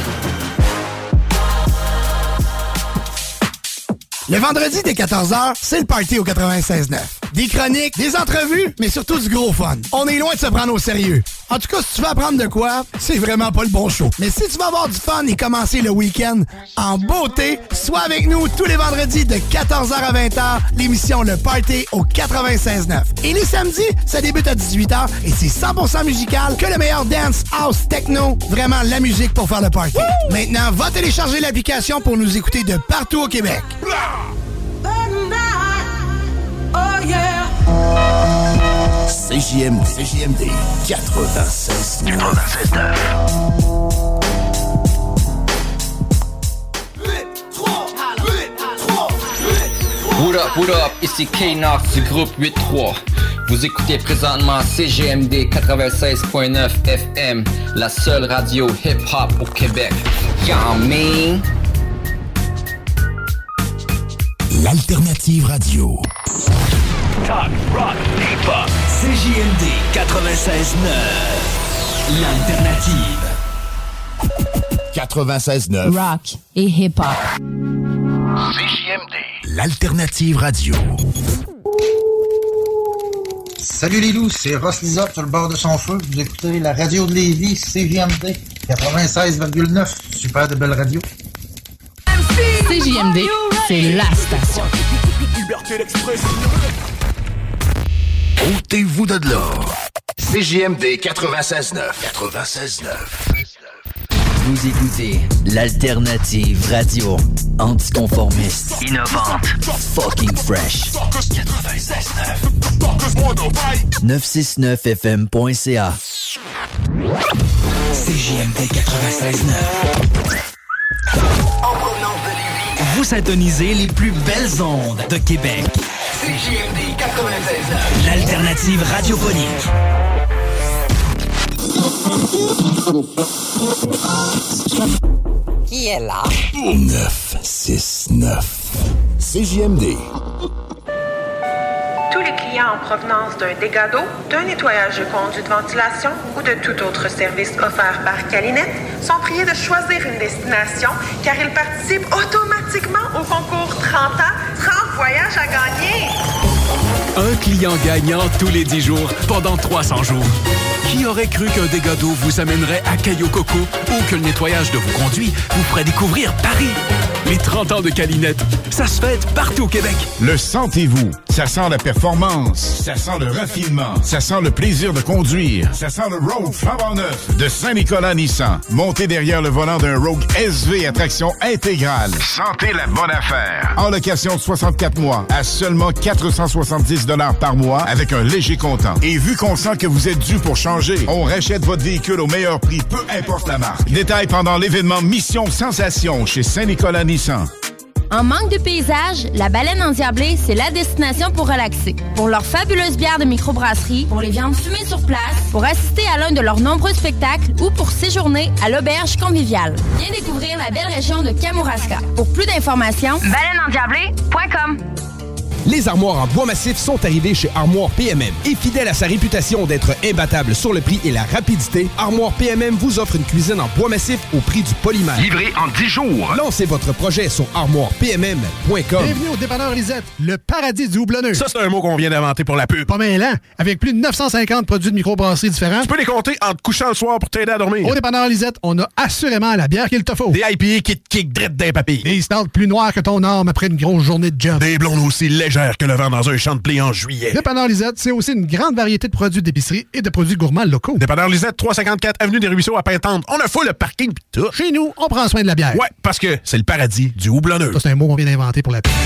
Speaker 5: Le vendredi dès quatorze heures, c'est le party au quatre-vingt-seize neuf. Des chroniques, des entrevues, mais surtout du gros fun. On est loin de se prendre au sérieux. En tout cas, si tu veux apprendre de quoi, c'est vraiment pas le bon show. Mais si tu veux avoir du fun et commencer le week-end en beauté, sois avec nous tous les vendredis de quatorze heures à vingt heures, l'émission Le Party au quatre-vingt-seize neuf. Et les samedis, ça débute à dix-huit heures et c'est cent pour cent musical que le meilleur dance, house, techno, vraiment la musique pour faire le party. Woo! Maintenant, va télécharger l'application pour nous écouter de partout au Québec.
Speaker 3: Oh yeah.
Speaker 14: C J M D, C J M D quatre-vingt-seize neuf.
Speaker 9: What up, what up, ici K-Nox du groupe huit trois. Vous écoutez présentement C J M D quatre-vingt-seize neuf F M, la seule radio hip-hop au Québec. Y'all mean?
Speaker 14: L'alternative radio.
Speaker 16: Talk, rock, hip-hop. C J M D quatre-vingt-seize neuf. L'alternative.
Speaker 14: quatre-vingt-seize neuf.
Speaker 15: Rock et hip-hop.
Speaker 14: C J M D, l'alternative radio.
Speaker 2: Salut les loups, c'est Ross Lizotte sur le bord de son feu. Vous écoutez la radio de Lévis, C J M D quatre-vingt-seize virgule neuf. Super de belle radio.
Speaker 15: C J M D, c'est la station.
Speaker 14: Liberté d'expression. Ôtez-vous de là. C J M D quatre-vingt-seize neuf. quatre-vingt-seize neuf.
Speaker 4: Vous écoutez l'alternative radio anticonformiste, innovante, fucking fresh. quatre-vingt-seize neuf. neuf cent soixante-neuf F M point C A. C J M D quatre-vingt-seize neuf. Vous syntonisez les plus belles ondes de Québec. C J M D quatre-vingt-seize neuf. L'alternative radiophonique.
Speaker 14: Qui est là? neuf six neuf. C J M D.
Speaker 12: Tous les clients en provenance d'un dégât d'eau, d'un nettoyage de conduits de ventilation ou de tout autre service offert par Calinette sont priés de choisir une destination car ils participent automatiquement au concours trente ans, trente voyages à gagner.
Speaker 13: Un client gagnant tous les dix jours pendant trois cents jours. Qui aurait cru qu'un dégât d'eau vous amènerait à Cayo Coco ou que le nettoyage de vos conduits vous ferait découvrir Paris? Les trente ans de Calinette, ça se fête partout au Québec.
Speaker 18: Le sentez-vous? Ça sent la performance, ça sent le raffinement, ça sent le plaisir de conduire, ça sent le Rogue flambant neuf de Saint-Nicolas Nissan. Montez derrière le volant d'un Rogue S V à traction intégrale. Sentez la bonne affaire. En location de soixante-quatre mois à seulement quatre cent soixante-dix dollars par mois avec un léger comptant. Et vu qu'on sent que vous êtes dû pour changer, on rachète votre véhicule au meilleur prix, peu importe la marque. Détail pendant l'événement Mission Sensation chez Saint-Nicolas Nissan.
Speaker 20: En manque de paysage, la Baleine Endiablée, c'est la destination pour relaxer. Pour leurs fabuleuses bières de microbrasserie, pour les viandes fumées sur place, pour assister à l'un de leurs nombreux spectacles ou pour séjourner à l'auberge conviviale. Viens découvrir la belle région de Kamouraska. Pour plus d'informations, baleine endiablée point com.
Speaker 17: Les armoires en bois massif sont arrivées chez Armoire P M M. Et fidèle à sa réputation d'être imbattable sur le prix et la rapidité, Armoire P M M vous offre une cuisine en bois massif au prix du polymère.
Speaker 14: Livré en dix jours.
Speaker 17: Lancez votre projet sur armoire p m m point com.
Speaker 5: Bienvenue au dépanneur Lisette, le paradis du houblonneux.
Speaker 21: Ça, c'est un mot qu'on vient d'inventer pour la pub.
Speaker 5: Pas mêlant, avec plus de neuf cent cinquante produits de microbrasserie différents.
Speaker 21: Tu peux les compter en te couchant le soir pour t'aider à dormir.
Speaker 5: Au dépanneur Lisette, on a assurément la bière qu'il te faut.
Speaker 21: Des I P A qui te kick drette d'un papy.
Speaker 5: Des stouts plus noirs que ton arme après une grosse journée de job.
Speaker 21: Des blondes aussi légères que le vent dans un champ de blé en juillet.
Speaker 5: Dépanneur Lisette, c'est aussi une grande variété de produits d'épicerie et de produits gourmands locaux.
Speaker 21: Dépanneur Lisette, trois cent cinquante-quatre Avenue des Ruisseaux à Pintante. On a full le parking pis tout.
Speaker 5: Chez nous, on prend soin de la bière.
Speaker 21: Ouais, parce que c'est le paradis du houblonneux.
Speaker 5: Ça, c'est un mot qu'on vient d'inventer pour la pub.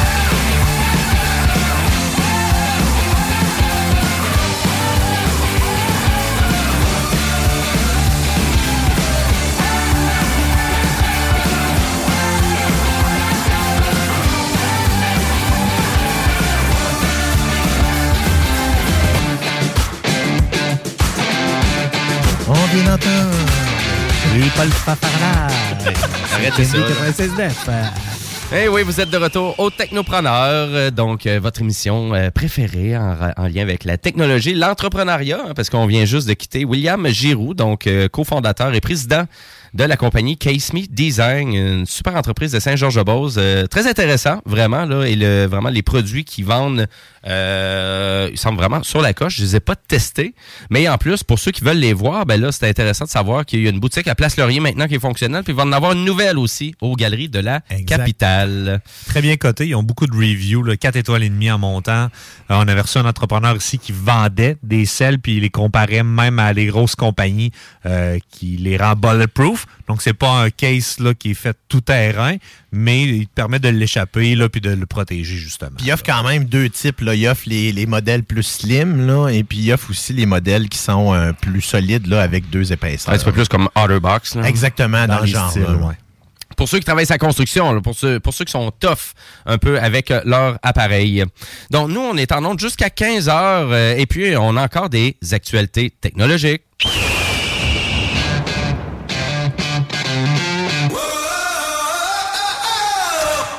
Speaker 7: On vient d'entendre les Paul Fafarla.
Speaker 6: Arrêtez ça.
Speaker 7: quatre-vingt-seize neuf.
Speaker 6: Eh oui, vous êtes de retour au Technopreneur, euh, donc euh, votre émission euh, préférée en, en lien avec la technologie, l'entrepreneuriat, hein, parce qu'on vient juste de quitter William Giroux, donc euh, cofondateur et président de la compagnie Case Me Design, une super entreprise de Saint-Georges-de-Beauce. Euh, très intéressant, vraiment, là, et le, vraiment les produits qu'ils vendent, euh, ils semblent vraiment sur la coche. Je les ai pas testés, mais en plus, pour ceux qui veulent les voir, ben là, c'est intéressant de savoir qu'il y a une boutique à Place Laurier maintenant qui est fonctionnelle, puis il va en avoir une nouvelle aussi aux Galeries de la
Speaker 7: Exact.
Speaker 6: Capitale.
Speaker 7: Très bien coté. Ils ont beaucoup de reviews, là, quatre étoiles et demie en montant. Euh, on avait reçu un entrepreneur ici qui vendait des selles, puis il les comparait même à des grosses compagnies euh, qui les rend bulletproof. Donc, c'est pas un case là, qui est fait tout terrain, mais il te permet de l'échapper là, puis de le protéger, justement.
Speaker 8: Puis il offre quand même deux types. Là. Il offre les, les modèles plus slim, là, et puis il offre aussi les modèles qui sont euh, plus solides là, avec deux épaisseurs.
Speaker 6: Un petit peu plus comme Otterbox. Là.
Speaker 8: Exactement, dans, dans le genre. Styles, là, ouais.
Speaker 6: Pour ceux qui travaillent sa construction, là, pour, ceux, pour ceux qui sont tough un peu avec euh, leur appareil. Donc, nous, on est en onde jusqu'à quinze heures euh, et puis on a encore des actualités technologiques.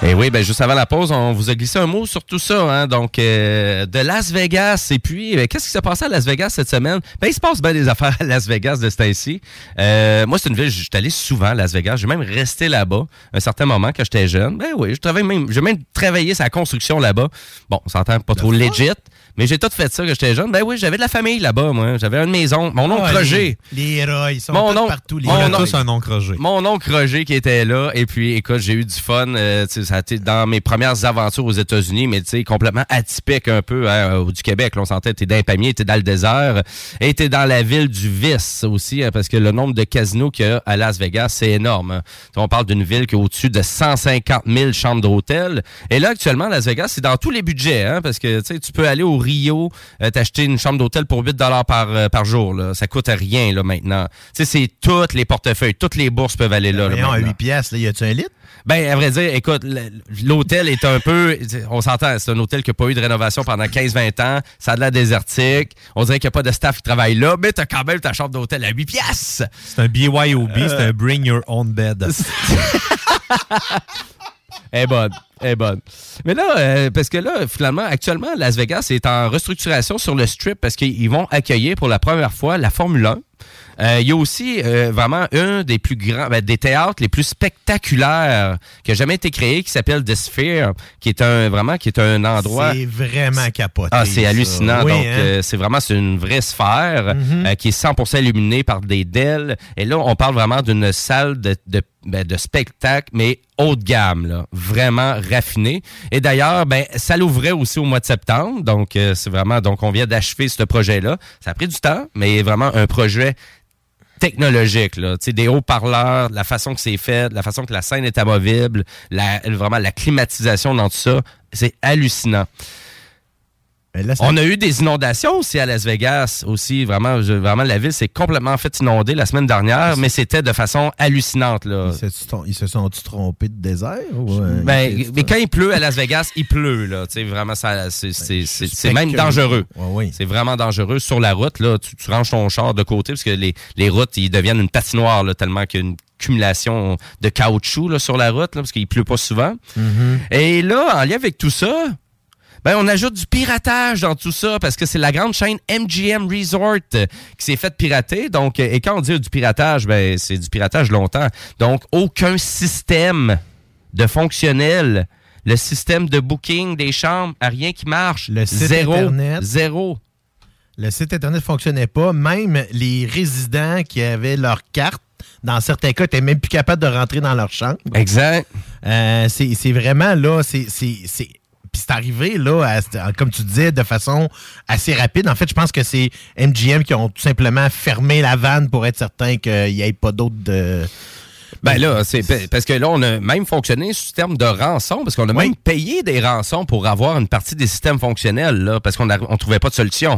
Speaker 6: Et oui, ben juste avant la pause, on vous a glissé un mot sur tout ça, hein. Donc, euh, de Las Vegas. Et puis, ben, qu'est-ce qui s'est passé à Las Vegas cette semaine? Ben, il se passe bien des affaires à Las Vegas de ce temps-ci. Euh, moi, c'est une ville, je suis allé souvent à Las Vegas. J'ai même resté là-bas un certain moment quand j'étais jeune. Ben oui, je travaille même, j'ai même travaillé sa construction là-bas. Bon, on s'entend pas trop legit. Mais j'ai tout fait ça quand j'étais jeune. Ben oui, j'avais de la famille là-bas, moi. J'avais une maison. Mon oncle
Speaker 8: Ah,
Speaker 6: Roger.
Speaker 8: Les, les Roy, ils sont
Speaker 6: Mon
Speaker 8: tous
Speaker 6: oncle-
Speaker 8: partout. Les
Speaker 6: mon
Speaker 8: Roy.
Speaker 6: oncle-
Speaker 7: tous un oncle Roger.
Speaker 6: Mon oncle Roger qui était là. Et puis, écoute, j'ai eu du fun. Euh, tu sais, ça a été dans mes premières aventures aux États-Unis, mais tu sais, complètement atypique un peu hein, au du Québec. Là, on sentait, t'es dans les palmiers, t'es dans le désert. Et t'es dans la ville du vice aussi, hein, parce que le nombre de casinos qu'il y a à Las Vegas, c'est énorme. Hein. On parle d'une ville qui a au-dessus de cent cinquante mille chambres d'hôtel. Et là, actuellement, Las Vegas, c'est dans tous les budgets, hein, parce que tu sais, tu peux aller au Rio, euh, t'acheter une chambre d'hôtel pour huit dollars par, euh, par jour. Là. Ça coûte rien là maintenant. Tu sais, c'est tous les portefeuilles, toutes les bourses peuvent aller là. là
Speaker 8: Voyons, à
Speaker 6: maintenant.
Speaker 8: huit piastres, là, y a-tu un litre?
Speaker 6: Ben, à vrai dire, écoute, l'hôtel est un peu... On s'entend, c'est un hôtel qui n'a pas eu de rénovation pendant quinze vingt ans. Ça a de la désertique. On dirait qu'il n'y a pas de staff qui travaille là, mais t'as quand même ta chambre d'hôtel à huit piastres.
Speaker 7: C'est un B Y O B,
Speaker 6: Euh.
Speaker 7: c'est un Bring Your Own Bed.
Speaker 6: Elle est bonne, elle est bonne. Mais là, euh, parce que là, finalement, actuellement, Las Vegas est en restructuration sur le Strip parce qu'ils vont accueillir pour la première fois la Formule un. Euh, il y a aussi euh, vraiment un des plus grands, ben, des théâtres les plus spectaculaires qui a jamais été créé, qui s'appelle The Sphere, qui est un vraiment qui est un endroit.
Speaker 8: C'est vraiment capoté.
Speaker 6: Ah, c'est
Speaker 8: ça.
Speaker 6: hallucinant.
Speaker 8: Oui,
Speaker 6: Donc,
Speaker 8: hein?
Speaker 6: euh, c'est vraiment c'est une vraie sphère
Speaker 8: Mhm.
Speaker 6: euh, qui est cent pour cent illuminée par des D E L. Et là, on parle vraiment d'une salle de, de, ben, de spectacle, mais haut de gamme, là, vraiment raffinée. Et d'ailleurs, ben, ça l'ouvrait aussi au mois de septembre. Donc, euh, c'est vraiment, donc, on vient d'achever ce projet-là. Ça a pris du temps, mais vraiment un projet technologique, là, tu sais, des haut-parleurs, la façon que c'est fait, la façon que la scène est amovible, la, vraiment la climatisation dans tout ça, c'est hallucinant.
Speaker 8: Là, ça...
Speaker 6: On a eu des inondations aussi à Las Vegas, aussi, vraiment, je, vraiment la ville s'est complètement fait inonder la semaine dernière, mais c'était de façon hallucinante, là.
Speaker 8: Ils se, ils se sont-ils trompés de désert? Ou, euh,
Speaker 6: Ben, mais quand il pleut à Las Vegas, il pleut, là. Tu sais, vraiment, ça, c'est, c'est, c'est, c'est même dangereux.
Speaker 8: Ouais, oui.
Speaker 6: C'est vraiment dangereux. Sur la route, là, tu, tu ranges ton char de côté parce que les, les routes, ils deviennent une patinoire, là, tellement qu'il y a une accumulation de caoutchouc, là, sur la route, là, parce qu'il pleut pas souvent.
Speaker 8: Mm-hmm.
Speaker 6: Et là, en lien avec tout ça, ben, on ajoute du piratage dans tout ça parce que c'est la grande chaîne M G M Resort euh, qui s'est faite pirater. Donc, et quand on dit du piratage, ben, c'est du piratage longtemps. Donc, aucun système de fonctionnel. Le système de booking des chambres, a rien qui marche.
Speaker 8: Le site
Speaker 6: Zéro.
Speaker 8: Internet.
Speaker 6: Zéro.
Speaker 8: Le site Internet ne fonctionnait pas. Même les résidents qui avaient leur carte, dans certains cas, n'étaient même plus capables de rentrer dans leur chambre.
Speaker 6: Exact.
Speaker 8: Euh, c'est, c'est vraiment là, c'est... c'est, c'est Puis c'est arrivé, là, à, comme tu disais, de façon assez rapide. En fait, je pense que c'est M G M qui ont tout simplement fermé la vanne pour être certain qu'il n'y ait pas d'autres de...
Speaker 6: Ben là, c'est parce que là, on a même fonctionné sous terme de rançon, parce qu'on a
Speaker 8: Oui.
Speaker 6: même payé des rançons pour avoir une partie des systèmes fonctionnels, là, parce qu'on ne trouvait pas de solution.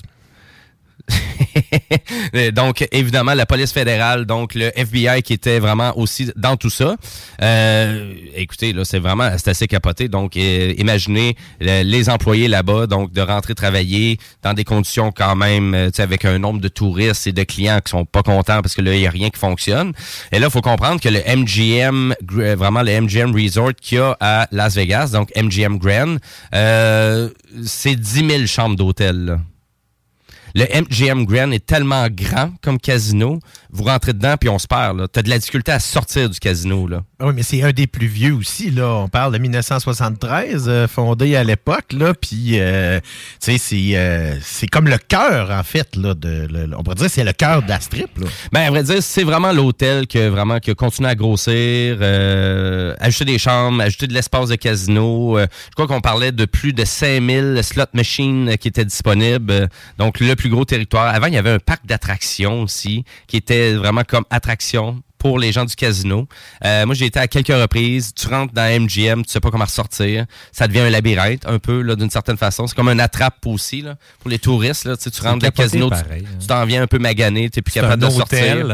Speaker 6: Donc, évidemment, la police fédérale, donc le F B I qui était vraiment aussi dans tout ça. Euh, écoutez, là, c'est vraiment, c'est assez capoté. Donc, euh, imaginez le- les employés là-bas, donc de rentrer travailler dans des conditions quand même, euh, tu sais, avec un nombre de touristes et de clients qui sont pas contents parce que là, il y a rien qui fonctionne. Et là, il faut comprendre que le M G M, gr- vraiment le M G M Resort qu'il y a à Las Vegas, donc M G M Grand, euh, c'est dix mille chambres d'hôtel, là. Le M G M Grand est tellement grand comme casino, vous rentrez dedans puis on se perd, là. T'as de la difficulté à sortir du casino, là.
Speaker 8: Oui, mais c'est un des plus vieux aussi, là. On parle de dix-neuf cent soixante-treize, euh, fondé à l'époque, là. Puis, euh, tu sais, c'est, euh, c'est comme le cœur, en fait, là. De, le- on pourrait dire que c'est le cœur de la strip, là.
Speaker 6: Ben, à vrai dire, c'est vraiment l'hôtel qui a vraiment qui a continué à grossir, euh, ajouter des chambres, ajouter de l'espace de casino. Euh, je crois qu'on parlait de plus de cinq mille slot machines qui étaient disponibles. Euh, donc, le plus gros territoire. Avant, il y avait un parc d'attractions aussi, qui était vraiment comme attraction pour les gens du casino. Euh, moi, j'ai été à quelques reprises. Tu rentres dans M G M, tu sais pas comment ressortir. Ça devient un labyrinthe, un peu, là, d'une certaine façon. C'est comme un attrape aussi, là, pour les touristes. Là. Tu sais, tu rentres dans le
Speaker 7: capoté,
Speaker 6: casino,
Speaker 7: pareil,
Speaker 6: tu,
Speaker 7: hein.
Speaker 6: tu t'en viens un peu magané, tu n'es plus
Speaker 7: C'est
Speaker 6: capable
Speaker 7: un
Speaker 6: de sortir.
Speaker 7: hôtel.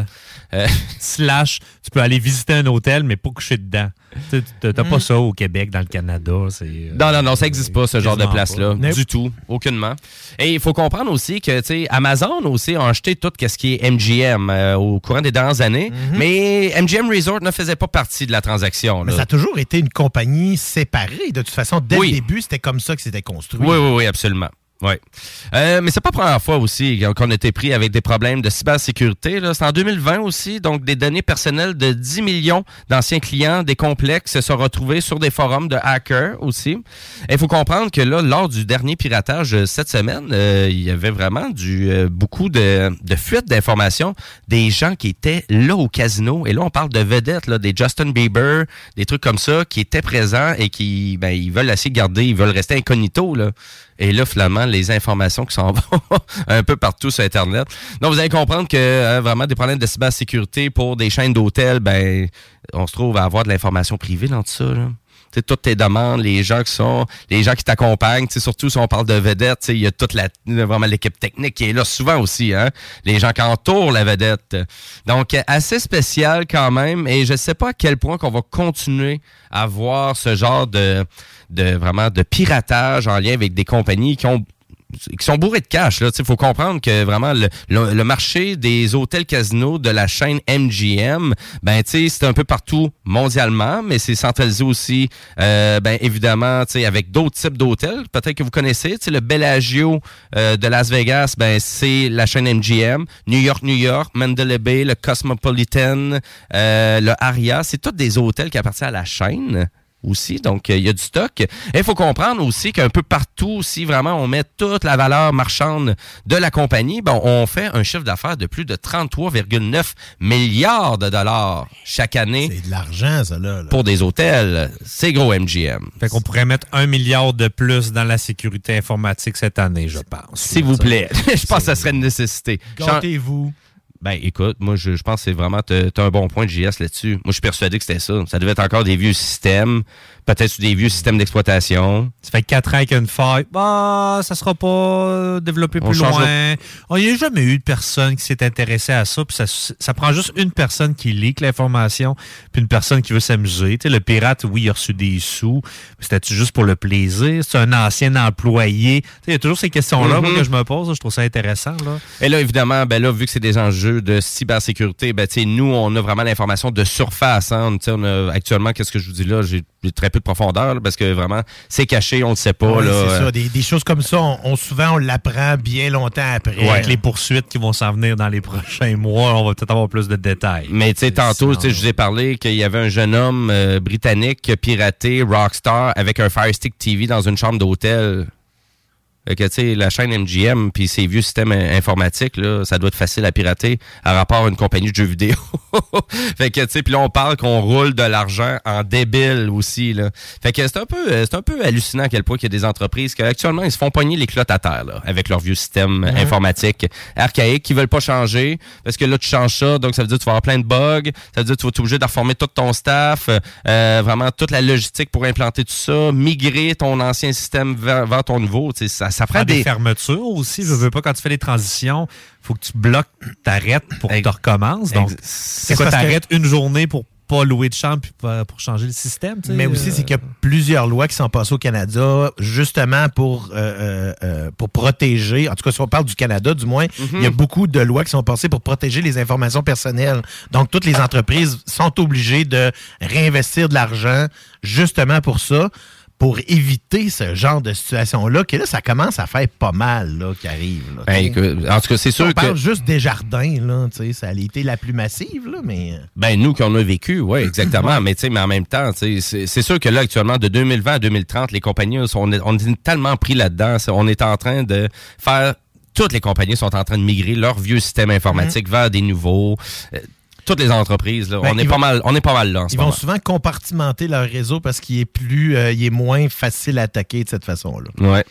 Speaker 6: Euh,
Speaker 7: Slash, tu peux aller visiter un hôtel, mais pas coucher dedans. Tu n'as mm. pas ça au Québec, dans le Canada. C'est, euh,
Speaker 6: non, non, non, ça n'existe pas, ce genre de place-là.
Speaker 7: Pas.
Speaker 6: Du tout, aucunement. Et il faut comprendre aussi que, tu sais, Amazon aussi a acheté tout ce qui est M G M euh, au courant des dernières années, mm-hmm. mais M G M Resort ne faisait pas partie de la transaction.
Speaker 8: Mais
Speaker 6: là.
Speaker 8: ça a toujours été une compagnie séparée. De toute façon, dès oui. le début, c'était comme ça que c'était construit.
Speaker 6: Oui, oui, oui, absolument. Oui. Euh, mais c'est pas la première fois aussi qu'on a été pris avec des problèmes de cybersécurité. Là. C'est en deux mille vingt aussi, donc des données personnelles de dix millions d'anciens clients des complexes se sont retrouvés sur des forums de hackers aussi. Il faut comprendre que là, lors du dernier piratage cette semaine, euh, il y avait vraiment du euh, beaucoup de, de fuites d'informations des gens qui étaient là au casino. Et là, on parle de vedettes, là, des Justin Bieber, des trucs comme ça, qui étaient présents et qui ben, ils veulent essayer de garder, ils veulent rester incognito, là. Et là, finalement, les informations qui s'en vont un peu partout sur Internet. Donc, vous allez comprendre que euh, vraiment des problèmes de cybersécurité pour des chaînes d'hôtels, ben, on se trouve à avoir de l'information privée dans tout ça, là. T'sais, toutes tes demandes, les gens qui sont, les gens qui t'accompagnent, surtout si on parle de vedettes, il y a toute la, vraiment l'équipe technique qui est là souvent aussi, hein, les gens qui entourent la vedette. Donc, assez spécial quand même, et je sais pas à quel point qu'on va continuer à voir ce genre de, de vraiment de piratage en lien avec des compagnies qui ont qui sont bourrés de cash. Il faut comprendre que vraiment le, le, le marché des hôtels casinos de la chaîne M G M, ben c'est un peu partout mondialement, mais c'est centralisé aussi, euh, ben évidemment, avec d'autres types d'hôtels. Peut-être que vous connaissez, le Bellagio euh, de Las Vegas, ben c'est la chaîne M G M. New York, New York, Mandalay Bay, le Cosmopolitan, euh, le Aria, c'est tous des hôtels qui appartiennent à la chaîne aussi, donc il euh, y a du stock. Et il faut comprendre aussi qu'un peu partout, si vraiment on met toute la valeur marchande de la compagnie, bon, on fait un chiffre d'affaires de plus de trente-trois virgule neuf milliards de dollars chaque année.
Speaker 8: C'est de l'argent, ça, là. là.
Speaker 6: Pour des hôtels. C'est gros M G M.
Speaker 7: Fait qu'on pourrait mettre un milliard de plus dans la sécurité informatique cette année, je pense.
Speaker 6: S'il vous plaît. Je pense que ça serait une nécessité.
Speaker 8: Gâtez-vous.
Speaker 6: Ben, écoute, moi, je, je pense que c'est vraiment, t'as, t'as un bon point de J S là-dessus. Moi, je suis persuadé que c'était ça. Ça devait être encore des vieux systèmes, peut-être des vieux systèmes d'exploitation.
Speaker 7: Ça fait quatre ans qu'il y a une faille. Bah, ça sera pas développé plus
Speaker 6: On
Speaker 7: loin. Il n'y a jamais eu de personne qui s'est intéressée à ça. Puis ça, ça prend juste une personne qui leak l'information, puis une personne qui veut s'amuser. Tu sais, le pirate, oui, il a reçu des sous. C'était-tu juste pour le plaisir? C'est un ancien employé. Tu sais, il y a toujours ces questions-là, mm-hmm. moi, que je me pose. Là, je trouve ça intéressant, là.
Speaker 6: Et là, évidemment, ben là, vu que c'est des enjeux de cybersécurité, ben, tu sais, nous, on a vraiment l'information de surface, hein. Tu sais, on a actuellement, qu'est-ce que je vous dis là? J'ai très peu de profondeur, là, parce que vraiment, c'est caché, on le sait pas,
Speaker 8: oui,
Speaker 6: là.
Speaker 8: C'est ça. Des, des choses comme ça, on, on souvent, on l'apprend bien longtemps après.
Speaker 7: Ouais. Avec les poursuites qui vont s'en venir dans les prochains mois, on va peut-être avoir plus de détails.
Speaker 6: Mais, tu sais, tantôt, tu sais, je vous ai parlé qu'il y avait un jeune homme euh, britannique qui a piraté Rockstar avec un Fire Stick T V dans une chambre d'hôtel. Fait que, tu sais, la chaîne M G M puis ses vieux systèmes informatiques, là, ça doit être facile à pirater à rapport à une compagnie de jeux vidéo. Fait que, tu sais, puis là, on parle qu'on roule de l'argent en débile aussi, là. Fait que c'est un peu, c'est un peu hallucinant à quel point il y a des entreprises qui, actuellement, ils se font pogner les clottes à terre, là, avec leurs vieux systèmes mmh. informatiques archaïques qui veulent pas changer. Parce que là, tu changes ça, donc ça veut dire que tu vas avoir plein de bugs. Ça veut dire que tu vas être obligé de reformer tout ton staff, euh, vraiment toute la logistique pour implanter tout ça, migrer ton ancien système vers, vers ton nouveau, tu sais, ça Ça prend
Speaker 7: des...
Speaker 6: des
Speaker 7: fermetures aussi. Je veux pas, quand tu fais les transitions, il faut que tu bloques, t'arrêtes pour que tu recommences. Donc, Ex- c'est quoi, t'arrêtes que... une journée pour pas louer de chambre puis pour changer le système? T'sais?
Speaker 8: Mais aussi, c'est qu'il y a plusieurs lois qui sont passées au Canada justement pour, euh, euh, pour protéger, en tout cas, si on parle du Canada, du moins, mm-hmm. il y a beaucoup de lois qui sont passées pour protéger les informations personnelles. Donc, toutes les entreprises sont obligées de réinvestir de l'argent justement pour ça, pour éviter ce genre de situation-là, que là, ça commence à faire pas mal, là, qui arrive. Là,
Speaker 6: ben, écoute, en tout cas, c'est sûr
Speaker 8: on
Speaker 6: que...
Speaker 8: On parle juste des jardins, là, tu sais, ça a été la plus massive, là, mais...
Speaker 6: Ben, nous, qu'on a vécu, oui, exactement, ouais. mais tu sais, mais en même temps, tu sais, c'est, c'est sûr que là, actuellement, de deux mille vingt à deux mille trente, les compagnies, sont, on est, on est tellement pris là-dedans, on est en train de faire... Toutes les compagnies sont en train de migrer leur vieux système informatique mm-hmm. vers des nouveaux... Toutes les entreprises, là, ben, on est pas vont, mal, on est pas mal là en ce
Speaker 8: Ils
Speaker 6: moment.
Speaker 8: vont souvent compartimenter leur réseau parce qu'il est plus, euh, il est moins facile à attaquer de cette façon-là.
Speaker 6: Ouais.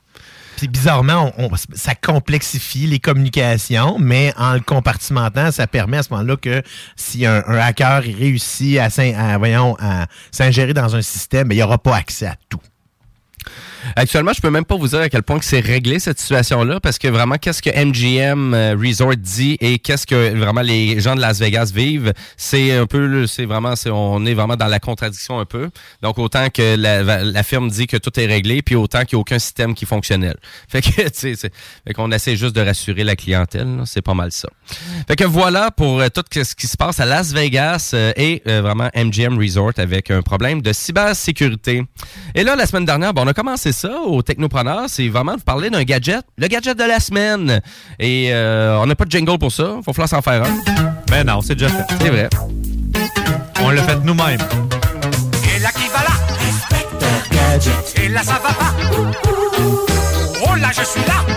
Speaker 8: Puis bizarrement, on, on, ça complexifie les communications, mais en le compartimentant, ça permet à ce moment-là que si un, un hacker réussit à, à, voyons, à s'ingérer dans un système, ben, il n'y aura pas accès à tout.
Speaker 6: Actuellement, je peux même pas vous dire à quel point que c'est réglé cette situation-là, parce que vraiment, qu'est-ce que M G M Resort dit et qu'est-ce que vraiment les gens de Las Vegas vivent, c'est un peu, c'est vraiment, c'est, on est vraiment dans la contradiction un peu. Donc, autant que la, la firme dit que tout est réglé, puis autant qu'il n'y a aucun système qui est fonctionnel. Fait que, tu sais, c'est, fait qu'on essaie juste de rassurer la clientèle, là. C'est pas mal ça. Fait que voilà pour euh, tout ce qui se passe à Las Vegas euh, et euh, vraiment M G M Resort avec un problème de cybersécurité. Et là, la semaine dernière, bon, on a commencé ça au Technopreneur, c'est vraiment de vous parler d'un gadget, le gadget de la semaine. Et euh, on n'a pas de jingle pour ça, faut falloir s'en faire un.
Speaker 7: Ben non, c'est déjà fait.
Speaker 6: C'est vrai.
Speaker 7: On l'a fait nous-mêmes.
Speaker 10: Et là qui va là? Inspecteur Gadget. Et là ça va pas? Oh là je suis là!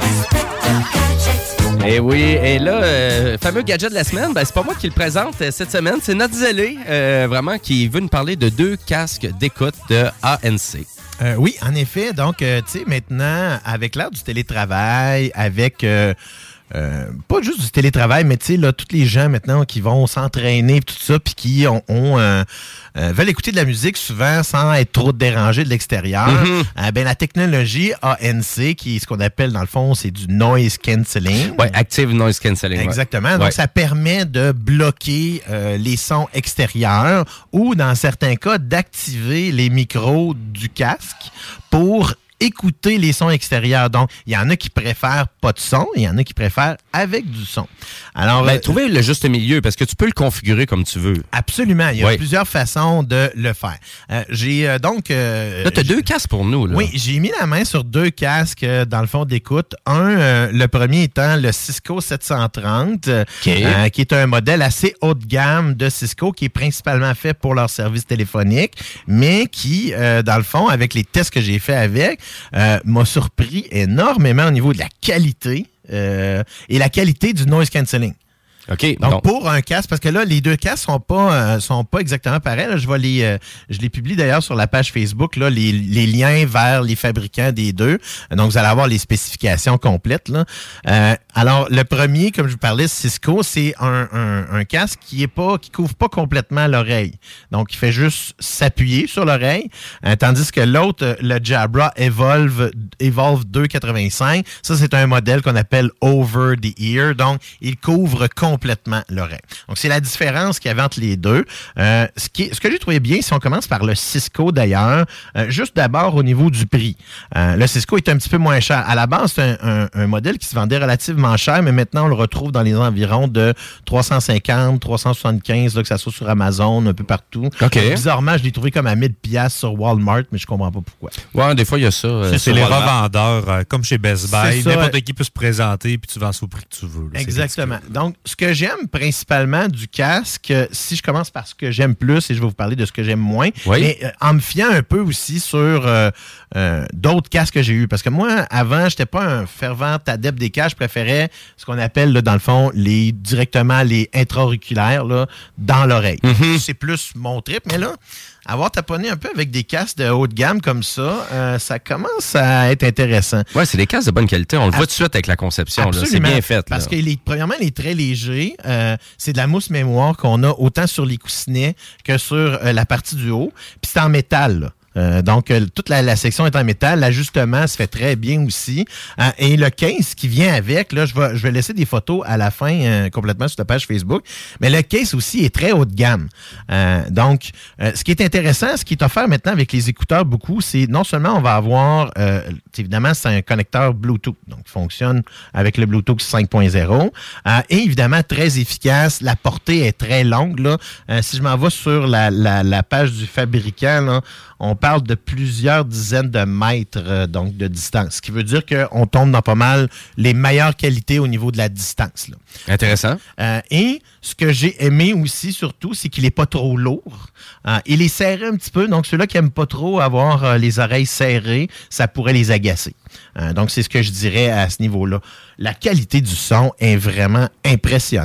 Speaker 6: Et oui, et là, euh, fameux gadget de la semaine, ben, c'est pas moi qui le présente euh, cette semaine, c'est notre zélé, euh, vraiment, qui veut nous parler de deux casques d'écoute de A N C.
Speaker 8: Euh, oui, en effet. Donc, euh, tu sais, maintenant, avec l'ère du télétravail, avec... Euh, Euh, pas juste du télétravail, mais tu sais, là, tous les gens maintenant qui vont s'entraîner et tout ça, puis qui ont, ont euh, euh, veulent écouter de la musique souvent sans être trop dérangés de l'extérieur, mm-hmm. euh, ben, la technologie A N C, qui est ce qu'on appelle, dans le fond, c'est du noise cancelling.
Speaker 6: Oui, active noise cancelling.
Speaker 8: Exactement.
Speaker 6: Ouais.
Speaker 8: Donc,
Speaker 6: ouais.
Speaker 8: ça permet de bloquer euh, les sons extérieurs ou, dans certains cas, d'activer les micros du casque pour écouter les sons extérieurs. Donc, il y en a qui préfèrent pas de son, il y en a qui préfèrent avec du son. Alors,
Speaker 6: ben,
Speaker 8: euh,
Speaker 6: trouver le juste milieu, parce que tu peux le configurer comme tu veux.
Speaker 8: Absolument. Il y a
Speaker 6: oui.
Speaker 8: plusieurs façons de le faire. Euh, j'ai euh, donc... Euh,
Speaker 6: là, tu as deux casques pour nous. Là.
Speaker 8: Oui, j'ai mis la main sur deux casques euh, dans le fond d'écoute. Un, euh, le premier étant le Cisco sept cent trente, okay. euh, qui est un modèle assez haut de gamme de Cisco, qui est principalement fait pour leur service téléphonique, mais qui, euh, dans le fond, avec les tests que j'ai fait avec, Euh, m'a surpris énormément au niveau de la qualité euh, et la qualité du noise cancelling.
Speaker 6: OK.
Speaker 8: Donc,
Speaker 6: bon.
Speaker 8: pour un casque, parce que là, les deux casques sont pas euh, sont pas exactement pareils. Là, je vais les, euh, je les publie d'ailleurs sur la page Facebook, là, les, les liens vers les fabricants des deux. Donc, vous allez avoir les spécifications complètes, là. Euh, alors, le premier, comme je vous parlais, Cisco, c'est un, un, un casque qui est pas, qui couvre pas complètement l'oreille. Donc, il fait juste s'appuyer sur l'oreille. Euh, tandis que l'autre, le Jabra Evolve, Evolve deux quatre-vingt-cinq, ça, c'est un modèle qu'on appelle over the ear. Donc, il couvre complètement complètement l'oreille. Donc, c'est la différence qu'il y avait entre les deux. Euh, ce, qui est, ce que j'ai trouvé bien, si on commence par le Cisco d'ailleurs, euh, juste d'abord au niveau du prix. Euh, le Cisco est un petit peu moins cher. À la base, c'est un, un, un modèle qui se vendait relativement cher, mais maintenant, on le retrouve dans les environs de trois cent cinquante, trois cent soixante-quinze, là, que ça soit sur Amazon, un peu partout.
Speaker 6: Okay.
Speaker 8: Bizarrement, je l'ai trouvé comme à mille dollars sur Walmart, mais je comprends pas pourquoi.
Speaker 6: Ouais, des fois, il y a ça. Euh,
Speaker 7: c'est c'est les Walmart. Revendeurs, euh, comme chez Best Buy. N'importe qui peut se présenter, puis tu vends ça au prix que tu veux. Là,
Speaker 8: exactement. Donc, ce que j'aime principalement du casque, si je commence par ce que j'aime plus, et je vais vous parler de ce que j'aime moins,
Speaker 6: oui.
Speaker 8: mais euh, en me fiant un peu aussi sur euh, euh, d'autres casques que j'ai eus. Parce que moi, avant, j'étais pas un fervent adepte des casques. Je préférais ce qu'on appelle, là, dans le fond, les directement les intra-auriculaires là, dans l'oreille. Mm-hmm. C'est plus mon trip, mais là, avoir taponné un peu avec des casques de haut de gamme comme ça, euh, ça commence à être intéressant.
Speaker 6: Oui, c'est des casques de bonne qualité. On le voit tout de suite avec la conception. Là. C'est bien fait. Là.
Speaker 8: Parce que, les, premièrement, il est très léger. Euh, c'est de la mousse mémoire qu'on a autant sur les coussinets que sur euh, la partie du haut. Puis c'est en métal, là. Euh, donc, euh, toute la, la section est en métal. L'ajustement se fait très bien aussi. Euh, et le case qui vient avec, là, je vais, je vais laisser des photos à la fin euh, complètement sur la page Facebook. Mais le case aussi est très haut de gamme. Euh, donc, euh, ce qui est intéressant, ce qui est offert maintenant avec les écouteurs beaucoup, c'est non seulement on va avoir, euh, évidemment, c'est un connecteur Bluetooth. Donc, il fonctionne avec le Bluetooth cinq point zéro. Euh, et évidemment, très efficace. La portée est très longue, là. Euh, si je m'en vais sur la, la, la page du fabricant, là, on parle de plusieurs dizaines de mètres euh, donc de distance, ce qui veut dire qu'on tombe dans pas mal les meilleures qualités au niveau de la distance. Là.
Speaker 6: Intéressant.
Speaker 8: Euh, et ce que j'ai aimé aussi, surtout, c'est qu'il n'est pas trop lourd. Euh, il est serré un petit peu, donc ceux-là qui n'aiment pas trop avoir euh, les oreilles serrées, ça pourrait les agacer. Euh, donc, c'est ce que je dirais à ce niveau-là. La qualité du son est vraiment impressionnante.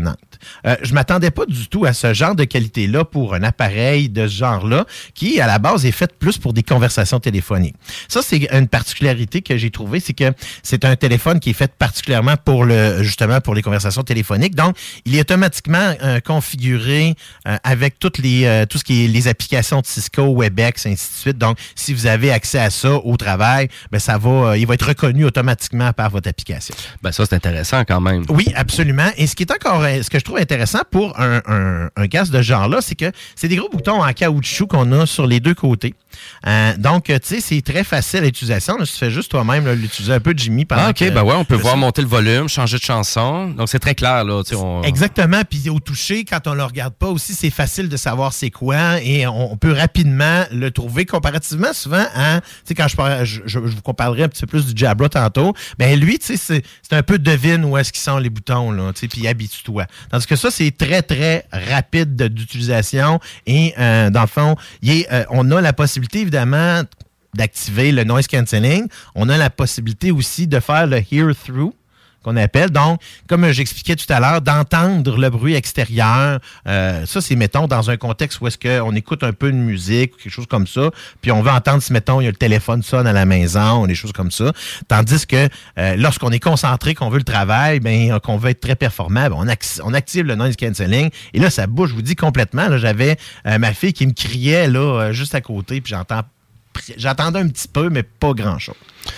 Speaker 8: Euh, je m'attendais pas du tout à ce genre de qualité-là pour un appareil de ce genre-là, qui, à la base, est fait plus pour des conversations téléphoniques. Ça, c'est une particularité que j'ai trouvée, c'est que c'est un téléphone qui est fait particulièrement pour le, justement, pour les conversations téléphoniques. Donc, il est automatiquement euh, configuré euh, avec toutes les, euh, tout ce qui est les applications de Cisco, Webex, ainsi de suite. Donc, si vous avez accès à ça au travail, ben ça va, euh, il va être reconnu automatiquement par votre application.
Speaker 6: Ben ça, c'est intéressant quand même.
Speaker 8: Oui, absolument. Et ce qui est encore, ce que je trouve intéressant pour un, un, un casque de ce genre-là, c'est que c'est des gros boutons en caoutchouc qu'on a sur les deux côtés. Euh, donc, tu sais, c'est très facile à l'utilisation. Là, tu fais juste toi-même là, l'utiliser un peu, Jimmy. Pendant
Speaker 6: ah, OK,
Speaker 8: que,
Speaker 6: ben ouais, on peut voir
Speaker 8: ça.
Speaker 6: monter le volume, changer de chanson. Donc, c'est très clair, là. On...
Speaker 8: Exactement. Puis au toucher, quand on le regarde pas aussi, c'est facile de savoir c'est quoi et on, on peut rapidement le trouver comparativement souvent à, tu sais, quand je, parle, je, je, je vous comparerai un petit peu plus du Jabra tantôt, ben lui, tu sais, c'est, c'est un peu devine où est-ce qu'ils sont les boutons, là, tu sais, puis habitue-toi. Tandis que ça, c'est très, très rapide de, d'utilisation et, euh, dans le fond, il est, euh, on a la possibilité, évidemment, d'activer le noise cancelling. On a la possibilité aussi de faire le hear-through, qu'on appelle. Donc, comme j'expliquais tout à l'heure, d'entendre le bruit extérieur. Euh, ça, c'est, mettons, dans un contexte où est-ce qu'on écoute un peu de musique ou quelque chose comme ça, puis on veut entendre si, mettons, il y a le téléphone sonne à la maison ou des choses comme ça. Tandis que euh, lorsqu'on est concentré, qu'on veut le travail, ben, qu'on veut être très performant, ben, on, ac- on active le noise cancelling. Et là, ça bouge, je vous dis complètement. Là, j'avais euh, ma fille qui me criait là, euh, juste à côté, puis j'entends, j'entendais un petit peu, mais pas grand-chose.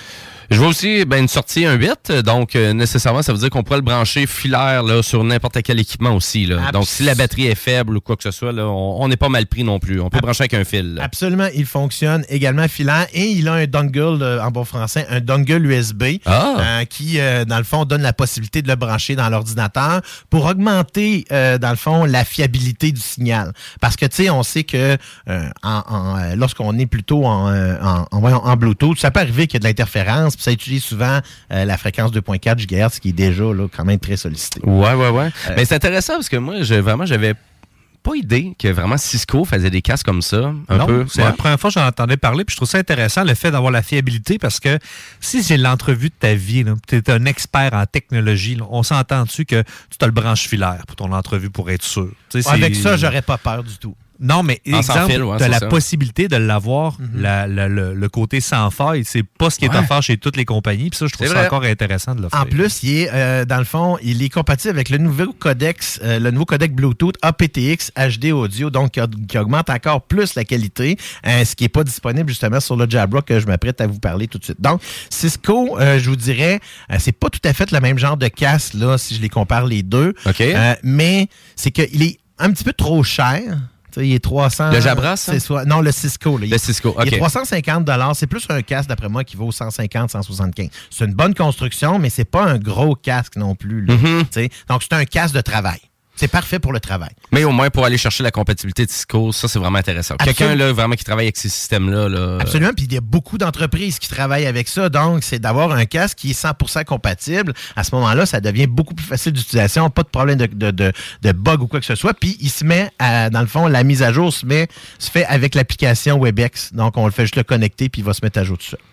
Speaker 6: Je vois aussi ben, une sortie un huit, donc euh, nécessairement, ça veut dire qu'on pourrait le brancher filaire là, sur n'importe quel équipement aussi. Là.
Speaker 8: Abs-
Speaker 6: donc, si la batterie est faible ou quoi que ce soit, là, on n'est pas mal pris non plus. On peut Ab- brancher avec un fil. Là.
Speaker 8: Absolument, il fonctionne également filaire et il a un dongle, euh, en bon français, un dongle U S B
Speaker 6: ah.
Speaker 8: euh, qui, euh, dans le fond, donne la possibilité de le brancher dans l'ordinateur pour augmenter, euh, dans le fond, la fiabilité du signal. Parce que, tu sais, on sait que euh, en, en, euh, lorsqu'on est plutôt en, en, en, en Bluetooth, ça peut arriver qu'il y a de l'interférence. Puis ça utilise souvent euh, la fréquence deux virgule quatre gigahertz qui est déjà là, quand même très sollicitée.
Speaker 6: Ouais, ouais, ouais.
Speaker 8: Euh,
Speaker 6: Mais c'est intéressant parce que moi, je, vraiment, j'avais pas idée que vraiment Cisco faisait des casques comme ça. Un
Speaker 7: non,
Speaker 6: peu.
Speaker 7: c'est ouais. la première fois que j'en entendais parler, puis je trouve ça intéressant le fait d'avoir la fiabilité parce que si j'ai l'entrevue de ta vie, tu es un expert en technologie, là, on s'entend dessus que tu te le branches filaire pour ton entrevue pour être sûr.
Speaker 8: Ouais, avec ça, j'aurais pas peur du tout.
Speaker 7: Non, mais
Speaker 6: en
Speaker 7: exemple,
Speaker 6: fil, ouais,
Speaker 7: tu as la
Speaker 6: ça.
Speaker 7: possibilité de l'avoir, mm-hmm. la, la, le, le côté sans faille. C'est pas ce qui est ouais. offert chez toutes les compagnies. Puis ça, je trouve c'est ça vrai. Encore intéressant de l'offrir.
Speaker 8: En plus, il est, euh, dans le fond, il est compatible avec le nouveau codex, euh, le nouveau codec Bluetooth A P T X H D Audio, donc qui, a, qui augmente encore plus la qualité, euh, ce qui n'est pas disponible justement sur le Jabra que je m'apprête à vous parler tout de suite. Donc, Cisco, euh, je vous dirais, euh, c'est pas tout à fait le même genre de casque, là, si je les compare les deux.
Speaker 6: OK.
Speaker 8: Euh, mais c'est qu'il est un petit peu trop cher. Il est trois cents.
Speaker 6: Le Jabra, ça?
Speaker 8: C'est soit, non, le Cisco. Là,
Speaker 6: le Cisco, OK.
Speaker 8: Il est trois cent cinquante dollars. C'est plus un casque, d'après moi, qui vaut cent cinquante, cent soixante-quinze. C'est une bonne construction, mais c'est pas un gros casque non plus. Là, mm-hmm. Donc, c'est un casque de travail. C'est parfait pour le travail.
Speaker 6: Mais au moins, pour aller chercher la compatibilité de Cisco, ça, c'est vraiment intéressant. Absolument. Quelqu'un là, vraiment qui travaille avec ces systèmes-là. Là,
Speaker 8: Absolument. Puis il y a beaucoup d'entreprises qui travaillent avec ça. Donc, c'est d'avoir un casque qui est cent pour cent compatible. À ce moment-là, ça devient beaucoup plus facile d'utilisation. Pas de problème de, de, de, de bug ou quoi que ce soit. Puis il se met, à, dans le fond, la mise à jour se, met, se fait avec l'application Webex. Donc, on le fait juste le connecter puis il va se mettre à jour tout ça.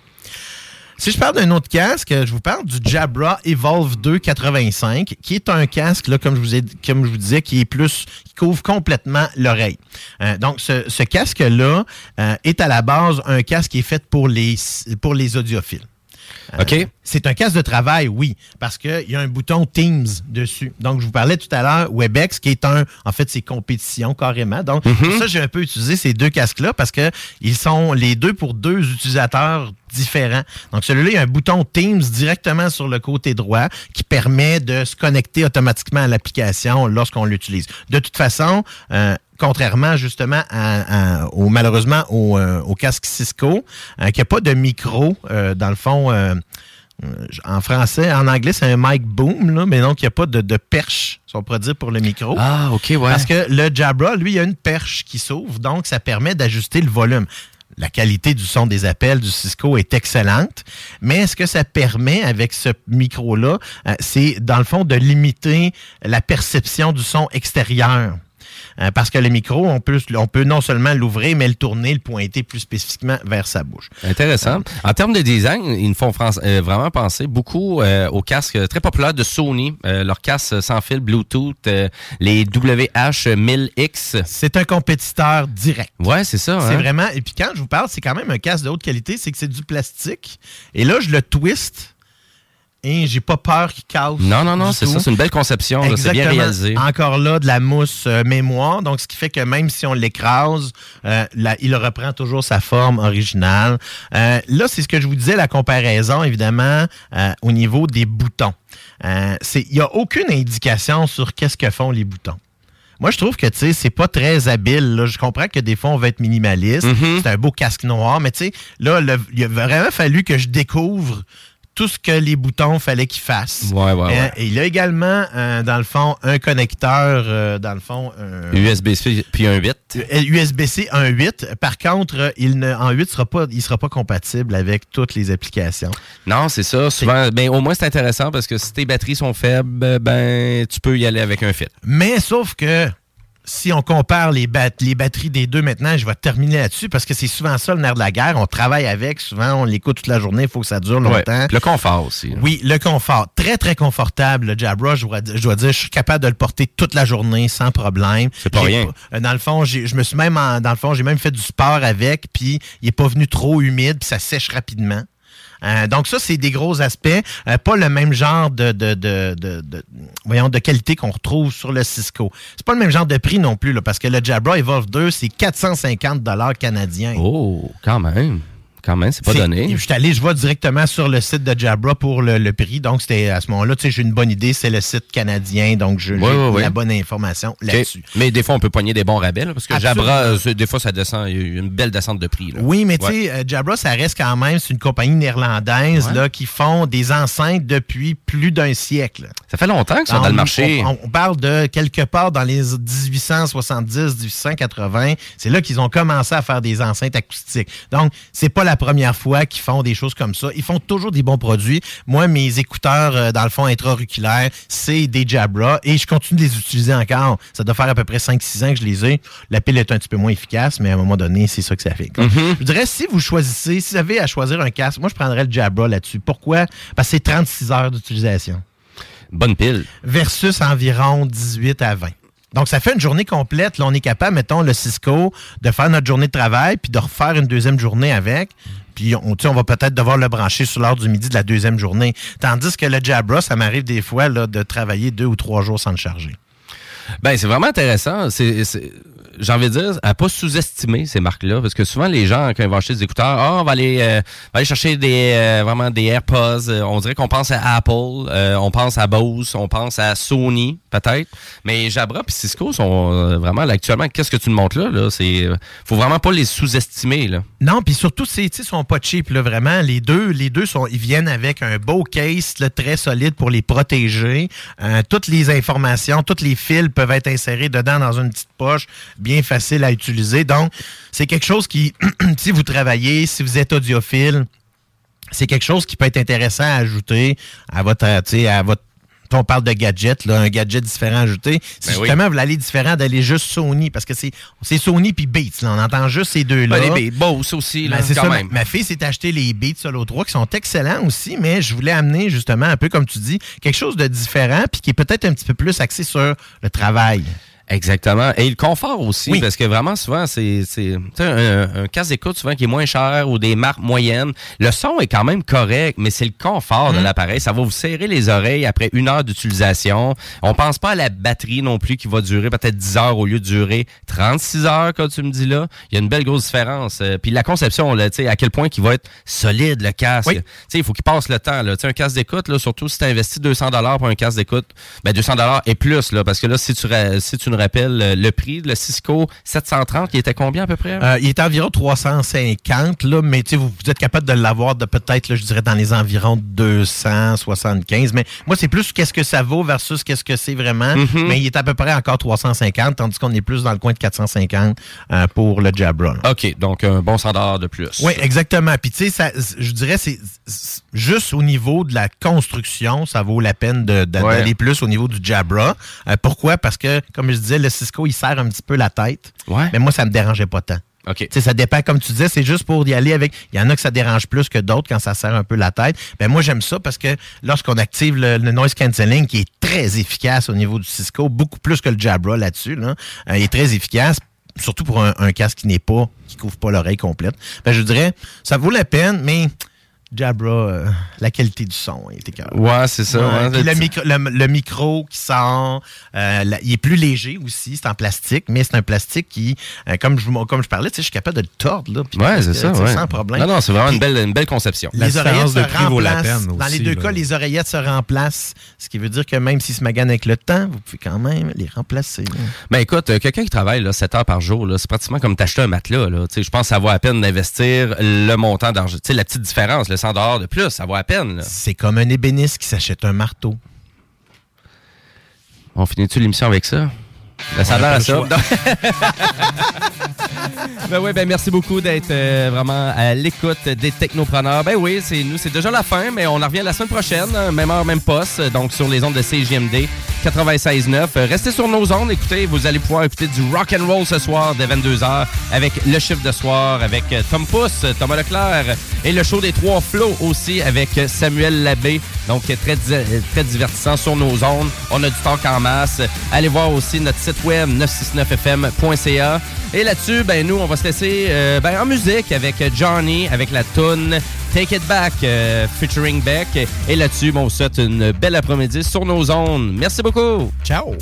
Speaker 8: Si je parle d'un autre casque, je vous parle du Jabra Evolve deux quatre-vingt-cinq, qui est un casque, là, comme je vous ai, comme je vous disais, qui est plus, qui couvre complètement l'oreille. Euh, donc, ce, ce casque-là euh, est à la base un casque qui est fait pour les, pour les audiophiles. Euh,
Speaker 6: OK.
Speaker 8: C'est un casque de travail, oui, parce qu'il y a un bouton Teams dessus. Donc, je vous parlais tout à l'heure, Webex, qui est un, en fait, c'est compétition carrément. Donc, mm-hmm. pour ça, j'ai un peu utilisé ces deux casques-là parce que ils sont les deux pour deux utilisateurs différents. Donc, celui-là, il y a un bouton Teams directement sur le côté droit qui permet de se connecter automatiquement à l'application lorsqu'on l'utilise. De toute façon, euh, contrairement justement à, à, au, malheureusement au, euh, au casque Cisco, euh, qui n'a pas de micro, euh, dans le fond, euh, en français, en anglais, c'est un mic boom, là, mais donc il n'y a pas de, de perche, si on pourrait dire, pour le micro.
Speaker 6: Ah, OK, ouais.
Speaker 8: Parce que le Jabra, lui, il y a une perche qui s'ouvre, donc ça permet d'ajuster le volume. La qualité du son des appels du Cisco est excellente, mais ce que ça permet avec ce micro-là, euh, c'est dans le fond de limiter la perception du son extérieur. euh, parce que le micro, on peut, on peut non seulement l'ouvrir, mais le tourner, le pointer plus spécifiquement vers sa bouche.
Speaker 6: Intéressant. En termes de design, ils nous font France, euh, vraiment penser beaucoup euh, aux casques très populaires de Sony, euh, leurs casques sans fil Bluetooth, euh, les W H mille X.
Speaker 8: C'est un compétiteur direct.
Speaker 6: Ouais, c'est ça.
Speaker 8: C'est
Speaker 6: hein?
Speaker 8: vraiment... Et puis quand je vous parle, c'est quand même un casque de haute qualité, c'est que c'est du plastique. Et là, je le twist... Et j'ai pas peur qu'il casse.
Speaker 6: Non, non, non, c'est
Speaker 8: tout.
Speaker 6: ça. C'est une belle conception. Là, c'est bien réalisé.
Speaker 8: Encore là, de la mousse euh, mémoire. Donc, ce qui fait que même si on l'écrase, euh, là, il reprend toujours sa forme originale. Euh, là, c'est ce que je vous disais, la comparaison, évidemment, euh, au niveau des boutons. Euh, il n'y a aucune indication sur qu'est-ce que font les boutons. Moi, je trouve que, tu sais, c'est pas très habile. Là. Je comprends que des fois, on va être minimaliste. Mm-hmm. C'est un beau casque noir. Mais, tu sais, là, le, il a vraiment fallu que je découvre tout ce que les boutons fallait qu'ils fassent.
Speaker 6: Ouais, ouais, ouais.
Speaker 8: Et il a également, euh, dans le fond, un connecteur, euh, dans le fond... Un,
Speaker 6: U S B-C puis un huit.
Speaker 8: U S B-C un huit. Par contre, il ne, en huit, sera pas, il ne sera pas compatible avec toutes les applications.
Speaker 6: Non, c'est ça. Souvent, ben, au moins, c'est intéressant parce que si tes batteries sont faibles, ben, tu peux y aller avec un fit.
Speaker 8: Mais sauf que... Si on compare les, bat- les batteries des deux maintenant, je vais terminer là-dessus parce que c'est souvent ça le nerf de la guerre. On travaille avec, souvent on l'écoute toute la journée, il faut que ça dure longtemps.
Speaker 6: Ouais, le confort aussi. Là.
Speaker 8: Oui, le confort. Très, très confortable, le Jabra. Je dois, je dois dire, je suis capable de le porter toute la journée sans problème.
Speaker 6: C'est pas
Speaker 8: j'ai,
Speaker 6: rien.
Speaker 8: Dans le fond, j'ai, je me suis même, en, dans le fond, j'ai même fait du sport avec, puis il est pas venu trop humide, puis ça sèche rapidement. Euh, donc ça, c'est des gros aspects. Euh, pas le même genre de, de, de, de, de, voyons, de qualité qu'on retrouve sur le Cisco. C'est pas le même genre de prix non plus, là, parce que le Jabra Evolve deux, c'est quatre cent cinquante dollars canadiens.
Speaker 6: Oh, quand même. Quand même, c'est pas
Speaker 8: c'est,
Speaker 6: donné.
Speaker 8: Je suis allé, je vois directement sur le site de Jabra pour le, le prix. Donc, c'était à ce moment-là, tu sais, j'ai une bonne idée, c'est le site canadien. Donc, je,
Speaker 6: ouais,
Speaker 8: j'ai
Speaker 6: ouais,
Speaker 8: la
Speaker 6: ouais.
Speaker 8: bonne information okay. là-dessus.
Speaker 6: Mais des fois, on peut pogner des bons rabais, là, parce que
Speaker 8: Absolument.
Speaker 6: Jabra, euh, des fois, ça descend, il y a une belle descente de prix. Là.
Speaker 8: Oui, mais
Speaker 6: ouais.
Speaker 8: tu sais, euh, Jabra, ça reste quand même, c'est une compagnie néerlandaise ouais. là, qui font des enceintes depuis plus d'un siècle.
Speaker 6: Ça fait longtemps qu'ils sont
Speaker 8: on,
Speaker 6: dans le marché.
Speaker 8: On, on parle de quelque part dans les dix-huit cent soixante-dix dix-huit cent quatre-vingts. C'est là qu'ils ont commencé à faire des enceintes acoustiques. Donc, c'est pas la première fois qu'ils font des choses comme ça. Ils font toujours des bons produits. Moi, mes écouteurs, euh, dans le fond, intra-auriculaires, c'est des Jabra et je continue de les utiliser encore. Ça doit faire à peu près cinq six ans que je les ai. La pile est un petit peu moins efficace, mais à un moment donné, c'est ça que ça fait. Mm-hmm. Je dirais, si vous choisissez, si vous avez à choisir un casque, moi, je prendrais le Jabra là-dessus. Pourquoi? Parce que c'est trente-six heures d'utilisation.
Speaker 6: Bonne pile.
Speaker 8: Versus environ dix-huit à vingt. Donc, ça fait une journée complète. Là, on est capable, mettons, le Cisco, de faire notre journée de travail puis de refaire une deuxième journée avec. Puis, on, on va peut-être devoir le brancher sur l'heure du midi de la deuxième journée. Tandis que le Jabra, ça m'arrive des fois là, de travailler deux ou trois jours sans le charger.
Speaker 6: Ben, c'est vraiment intéressant. C'est, c'est, j'ai envie de dire, à pas sous-estimer ces marques-là, parce que souvent, les gens, quand ils vont acheter des écouteurs, ah, oh, on va aller, euh, va aller chercher des, euh, vraiment des AirPods. On dirait qu'on pense à Apple, euh, on pense à Bose, on pense à Sony, peut-être. Mais Jabra et Cisco sont euh, vraiment, là, actuellement, qu'est-ce que tu nous montres là? là c'est, faut vraiment pas les sous-estimer, là.
Speaker 8: Non, puis surtout, c'est, ils sont pas cheap, là, vraiment. Les deux, les deux sont, ils viennent avec un beau case, là, très solide pour les protéger. Euh, toutes les informations, tous les fils peuvent être insérés dedans dans une petite poche, bien facile à utiliser. Donc, c'est quelque chose qui, si vous travaillez, si vous êtes audiophile, c'est quelque chose qui peut être intéressant à ajouter à votre, tu sais, à votre. On parle de gadgets, là, un gadget différent ajouté. C'est ben justement, oui. vous allez différent d'aller juste Sony, parce que c'est, c'est Sony puis Beats. Là, on entend juste ces deux-là.
Speaker 6: Ben, les Beats, Bose aussi, là,
Speaker 8: ben, c'est
Speaker 6: quand
Speaker 8: ça,
Speaker 6: même.
Speaker 8: Ma, ma fille s'est acheté les Beats Solo trois, qui sont excellents aussi, mais je voulais amener, justement, un peu comme tu dis, quelque chose de différent, puis qui est peut-être un petit peu plus axé sur le travail.
Speaker 6: Exactement. Et le confort aussi, oui. Parce que vraiment, souvent, c'est, c'est un, un casque d'écoute souvent qui est moins cher ou des marques moyennes. Le son est quand même correct, mais c'est le confort mmh. de l'appareil. Ça va vous serrer les oreilles après une heure d'utilisation. On pense pas à la batterie non plus qui va durer peut-être dix heures au lieu de durer trente-six heures, comme tu me dis là. Il y a une belle grosse différence. Puis la conception, là, à quel point il va être solide, le casque. Oui. Il faut qu'il passe le temps. Là. Un casque d'écoute, là, surtout si tu investis deux cents dollars pour un casque d'écoute, ben deux cents dollars et plus, là, parce que là, si tu, si tu nous rappelles le prix, le Cisco sept cent trente, il était combien à peu près?
Speaker 8: Euh, il était environ trois cent cinquante, là, mais vous, vous êtes capable de l'avoir de peut-être, là, je dirais, dans les environs de deux cent soixante-quinze. Mais moi, c'est plus qu'est-ce que ça vaut versus qu'est-ce que c'est vraiment. Mm-hmm. Mais il est à peu près encore trois cent cinquante, tandis qu'on est plus dans le coin de quatre cent cinquante euh, pour le Jabra. Là.
Speaker 6: OK, donc un bon cent dollars de plus.
Speaker 8: Oui, exactement. Puis tu sais, je dirais, c'est, c'est juste au niveau de la construction, ça vaut la peine de, de, ouais. d'aller plus au niveau du Jabra. Euh, pourquoi? Parce que, comme je disais, le Cisco, il serre un petit peu la tête.
Speaker 6: Ouais.
Speaker 8: Mais moi, ça me dérangeait pas tant.
Speaker 6: OK.
Speaker 8: T'sais, ça dépend, comme tu disais, c'est juste pour y aller avec... Il y en a que ça dérange plus que d'autres quand ça serre un peu la tête. Ben moi, j'aime ça parce que lorsqu'on active le, le noise cancelling, qui est très efficace au niveau du Cisco, beaucoup plus que le Jabra là-dessus, là, euh, il est très efficace, surtout pour un, un casque qui n'est pas, qui couvre pas l'oreille complète. Ben je dirais, ça vaut la peine, mais... Jabra, euh, la qualité du son, il était carré.
Speaker 6: Ouais, c'est ça.
Speaker 8: Ouais,
Speaker 6: Ouais,
Speaker 8: le, micro, le, le micro qui sort, euh, la, il est plus léger aussi, c'est en plastique, mais c'est un plastique qui, euh, comme, je, comme je parlais, tu sais, je suis capable de le tordre. Là,
Speaker 6: ouais, c'est ça, ouais.
Speaker 8: Sans problème.
Speaker 6: Non, non, c'est vraiment une belle, une belle conception.
Speaker 8: Les oreillettes se
Speaker 7: de prix vaut la
Speaker 8: remplacent.
Speaker 7: peine
Speaker 8: Dans
Speaker 7: aussi,
Speaker 8: les deux
Speaker 7: là.
Speaker 8: cas, les oreillettes se remplacent, ce qui veut dire que même s'ils se maganent avec le temps, vous pouvez quand même les remplacer. Là.
Speaker 6: Ben écoute, euh, quelqu'un qui travaille là, sept heures par jour, là, c'est pratiquement comme t'acheter un matelas. Là. Je pense que ça vaut la peine d'investir le montant d'argent. Tu sais, la petite différence, le cent dollars de plus, ça vaut la peine. Là.
Speaker 8: C'est comme un ébéniste qui s'achète un marteau.
Speaker 6: On finit-tu l'émission avec ça? Ben, ça a l'air à ça. Ben oui, ben merci beaucoup d'être euh, vraiment à l'écoute des technopreneurs. Ben oui, c'est nous, c'est déjà la fin, mais on en revient la semaine prochaine, même heure, même poste, donc sur les ondes de C J M D quatre-vingt-seize neuf. Restez sur nos ondes, écoutez, vous allez pouvoir écouter du rock and roll ce soir dès vingt-deux heures avec le chiffre de soir, avec Tom Pousse, Thomas Leclerc et le show des Trois Flots aussi avec Samuel Labbé. Donc très, très divertissant sur nos ondes. On a du talk en masse. Allez voir aussi notre site web neuf cent soixante-neuf F M point C A. Et là-dessus, ben nous, on va se laisser euh, ben, en musique avec Johnny, avec la toune Take It Back, euh, featuring Beck. Et là-dessus, bon, on vous souhaite une belle après-midi sur nos ondes. Merci beaucoup.
Speaker 8: Ciao.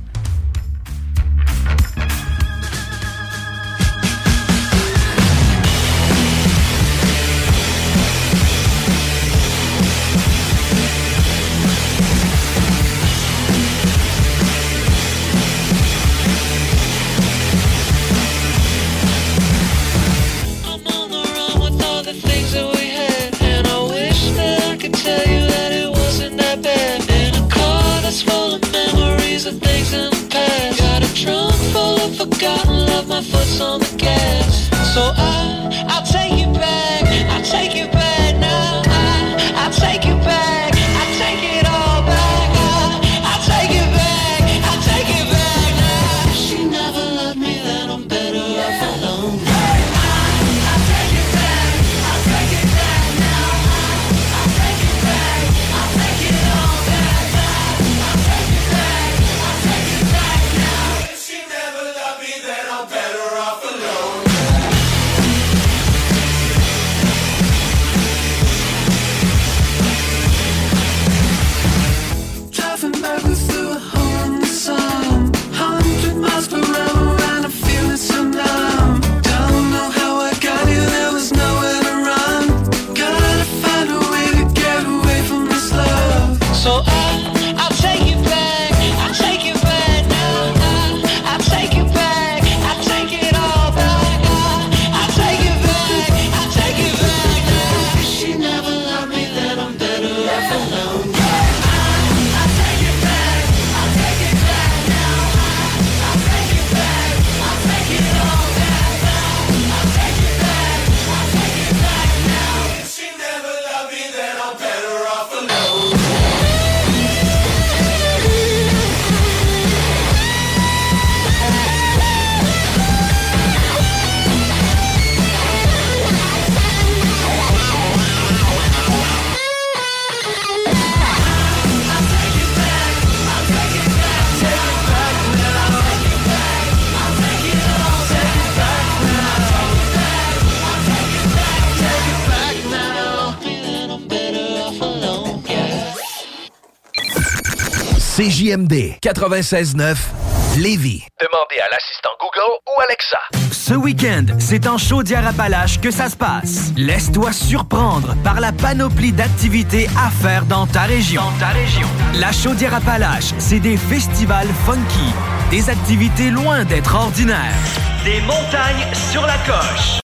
Speaker 3: Forgotten love, my foot's on the gas. So I, I'll take you back, I'll take you back now. I, I'll take you back, I'll take it all back. I, I'll take it back, I'll take it back now. She never loved me, then I'm better off alone. I'll take it back, I'll take it back now. I'll take it back, I'll take it all back. I'll take it back, I'll take it back now. If she never loved me, then I'm better off alone. Driving backwards through a hole in the sun, hundred miles per hour and I'm feeling so numb. Don't know how I got here, there was nowhere to run. Gotta find a way to get away from this love. So I, I'll take you back, I'll take you back now. I, I'll take you back, I'll take it all back. I, I'll take it back, I'll take it back now. If she never loved me, then I'm better off alone. I'll take it back, I'll take it back now. I'll take it back, I'll take it all back. I'll take it back, I'll take it back now. If she never loved me, then I'm better off alone.
Speaker 14: C J M D quatre-vingt-seize neuf Lévis.
Speaker 4: Demandez à l'assistant Google ou Alexa. Ce week-end, c'est en Chaudière-Appalaches que ça se passe. Laisse-toi surprendre par la panoplie d'activités à faire dans ta région. Dans ta région. La Chaudière-Appalaches, c'est des festivals funky, des activités loin d'être ordinaires. Des montagnes sur la coche.